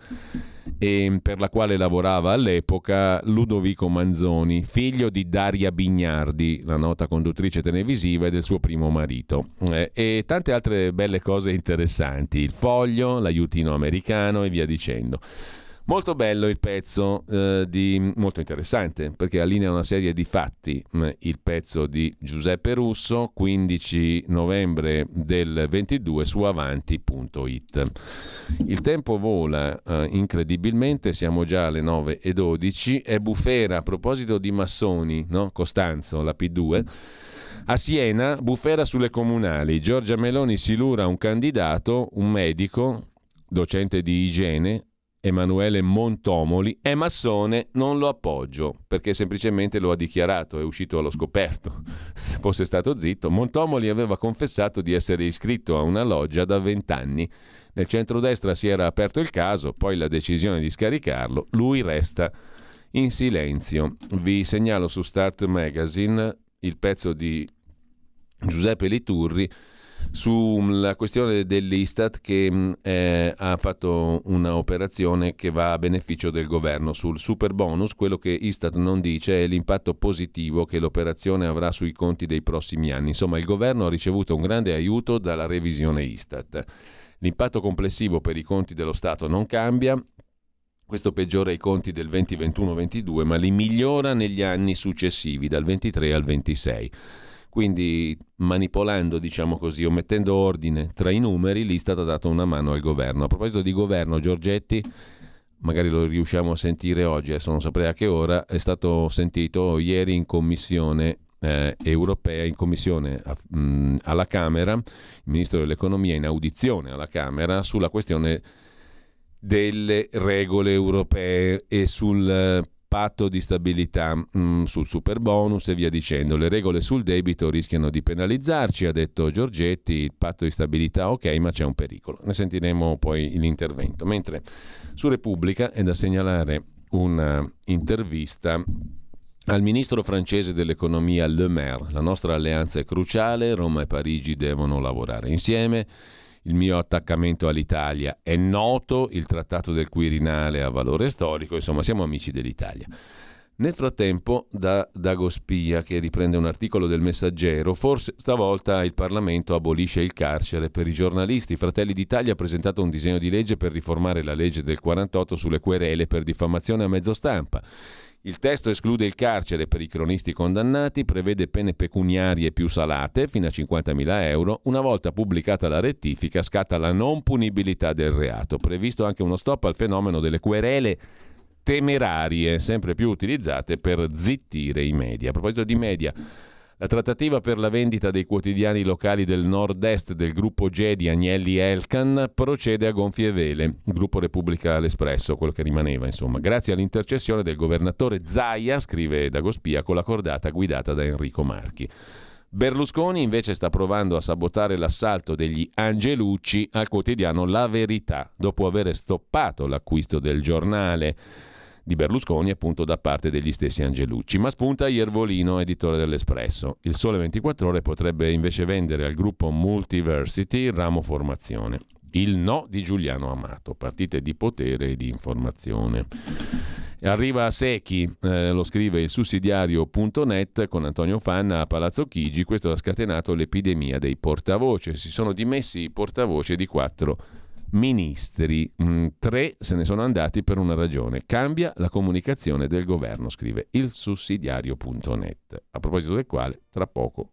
e per la quale lavorava all'epoca Ludovico Manzoni, figlio di Daria Bignardi, la nota conduttrice televisiva, e del suo primo marito, eh, e tante altre belle cose interessanti, il Foglio, l'aiutino americano e via dicendo. Molto bello il pezzo, eh, di, molto interessante, perché allinea una serie di fatti. Il pezzo di Giuseppe Russo, quindici novembre del ventidue, su avanti punto it. Il tempo vola eh, incredibilmente, siamo già alle nove e dodici. È bufera, a proposito di massoni, no? Costanzo, la P due. A Siena, bufera sulle comunali. Giorgia Meloni silura un candidato, un medico, docente di igiene, Emanuele Montomoli, è massone, non lo appoggio, perché semplicemente lo ha dichiarato, è uscito allo scoperto. Se fosse stato zitto, Montomoli aveva confessato di essere iscritto a una loggia da vent'anni. Nel centrodestra si era aperto il caso, poi la decisione di scaricarlo, lui resta in silenzio. Vi segnalo su Start Magazine il pezzo di Giuseppe Liturri sulla questione dell'Istat, che eh, ha fatto una operazione che va a beneficio del governo sul super bonus. Quello che Istat non dice è l'impatto positivo che l'operazione avrà sui conti dei prossimi anni. Insomma, il governo ha ricevuto un grande aiuto dalla revisione Istat. L'impatto complessivo per i conti dello Stato non cambia. Questo peggiora i conti del venti ventuno ventidue, ma li migliora negli anni successivi, dal ventitré al ventisei. Quindi manipolando, diciamo così, o mettendo ordine tra i numeri, l'Istat ha dato una mano al governo. A proposito di governo, Giorgetti, magari lo riusciamo a sentire oggi, adesso non saprei a che ora, è stato sentito ieri in commissione eh, europea, in commissione a, mh, alla Camera, il ministro dell'economia in audizione alla Camera sulla questione delle regole europee e sul patto di stabilità, mh, sul super bonus e via dicendo. Le regole sul debito rischiano di penalizzarci, ha detto Giorgetti. Il patto di stabilità ok, ma c'è un pericolo. Ne sentiremo poi l'intervento. Mentre su Repubblica è da segnalare una intervista al ministro francese dell'economia Le Maire. La nostra alleanza è cruciale, Roma e Parigi devono lavorare insieme. Il mio attaccamento all'Italia è noto, il trattato del Quirinale ha valore storico, insomma siamo amici dell'Italia. Nel frattempo, da Dago Spia, che riprende un articolo del Messaggero, forse stavolta il Parlamento abolisce il carcere per i giornalisti. Fratelli d'Italia ha presentato un disegno di legge per riformare la legge del quarantotto sulle querele per diffamazione a mezzo stampa. Il testo esclude il carcere per i cronisti condannati, prevede pene pecuniarie più salate, fino a cinquantamila euro. Una volta pubblicata la rettifica, scatta la non punibilità del reato. Previsto anche uno stop al fenomeno delle querele temerarie, sempre più utilizzate per zittire i media. A proposito di media, La trattativa per la vendita dei quotidiani locali del nord-est del gruppo G E di Agnelli Elkan procede a gonfie vele. Il gruppo Repubblica l'Espresso, quello che rimaneva, insomma, grazie all'intercessione del governatore Zaia, scrive Dagospia, con la cordata guidata da Enrico Marchi. Berlusconi invece sta provando a sabotare l'assalto degli Angelucci al quotidiano La Verità, dopo aver stoppato l'acquisto del giornale di Berlusconi appunto da parte degli stessi Angelucci. Ma spunta Iervolino, editore dell'Espresso. Il Sole ventiquattro Ore potrebbe invece vendere al gruppo Multiversity il ramo formazione. Il no di Giuliano Amato, partite di potere e di informazione. Arriva a Secchi, eh, lo scrive il sussidiario punto net con Antonio Fanna a Palazzo Chigi. Questo ha scatenato l'epidemia dei portavoce. Si sono dimessi i portavoce di quattro ministri, mm, tre se ne sono andati per una ragione: cambia la comunicazione del governo, scrive il sussidiario punto net, a proposito del quale tra poco.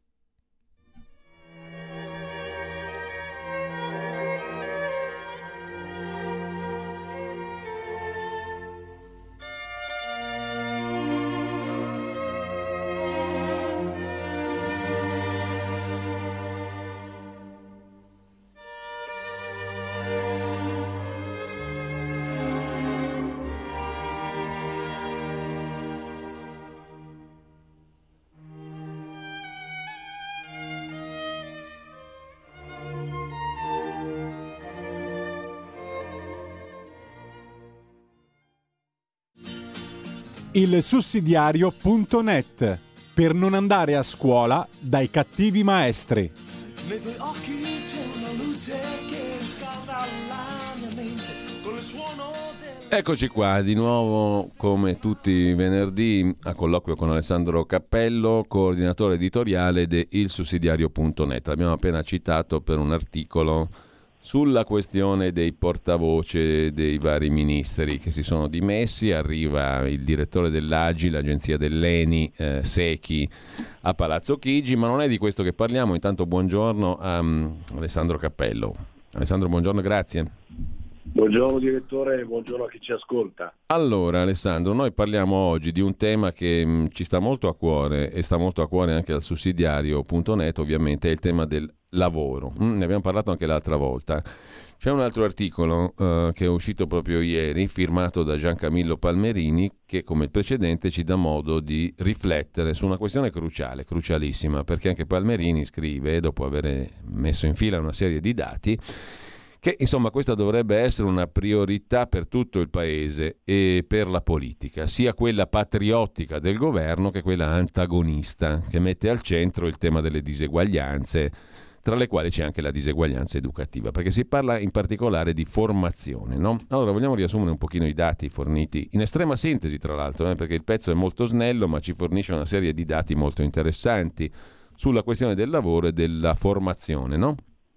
Il sussidiario punto net, per non andare a scuola dai cattivi maestri. Nei tuoi occhi c'è una luce che riscalda la mia mente con il suono del... Eccoci qua, di nuovo come tutti i venerdì a colloquio con Alessandro Cappello, coordinatore editoriale di il sussidiario punto net. L'abbiamo appena citato per un articolo sulla questione dei portavoce dei vari ministri che si sono dimessi. Arriva il direttore dell'A G I, l'agenzia dell'Eni, eh, Secchi, a Palazzo Chigi, ma non è di questo che parliamo. Intanto buongiorno a um, Alessandro Cappello. Alessandro, buongiorno, grazie. Buongiorno direttore, buongiorno a chi ci ascolta. Allora Alessandro, noi parliamo oggi di un tema che mh, ci sta molto a cuore e sta molto a cuore anche al sussidiario punto net, ovviamente è il tema del lavoro. Mm, ne abbiamo parlato anche l'altra volta. C'è un altro articolo uh, che è uscito proprio ieri, firmato da Giancamillo Palmerini, che come il precedente ci dà modo di riflettere su una questione cruciale, crucialissima, perché anche Palmerini scrive, dopo aver messo in fila una serie di dati, che insomma questa dovrebbe essere una priorità per tutto il paese e per la politica, sia quella patriottica del governo che quella antagonista, che mette al centro il tema delle diseguaglianze, tra le quali c'è anche la diseguaglianza educativa, perché si parla in particolare di formazione, no? Allora vogliamo riassumere un pochino i dati forniti, in estrema sintesi tra l'altro, eh, perché il pezzo è molto snello, ma ci fornisce una serie di dati molto interessanti sulla questione del lavoro e della formazione, no?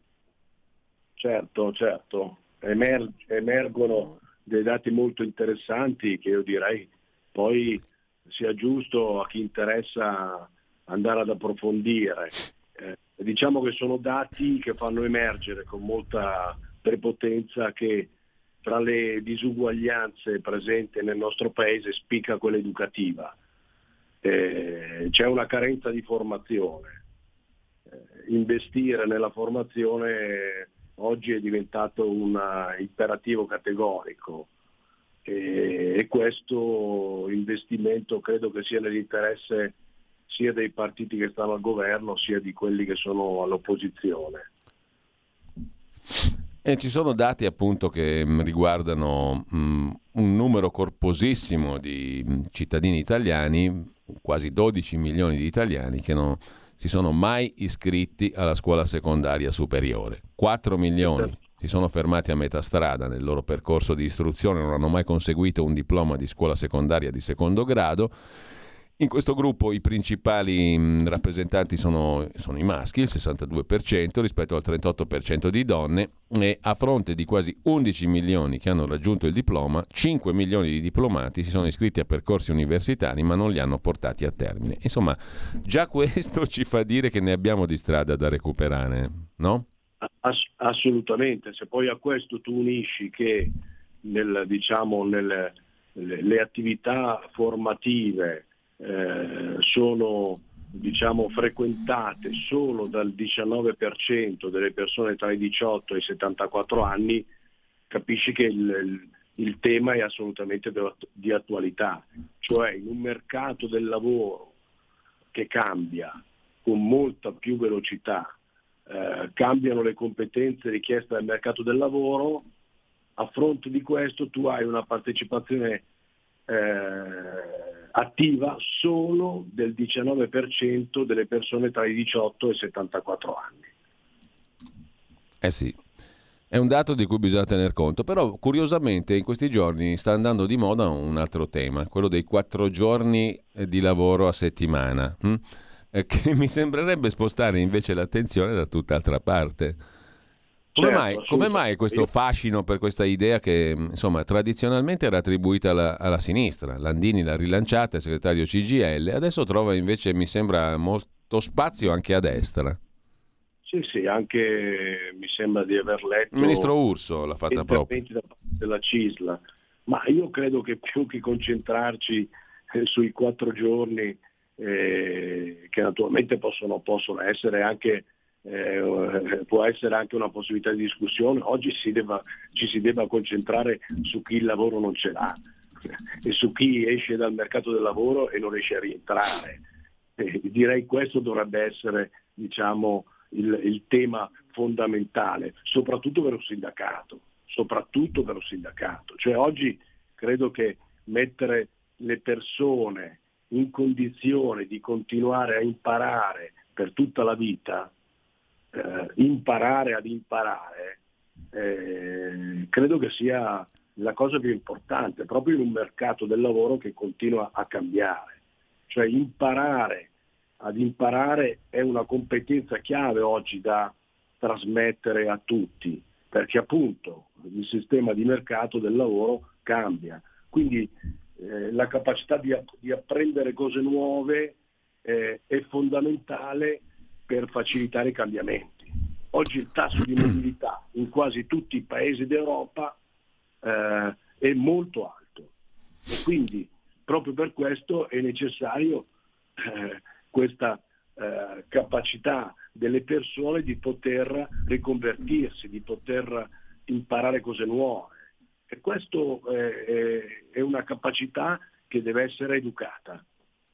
Certo, certo, Emer- emergono dei dati molto interessanti che io direi poi sia giusto a chi interessa andare ad approfondire. Eh, diciamo che sono dati che fanno emergere con molta prepotenza che tra le disuguaglianze presenti nel nostro paese spicca quella educativa. Eh, c'è una carenza di formazione. Eh, investire nella formazione oggi è diventato un imperativo categorico e, e questo investimento credo che sia nell'interesse sia dei partiti che stanno al governo sia di quelli che sono all'opposizione. E ci sono dati appunto che mh, riguardano mh, un numero corposissimo di mh, cittadini italiani, quasi dodici milioni di italiani che non si sono mai iscritti alla scuola secondaria superiore. quattro milioni si sono fermati a metà strada nel loro percorso di istruzione, non hanno mai conseguito un diploma di scuola secondaria di secondo grado. In questo gruppo i principali mh, rappresentanti sono, sono i maschi, il sessantadue per cento rispetto al trentotto per cento di donne, e a fronte di quasi undici milioni che hanno raggiunto il diploma, cinque milioni di diplomati si sono iscritti a percorsi universitari ma non li hanno portati a termine. Insomma, già questo ci fa dire che ne abbiamo di strada da recuperare, no? Ass- assolutamente, se poi a questo tu unisci che nel, diciamo, nelle le, le attività formative Eh, sono diciamo frequentate solo dal diciannove per cento delle persone tra i diciotto e i settantaquattro anni, capisci che il, il, il tema è assolutamente di attualità, cioè in un mercato del lavoro che cambia con molta più velocità, eh, cambiano le competenze richieste dal mercato del lavoro, a fronte di questo tu hai una partecipazione eh, attiva solo del diciannove per cento delle persone tra i diciotto e i settantaquattro anni. Eh sì, è un dato di cui bisogna tener conto, però curiosamente in questi giorni sta andando di moda un altro tema, quello dei quattro giorni di lavoro a settimana, hm? eh, che mi sembrerebbe spostare invece l'attenzione da tutt'altra parte. Come, Certo, mai, come mai questo fascino per questa idea che insomma tradizionalmente era attribuita alla, alla sinistra? Landini l'ha rilanciata, il segretario C G I L, adesso trova invece, mi sembra, molto spazio anche a destra. Sì, sì, anche mi sembra di aver letto... Il ministro Urso l'ha fatta proprio. Da parte della CISL, ma io credo che più che concentrarci eh, sui quattro giorni, eh, che naturalmente possono, possono essere anche... Eh, può essere anche una possibilità di discussione, oggi si debba, ci si debba concentrare su chi il lavoro non ce l'ha e su chi esce dal mercato del lavoro e non riesce a rientrare. Eh, direi questo dovrebbe essere, diciamo, il, il tema fondamentale, soprattutto per un sindacato, soprattutto per un sindacato. Cioè oggi credo che mettere le persone in condizione di continuare a imparare per tutta la vita, Eh, imparare ad imparare, eh, credo che sia la cosa più importante, proprio in un mercato del lavoro che continua a cambiare. Cioè imparare ad imparare è una competenza chiave oggi da trasmettere a tutti, perché appunto il sistema di mercato del lavoro cambia. Quindi eh, la capacità di, di apprendere cose nuove eh, è fondamentale per facilitare i cambiamenti. Oggi il tasso di mobilità in quasi tutti i paesi d'Europa eh, è molto alto e quindi proprio per questo è necessario eh, questa eh, capacità delle persone di poter riconvertirsi, di poter imparare cose nuove, e questo è, è, è una capacità che deve essere educata.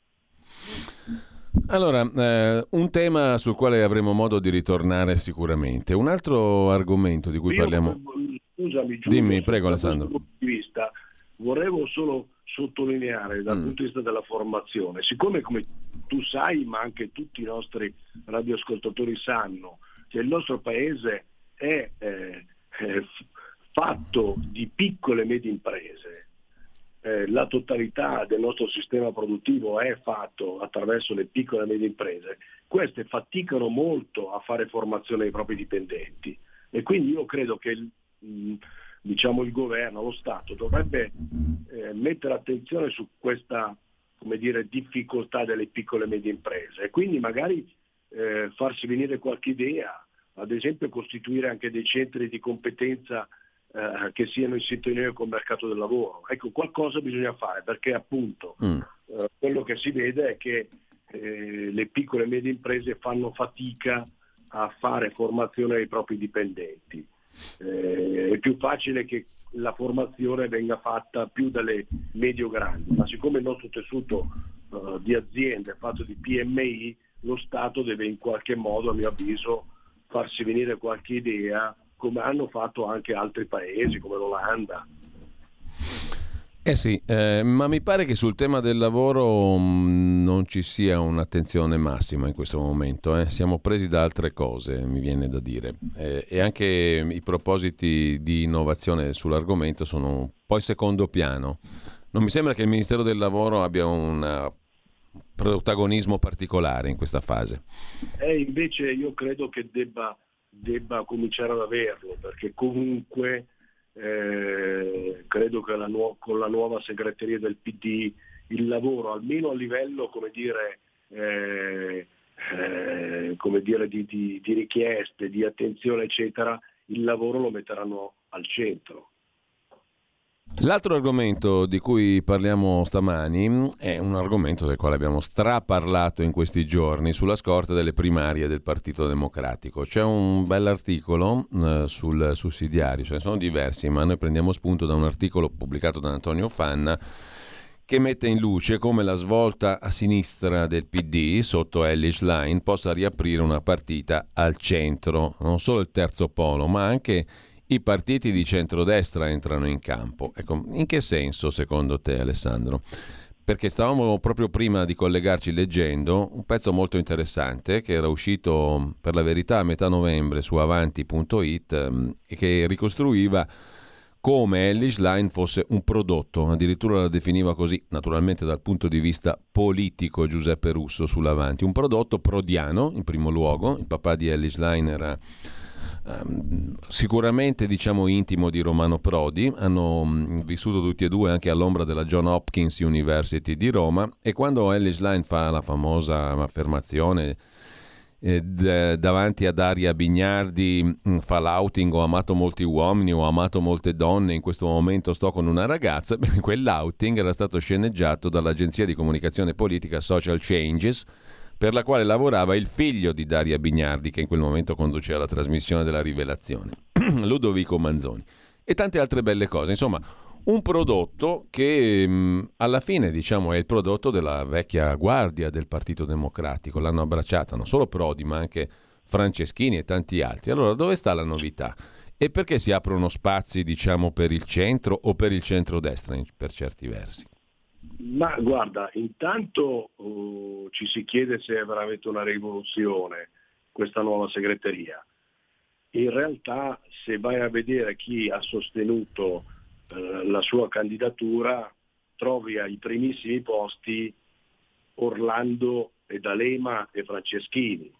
Allora, eh, un tema sul quale avremo modo di ritornare sicuramente. Un altro argomento di cui Io, parliamo... Scusami, Giulio, Dimmi, prego Alessandro. Da questo punto di vista, volevo solo sottolineare dal mm. punto di vista della formazione, siccome come tu sai, ma anche tutti i nostri radioascoltatori sanno, che il nostro paese è eh, eh, fatto di piccole e medie imprese, Eh, la totalità del nostro sistema produttivo è fatto attraverso le piccole e medie imprese, queste faticano molto a fare formazione ai propri dipendenti e quindi io credo che il, mh, diciamo il governo, lo Stato dovrebbe eh, mettere attenzione su questa, come dire, difficoltà delle piccole e medie imprese e quindi magari eh, farsi venire qualche idea, ad esempio costituire anche dei centri di competenza Eh, che siano in sintonia col mercato del lavoro. Ecco, qualcosa bisogna fare, perché appunto mm. eh, quello che si vede è che eh, le piccole e medie imprese fanno fatica a fare formazione ai propri dipendenti. Eh, è più facile che la formazione venga fatta più dalle medio-grandi, ma siccome il nostro tessuto eh, di aziende è fatto di P M I, lo Stato deve in qualche modo, a mio avviso, farsi venire qualche idea, come hanno fatto anche altri paesi come l'Olanda. Eh sì, eh, ma mi pare che sul tema del lavoro mh, non ci sia un'attenzione massima in questo momento, eh. Siamo presi da altre cose, mi viene da dire, eh, e anche i propositi di innovazione sull'argomento sono un po' in secondo piano. Non mi sembra che il Ministero del Lavoro abbia un protagonismo particolare in questa fase. E invece io credo che debba debba cominciare ad averlo, perché comunque eh, credo che la nu- con la nuova segreteria del P D il lavoro, almeno a livello come dire, eh, eh, come dire di, di, di richieste, di attenzione eccetera, il lavoro lo metteranno al centro. L'altro argomento di cui parliamo stamani è un argomento del quale abbiamo straparlato in questi giorni sulla scorta delle primarie del Partito Democratico. C'è un bell'articolo eh, sul sussidiario, ce ne sono diversi, ma noi prendiamo spunto da un articolo pubblicato da Antonio Fanna che mette in luce come la svolta a sinistra del P D sotto Elly Schlein possa riaprire una partita al centro, non solo il terzo polo, ma anche i partiti di centrodestra entrano in campo. Ecco, in che senso secondo te, Alessandro? Perché stavamo proprio prima di collegarci leggendo un pezzo molto interessante che era uscito per la verità a metà novembre su avanti punto it ehm, e che ricostruiva come Elly Schlein fosse un prodotto, addirittura la definiva così, naturalmente dal punto di vista politico Giuseppe Russo sull'Avanti, un prodotto prodiano in primo luogo. Il papà di Elly Schlein era Um, sicuramente diciamo intimo di Romano Prodi, hanno um, vissuto tutti e due anche all'ombra della John Hopkins University di Roma, e quando Elly Schlein fa la famosa affermazione eh, d- davanti a Daria Bignardi, mh, fa l'outing "ho amato molti uomini, ho amato molte donne, in questo momento sto con una ragazza", beh, quell'outing era stato sceneggiato dall'agenzia di comunicazione politica Social Changes, per la quale lavorava il figlio di Daria Bignardi, che in quel momento conduceva la trasmissione della Rivelazione, Ludovico Manzoni, e tante altre belle cose. Insomma, un prodotto che mh, alla fine, diciamo, è il prodotto della vecchia guardia del Partito Democratico. L'hanno abbracciata non solo Prodi, ma anche Franceschini e tanti altri. Allora, dove sta la novità? E perché si aprono spazi, diciamo, per il centro o per il centrodestra, in, per certi versi? Ma guarda, intanto uh, ci si chiede se è veramente una rivoluzione questa nuova segreteria. In realtà, se vai a vedere chi ha sostenuto uh, la sua candidatura, trovi ai primissimi posti Orlando e D'Alema e Franceschini.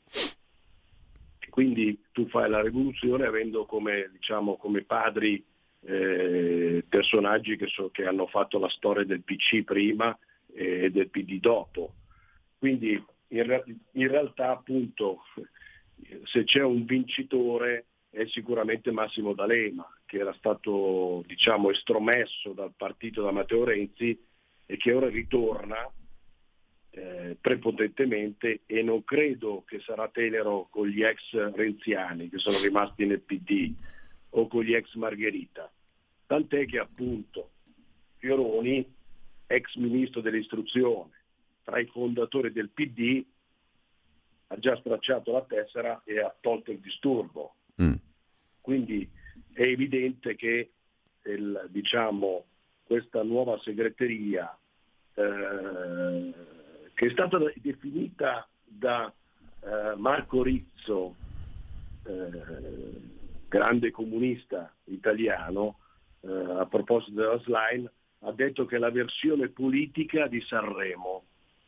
Quindi tu fai la rivoluzione avendo come, diciamo, come padri Eh, personaggi che, so, che hanno fatto la storia del P C prima e del P D dopo. Quindi in, re, in realtà appunto se c'è un vincitore è sicuramente Massimo D'Alema, che era stato, diciamo, estromesso dal partito da Matteo Renzi e che ora ritorna eh, prepotentemente, e non credo che sarà tenero con gli ex renziani che sono rimasti nel P D o con gli ex Margherita, tant'è che appunto Fioroni, ex ministro dell'istruzione, tra i fondatori del P D, ha già stracciato la tessera e ha tolto il disturbo. Mm. Quindi è evidente che il, diciamo, questa nuova segreteria eh, che è stata definita da eh, Marco Rizzo, eh, grande comunista italiano, eh, a proposito della Schlein, ha detto che è la versione politica di Sanremo.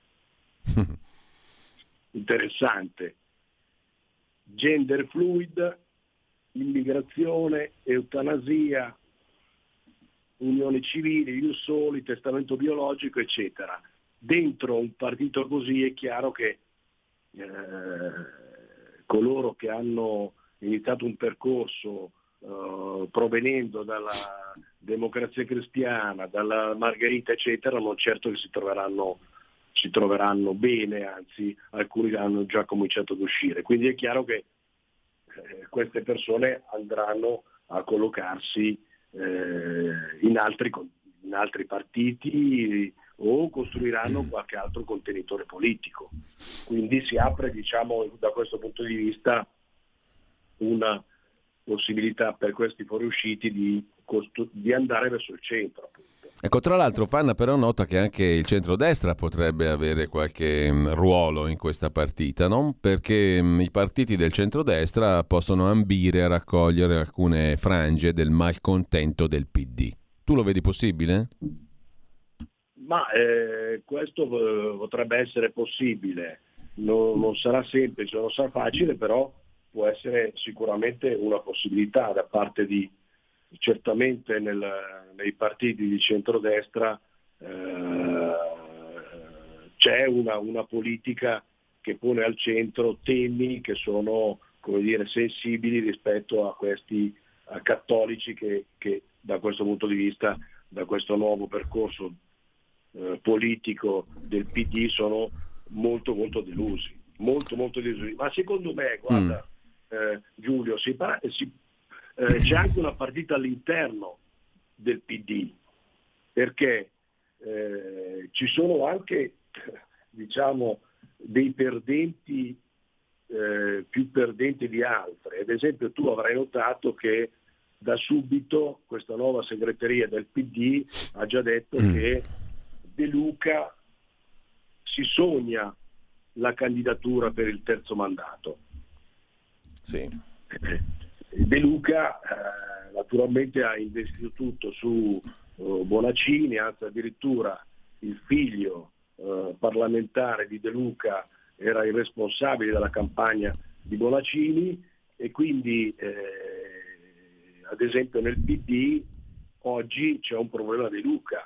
Interessante. Gender fluid, immigrazione, eutanasia, unioni civili, ius soli, testamento biologico, eccetera. Dentro un partito così è chiaro che eh, coloro che hanno iniziato un percorso uh, provenendo dalla Democrazia Cristiana, dalla Margherita, eccetera, non certo che si troveranno, si troveranno bene, anzi alcuni hanno già cominciato ad uscire. Quindi è chiaro che eh, queste persone andranno a collocarsi eh, in, altri, in altri partiti o costruiranno qualche altro contenitore politico. Quindi si apre, diciamo, da questo punto di vista una possibilità per questi fuoriusciti di, costru- di andare verso il centro, appunto. Ecco, tra l'altro Fanna però nota che anche il centrodestra potrebbe avere qualche mh, ruolo in questa partita, no? Perché mh, i partiti del centrodestra possono ambire a raccogliere alcune frange del malcontento del P D. Tu lo vedi possibile? Ma eh, questo eh, potrebbe essere possibile, non, non sarà semplice, non sarà facile, però può essere sicuramente una possibilità da parte di, certamente nel, nei partiti di centrodestra eh, c'è una, una politica che pone al centro temi che sono, come dire, sensibili rispetto a questi a cattolici che, che da questo punto di vista da questo nuovo percorso eh, politico del P D sono molto molto delusi, molto molto delusi. Ma secondo me, guarda mm. eh, Giulio, si pa- si, eh, c'è anche una partita all'interno del P D, perché eh, ci sono anche, diciamo, dei perdenti eh, più perdenti di altri. Ad esempio, tu avrai notato che da subito questa nuova segreteria del P D ha già detto mm. che De Luca si sogna la candidatura per il terzo mandato. Sì. De Luca eh, naturalmente ha investito tutto su uh, Bonaccini, anzi addirittura il figlio uh, parlamentare di De Luca era il responsabile della campagna di Bonaccini, e quindi eh, ad esempio nel P D oggi c'è un problema De Luca.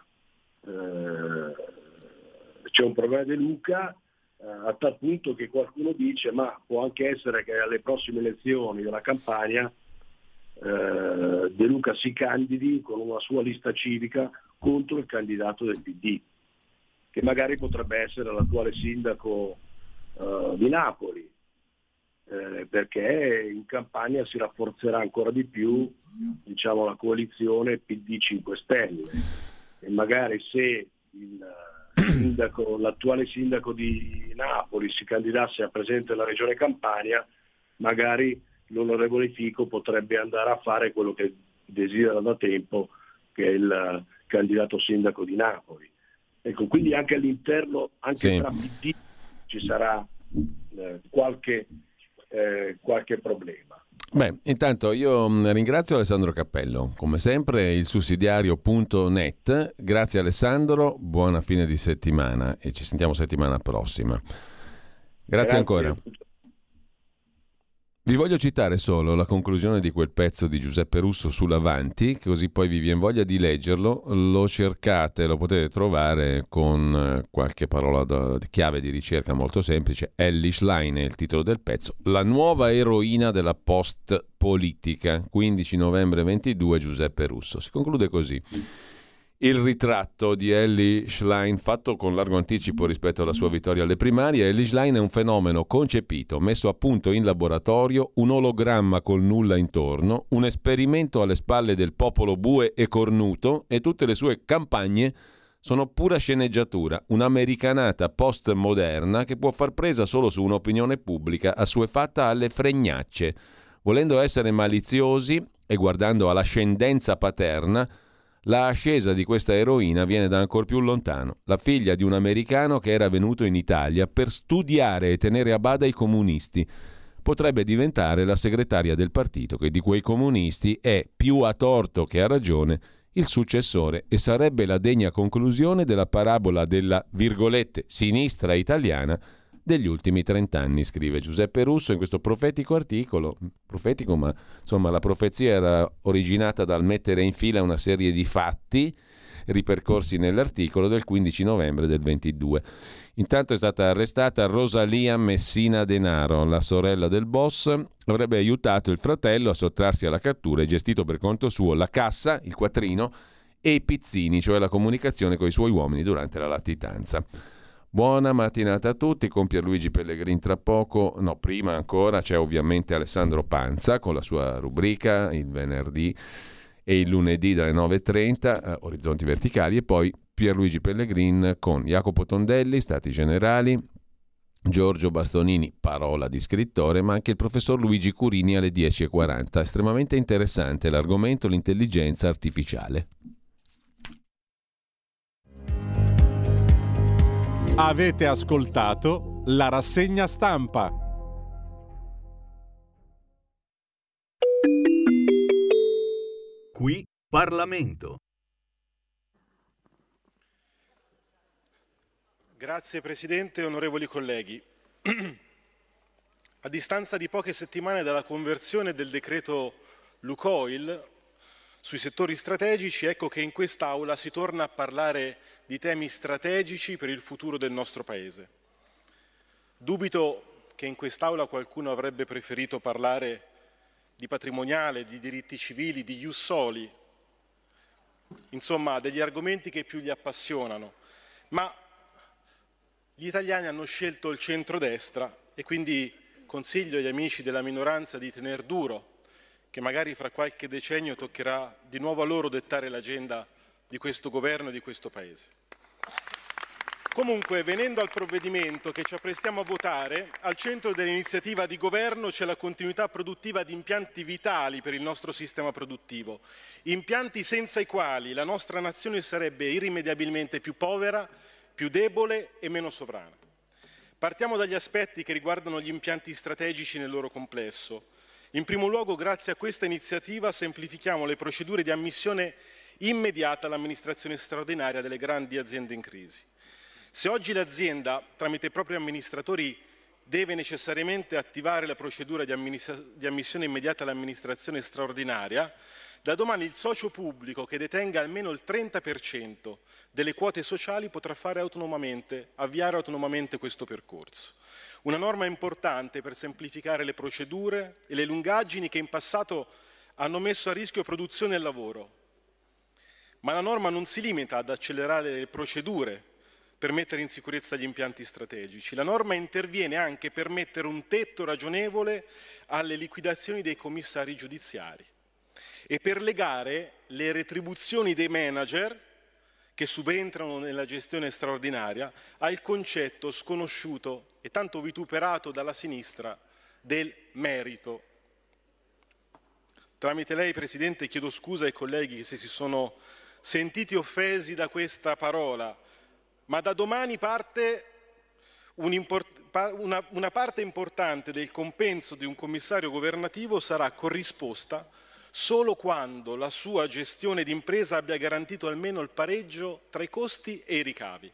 Eh, c'è un problema De Luca eh, a tal punto che qualcuno dice ma può anche essere che alle prossime elezioni della campagna eh, De Luca si candidi con una sua lista civica contro il candidato del P D, che magari potrebbe essere l'attuale sindaco eh, di Napoli, eh, perché in campagna si rafforzerà ancora di più, diciamo, la coalizione P D cinque Stelle, e magari se il sindaco, l'attuale sindaco di Napoli si candidasse a presidente della regione Campania, magari l'onorevole Fico potrebbe andare a fare quello che desidera da tempo, che è il candidato sindaco di Napoli. Ecco, quindi anche all'interno, anche sì. tra P D ci sarà eh, qualche, eh, qualche problema. Beh, intanto io ringrazio Alessandro Cappello, come sempre, il sussidiario punto net. Grazie Alessandro, buona fine di settimana e ci sentiamo settimana prossima. Grazie, Grazie. ancora. Vi voglio citare solo la conclusione di quel pezzo di Giuseppe Russo sull'Avanti, così poi vi viene voglia di leggerlo, lo cercate, lo potete trovare con qualche parola da, chiave di ricerca molto semplice. Elly Schlein è il titolo del pezzo, la nuova eroina della post-politica, quindici novembre ventidue, Giuseppe Russo. Si conclude così. Il ritratto di Elly Schlein, fatto con largo anticipo rispetto alla sua vittoria alle primarie. Elly Schlein è un fenomeno concepito, messo a punto in laboratorio, un ologramma col nulla intorno, un esperimento alle spalle del popolo bue e cornuto, e tutte le sue campagne sono pura sceneggiatura, un'americanata postmoderna che può far presa solo su un'opinione pubblica assuefatta alle fregnacce. Volendo essere maliziosi e guardando all'ascendenza paterna, la ascesa di questa eroina viene da ancor più lontano, la figlia di un americano che era venuto in Italia per studiare e tenere a bada i comunisti. Potrebbe diventare la segretaria del partito che di quei comunisti è, più a torto che a ragione, il successore, e sarebbe la degna conclusione della parabola della, virgolette, sinistra italiana degli ultimi trent'anni, scrive Giuseppe Russo in questo profetico articolo. Profetico, ma insomma la profezia era originata dal mettere in fila una serie di fatti ripercorsi nell'articolo del quindici novembre del ventidue. Intanto è stata arrestata Rosalia Messina Denaro, la sorella del boss. Avrebbe aiutato il fratello a sottrarsi alla cattura e gestito per conto suo la cassa, il quattrino e i pizzini, cioè la comunicazione con i suoi uomini durante la latitanza. Buona mattinata a tutti, con Pierluigi Pellegrin tra poco, no prima ancora c'è ovviamente Alessandro Panza con la sua rubrica il venerdì e il lunedì dalle nove e trenta, eh, Orizzonti Verticali, e poi Pierluigi Pellegrin con Jacopo Tondelli, Stati Generali, Giorgio Bastonini, parola di scrittore, ma anche il professor Luigi Curini alle dieci e quaranta. Estremamente interessante l'argomento, l'intelligenza artificiale. Avete ascoltato la rassegna stampa. Qui Parlamento. Grazie Presidente, onorevoli colleghi. A distanza di poche settimane dalla conversione del decreto Lukoil sui settori strategici, ecco che in quest'Aula si torna a parlare di temi strategici per il futuro del nostro Paese. Dubito che in quest'Aula qualcuno avrebbe preferito parlare di patrimoniale, di diritti civili, di ius soli, insomma degli argomenti che più li appassionano, ma gli italiani hanno scelto il centrodestra e quindi consiglio agli amici della minoranza di tener duro, che magari fra qualche decennio toccherà di nuovo a loro dettare l'agenda di questo governo e di questo Paese. Comunque, venendo al provvedimento che ci apprestiamo a votare, al centro dell'iniziativa di governo c'è la continuità produttiva di impianti vitali per il nostro sistema produttivo, impianti senza i quali la nostra nazione sarebbe irrimediabilmente più povera, più debole e meno sovrana. Partiamo dagli aspetti che riguardano gli impianti strategici nel loro complesso. In primo luogo, grazie a questa iniziativa, semplifichiamo le procedure di ammissione immediata all'amministrazione straordinaria delle grandi aziende in crisi. Se oggi l'azienda, tramite i propri amministratori, deve necessariamente attivare la procedura di, di ammissione immediata all'amministrazione straordinaria, da domani il socio pubblico che detenga almeno il trenta per cento delle quote sociali potrà fare autonomamente, avviare autonomamente questo percorso. Una norma importante per semplificare le procedure e le lungaggini che in passato hanno messo a rischio produzione e lavoro. Ma la norma non si limita ad accelerare le procedure per mettere in sicurezza gli impianti strategici. La norma interviene anche per mettere un tetto ragionevole alle liquidazioni dei commissari giudiziari e per legare le retribuzioni dei manager che subentrano nella gestione straordinaria al concetto sconosciuto e tanto vituperato dalla sinistra del merito. Tramite lei, Presidente, chiedo scusa ai colleghi se si sono sentiti offesi da questa parola, ma da domani parte un una, una parte importante del compenso di un commissario governativo sarà corrisposta solo quando la sua gestione d'impresa abbia garantito almeno il pareggio tra i costi e i ricavi.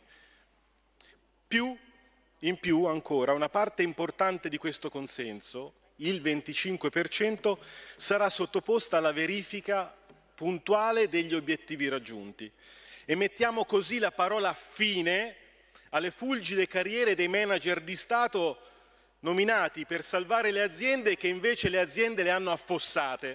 Più, in più ancora, una parte importante di questo consenso, il venticinque per cento, sarà sottoposta alla verifica puntuale degli obiettivi raggiunti. E mettiamo così la parola fine alle fulgide carriere dei manager di Stato nominati per salvare le aziende che invece le aziende le hanno affossate.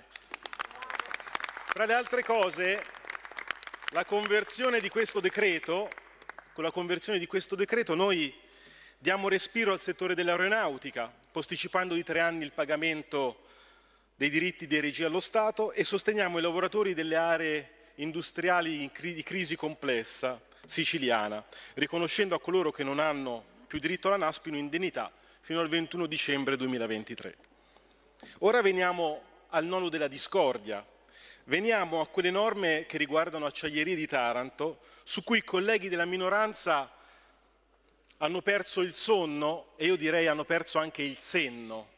Tra le altre cose, la conversione di questo decreto, con la conversione di questo decreto noi diamo respiro al settore dell'aeronautica, posticipando di tre anni il pagamento dei diritti di regia allo Stato e sosteniamo i lavoratori delle aree industriali di crisi complessa siciliana, riconoscendo a coloro che non hanno più diritto alla NASPI un'indennità fino al ventuno dicembre duemilaventitré. Ora veniamo al nodo della discordia, veniamo a quelle norme che riguardano Acciaierie di Taranto, su cui i colleghi della minoranza hanno perso il sonno e io direi hanno perso anche il senno.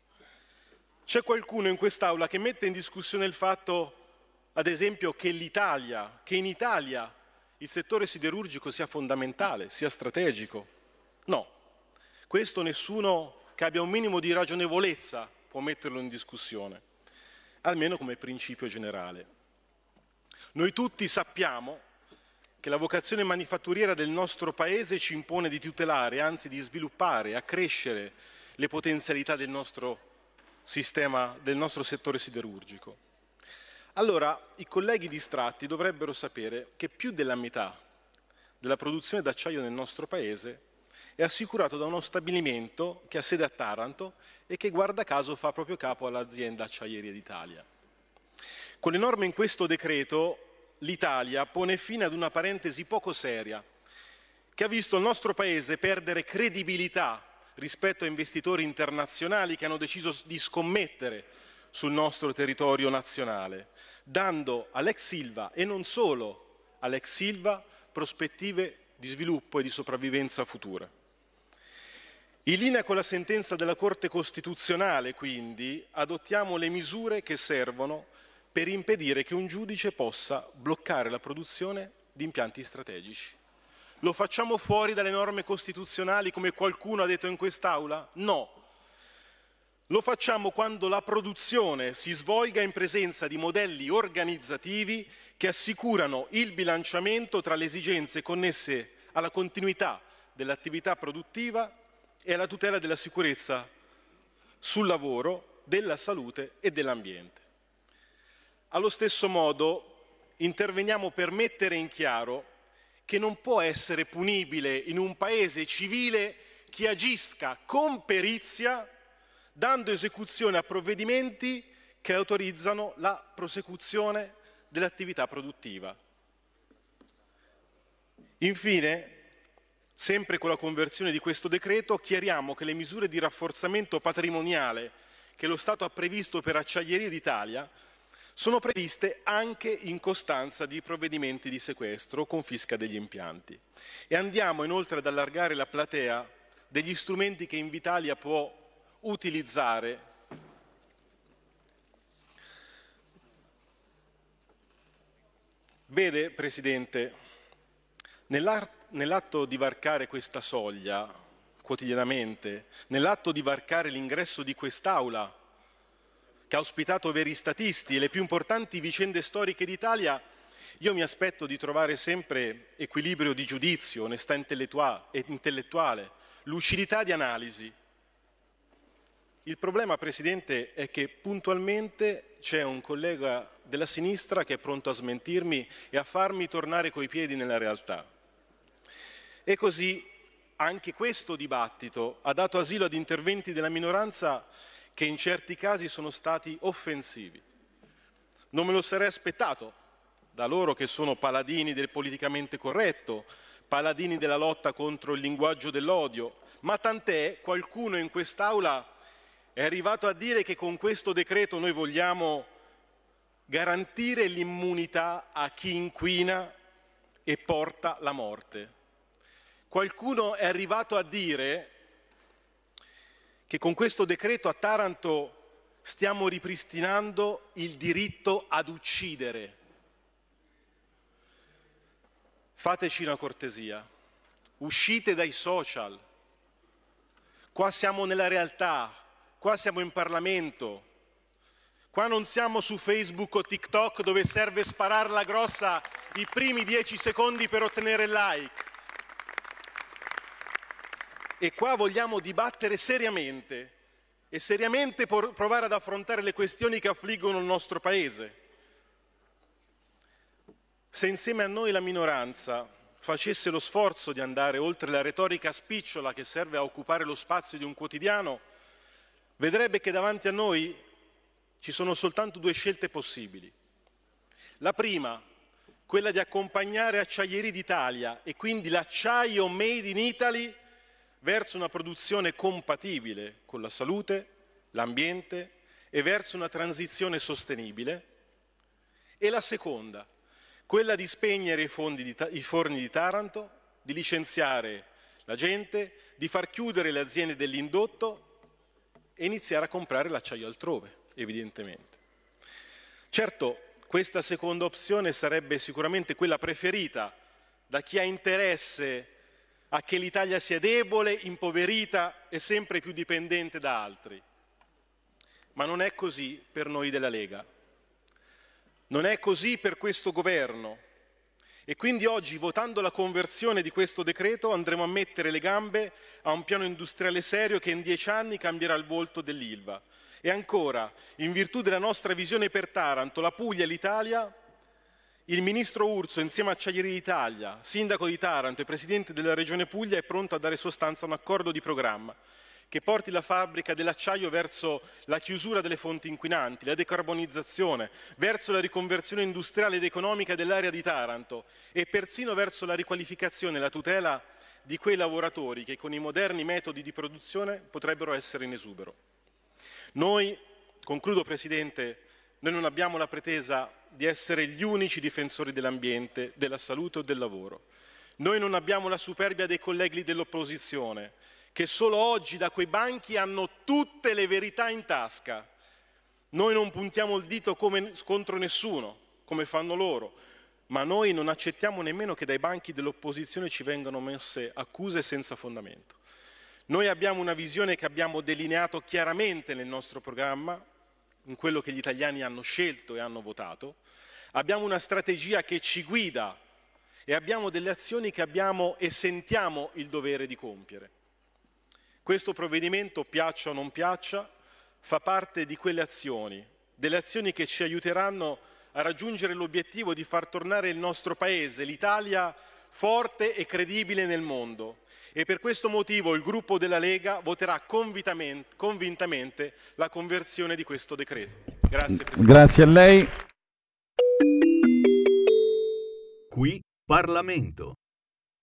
C'è qualcuno in quest'Aula che mette in discussione il fatto, ad esempio, che l'Italia, che in Italia il settore siderurgico sia fondamentale, sia strategico. No, questo nessuno che abbia un minimo di ragionevolezza può metterlo in discussione, almeno come principio generale. Noi tutti sappiamo che la vocazione manifatturiera del nostro Paese ci impone di tutelare, anzi di sviluppare, accrescere le potenzialità del nostro sistema, del nostro settore siderurgico. Allora, i colleghi distratti dovrebbero sapere che più della metà della produzione d'acciaio nel nostro Paese è assicurato da uno stabilimento che ha sede a Taranto e che guarda caso fa proprio capo all'azienda Acciaierie d'Italia. Con le norme in questo decreto l'Italia pone fine ad una parentesi poco seria che ha visto il nostro Paese perdere credibilità rispetto a investitori internazionali che hanno deciso di scommettere sul nostro territorio nazionale, dando all'ex Ilva e non solo all'ex Ilva prospettive di sviluppo e di sopravvivenza futura. In linea con la sentenza della Corte Costituzionale, quindi, adottiamo le misure che servono per impedire che un giudice possa bloccare la produzione di impianti strategici. Lo facciamo fuori dalle norme costituzionali come qualcuno ha detto in quest'Aula? No. Lo facciamo quando la produzione si svolga in presenza di modelli organizzativi che assicurano il bilanciamento tra le esigenze connesse alla continuità dell'attività produttiva e alla tutela della sicurezza sul lavoro, della salute e dell'ambiente. Allo stesso modo interveniamo per mettere in chiaro che non può essere punibile in un paese civile chi agisca con perizia dando esecuzione a provvedimenti che autorizzano la prosecuzione dell'attività produttiva. Infine, sempre con la conversione di questo decreto, chiariamo che le misure di rafforzamento patrimoniale che lo Stato ha previsto per Acciaierie d'Italia sono previste anche in costanza di provvedimenti di sequestro o confisca degli impianti. E andiamo inoltre ad allargare la platea degli strumenti che Invitalia può utilizzare Vede, Presidente, nell'atto di varcare questa soglia quotidianamente, nell'atto di varcare l'ingresso di quest'Aula, che ha ospitato veri statisti e le più importanti vicende storiche d'Italia, io mi aspetto di trovare sempre equilibrio di giudizio, onestà intellettuale, lucidità di analisi. Il problema, Presidente, è che puntualmente c'è un collega della sinistra che è pronto a smentirmi e a farmi tornare coi piedi nella realtà. E così anche questo dibattito ha dato asilo ad interventi della minoranza che in certi casi sono stati offensivi. Non me lo sarei aspettato da loro che sono paladini del politicamente corretto, paladini della lotta contro il linguaggio dell'odio, ma tant'è, qualcuno in quest'Aula è arrivato a dire che con questo decreto noi vogliamo garantire l'immunità a chi inquina e porta la morte. Qualcuno è arrivato a dire che con questo decreto a Taranto stiamo ripristinando il diritto ad uccidere. Fateci una cortesia, uscite dai social, qua siamo nella realtà, qua siamo in Parlamento, qua non siamo su Facebook o TikTok dove serve spararla grossa i primi dieci secondi per ottenere il like. E qua vogliamo dibattere seriamente e seriamente por- provare ad affrontare le questioni che affliggono il nostro Paese. Se insieme a noi la minoranza facesse lo sforzo di andare oltre la retorica spicciola che serve a occupare lo spazio di un quotidiano, vedrebbe che davanti a noi ci sono soltanto due scelte possibili. La prima, quella di accompagnare Acciaierie d'Italia e quindi l'acciaio made in Italy verso una produzione compatibile con la salute, l'ambiente e verso una transizione sostenibile. E la seconda, quella di spegnere i, fondi di ta- i forni di Taranto, di licenziare la gente, di far chiudere le aziende dell'indotto e iniziare a comprare l'acciaio altrove, evidentemente. Certo, questa seconda opzione sarebbe sicuramente quella preferita da chi ha interesse a che l'Italia sia debole, impoverita e sempre più dipendente da altri. Ma non è così per noi della Lega. Non è così per questo governo. E quindi oggi, votando la conversione di questo decreto, andremo a mettere le gambe a un piano industriale serio che in dieci anni cambierà il volto dell'Ilva. E ancora, in virtù della nostra visione per Taranto, la Puglia e l'Italia, il ministro Urso, insieme a Acciaierie d'Italia, sindaco di Taranto e presidente della Regione Puglia, è pronto a dare sostanza a un accordo di programma che porti la fabbrica dell'acciaio verso la chiusura delle fonti inquinanti, la decarbonizzazione, verso la riconversione industriale ed economica dell'area di Taranto e persino verso la riqualificazione e la tutela di quei lavoratori che con i moderni metodi di produzione potrebbero essere in esubero. Noi, concludo Presidente, noi non abbiamo la pretesa di essere gli unici difensori dell'ambiente, della salute o del lavoro. Noi non abbiamo la superbia dei colleghi dell'opposizione, che solo oggi da quei banchi hanno tutte le verità in tasca. Noi non puntiamo il dito come, contro nessuno, come fanno loro, ma noi non accettiamo nemmeno che dai banchi dell'opposizione ci vengano messe accuse senza fondamento. Noi abbiamo una visione che abbiamo delineato chiaramente nel nostro programma, in quello che gli italiani hanno scelto e hanno votato. Abbiamo una strategia che ci guida e abbiamo delle azioni che abbiamo e sentiamo il dovere di compiere. Questo provvedimento, piaccia o non piaccia, fa parte di quelle azioni, delle azioni che ci aiuteranno a raggiungere l'obiettivo di far tornare il nostro Paese, l'Italia, forte e credibile nel mondo. E per questo motivo il gruppo della Lega voterà convintamente, convintamente la conversione di questo decreto. Grazie Presidente. Grazie a lei. Qui Parlamento.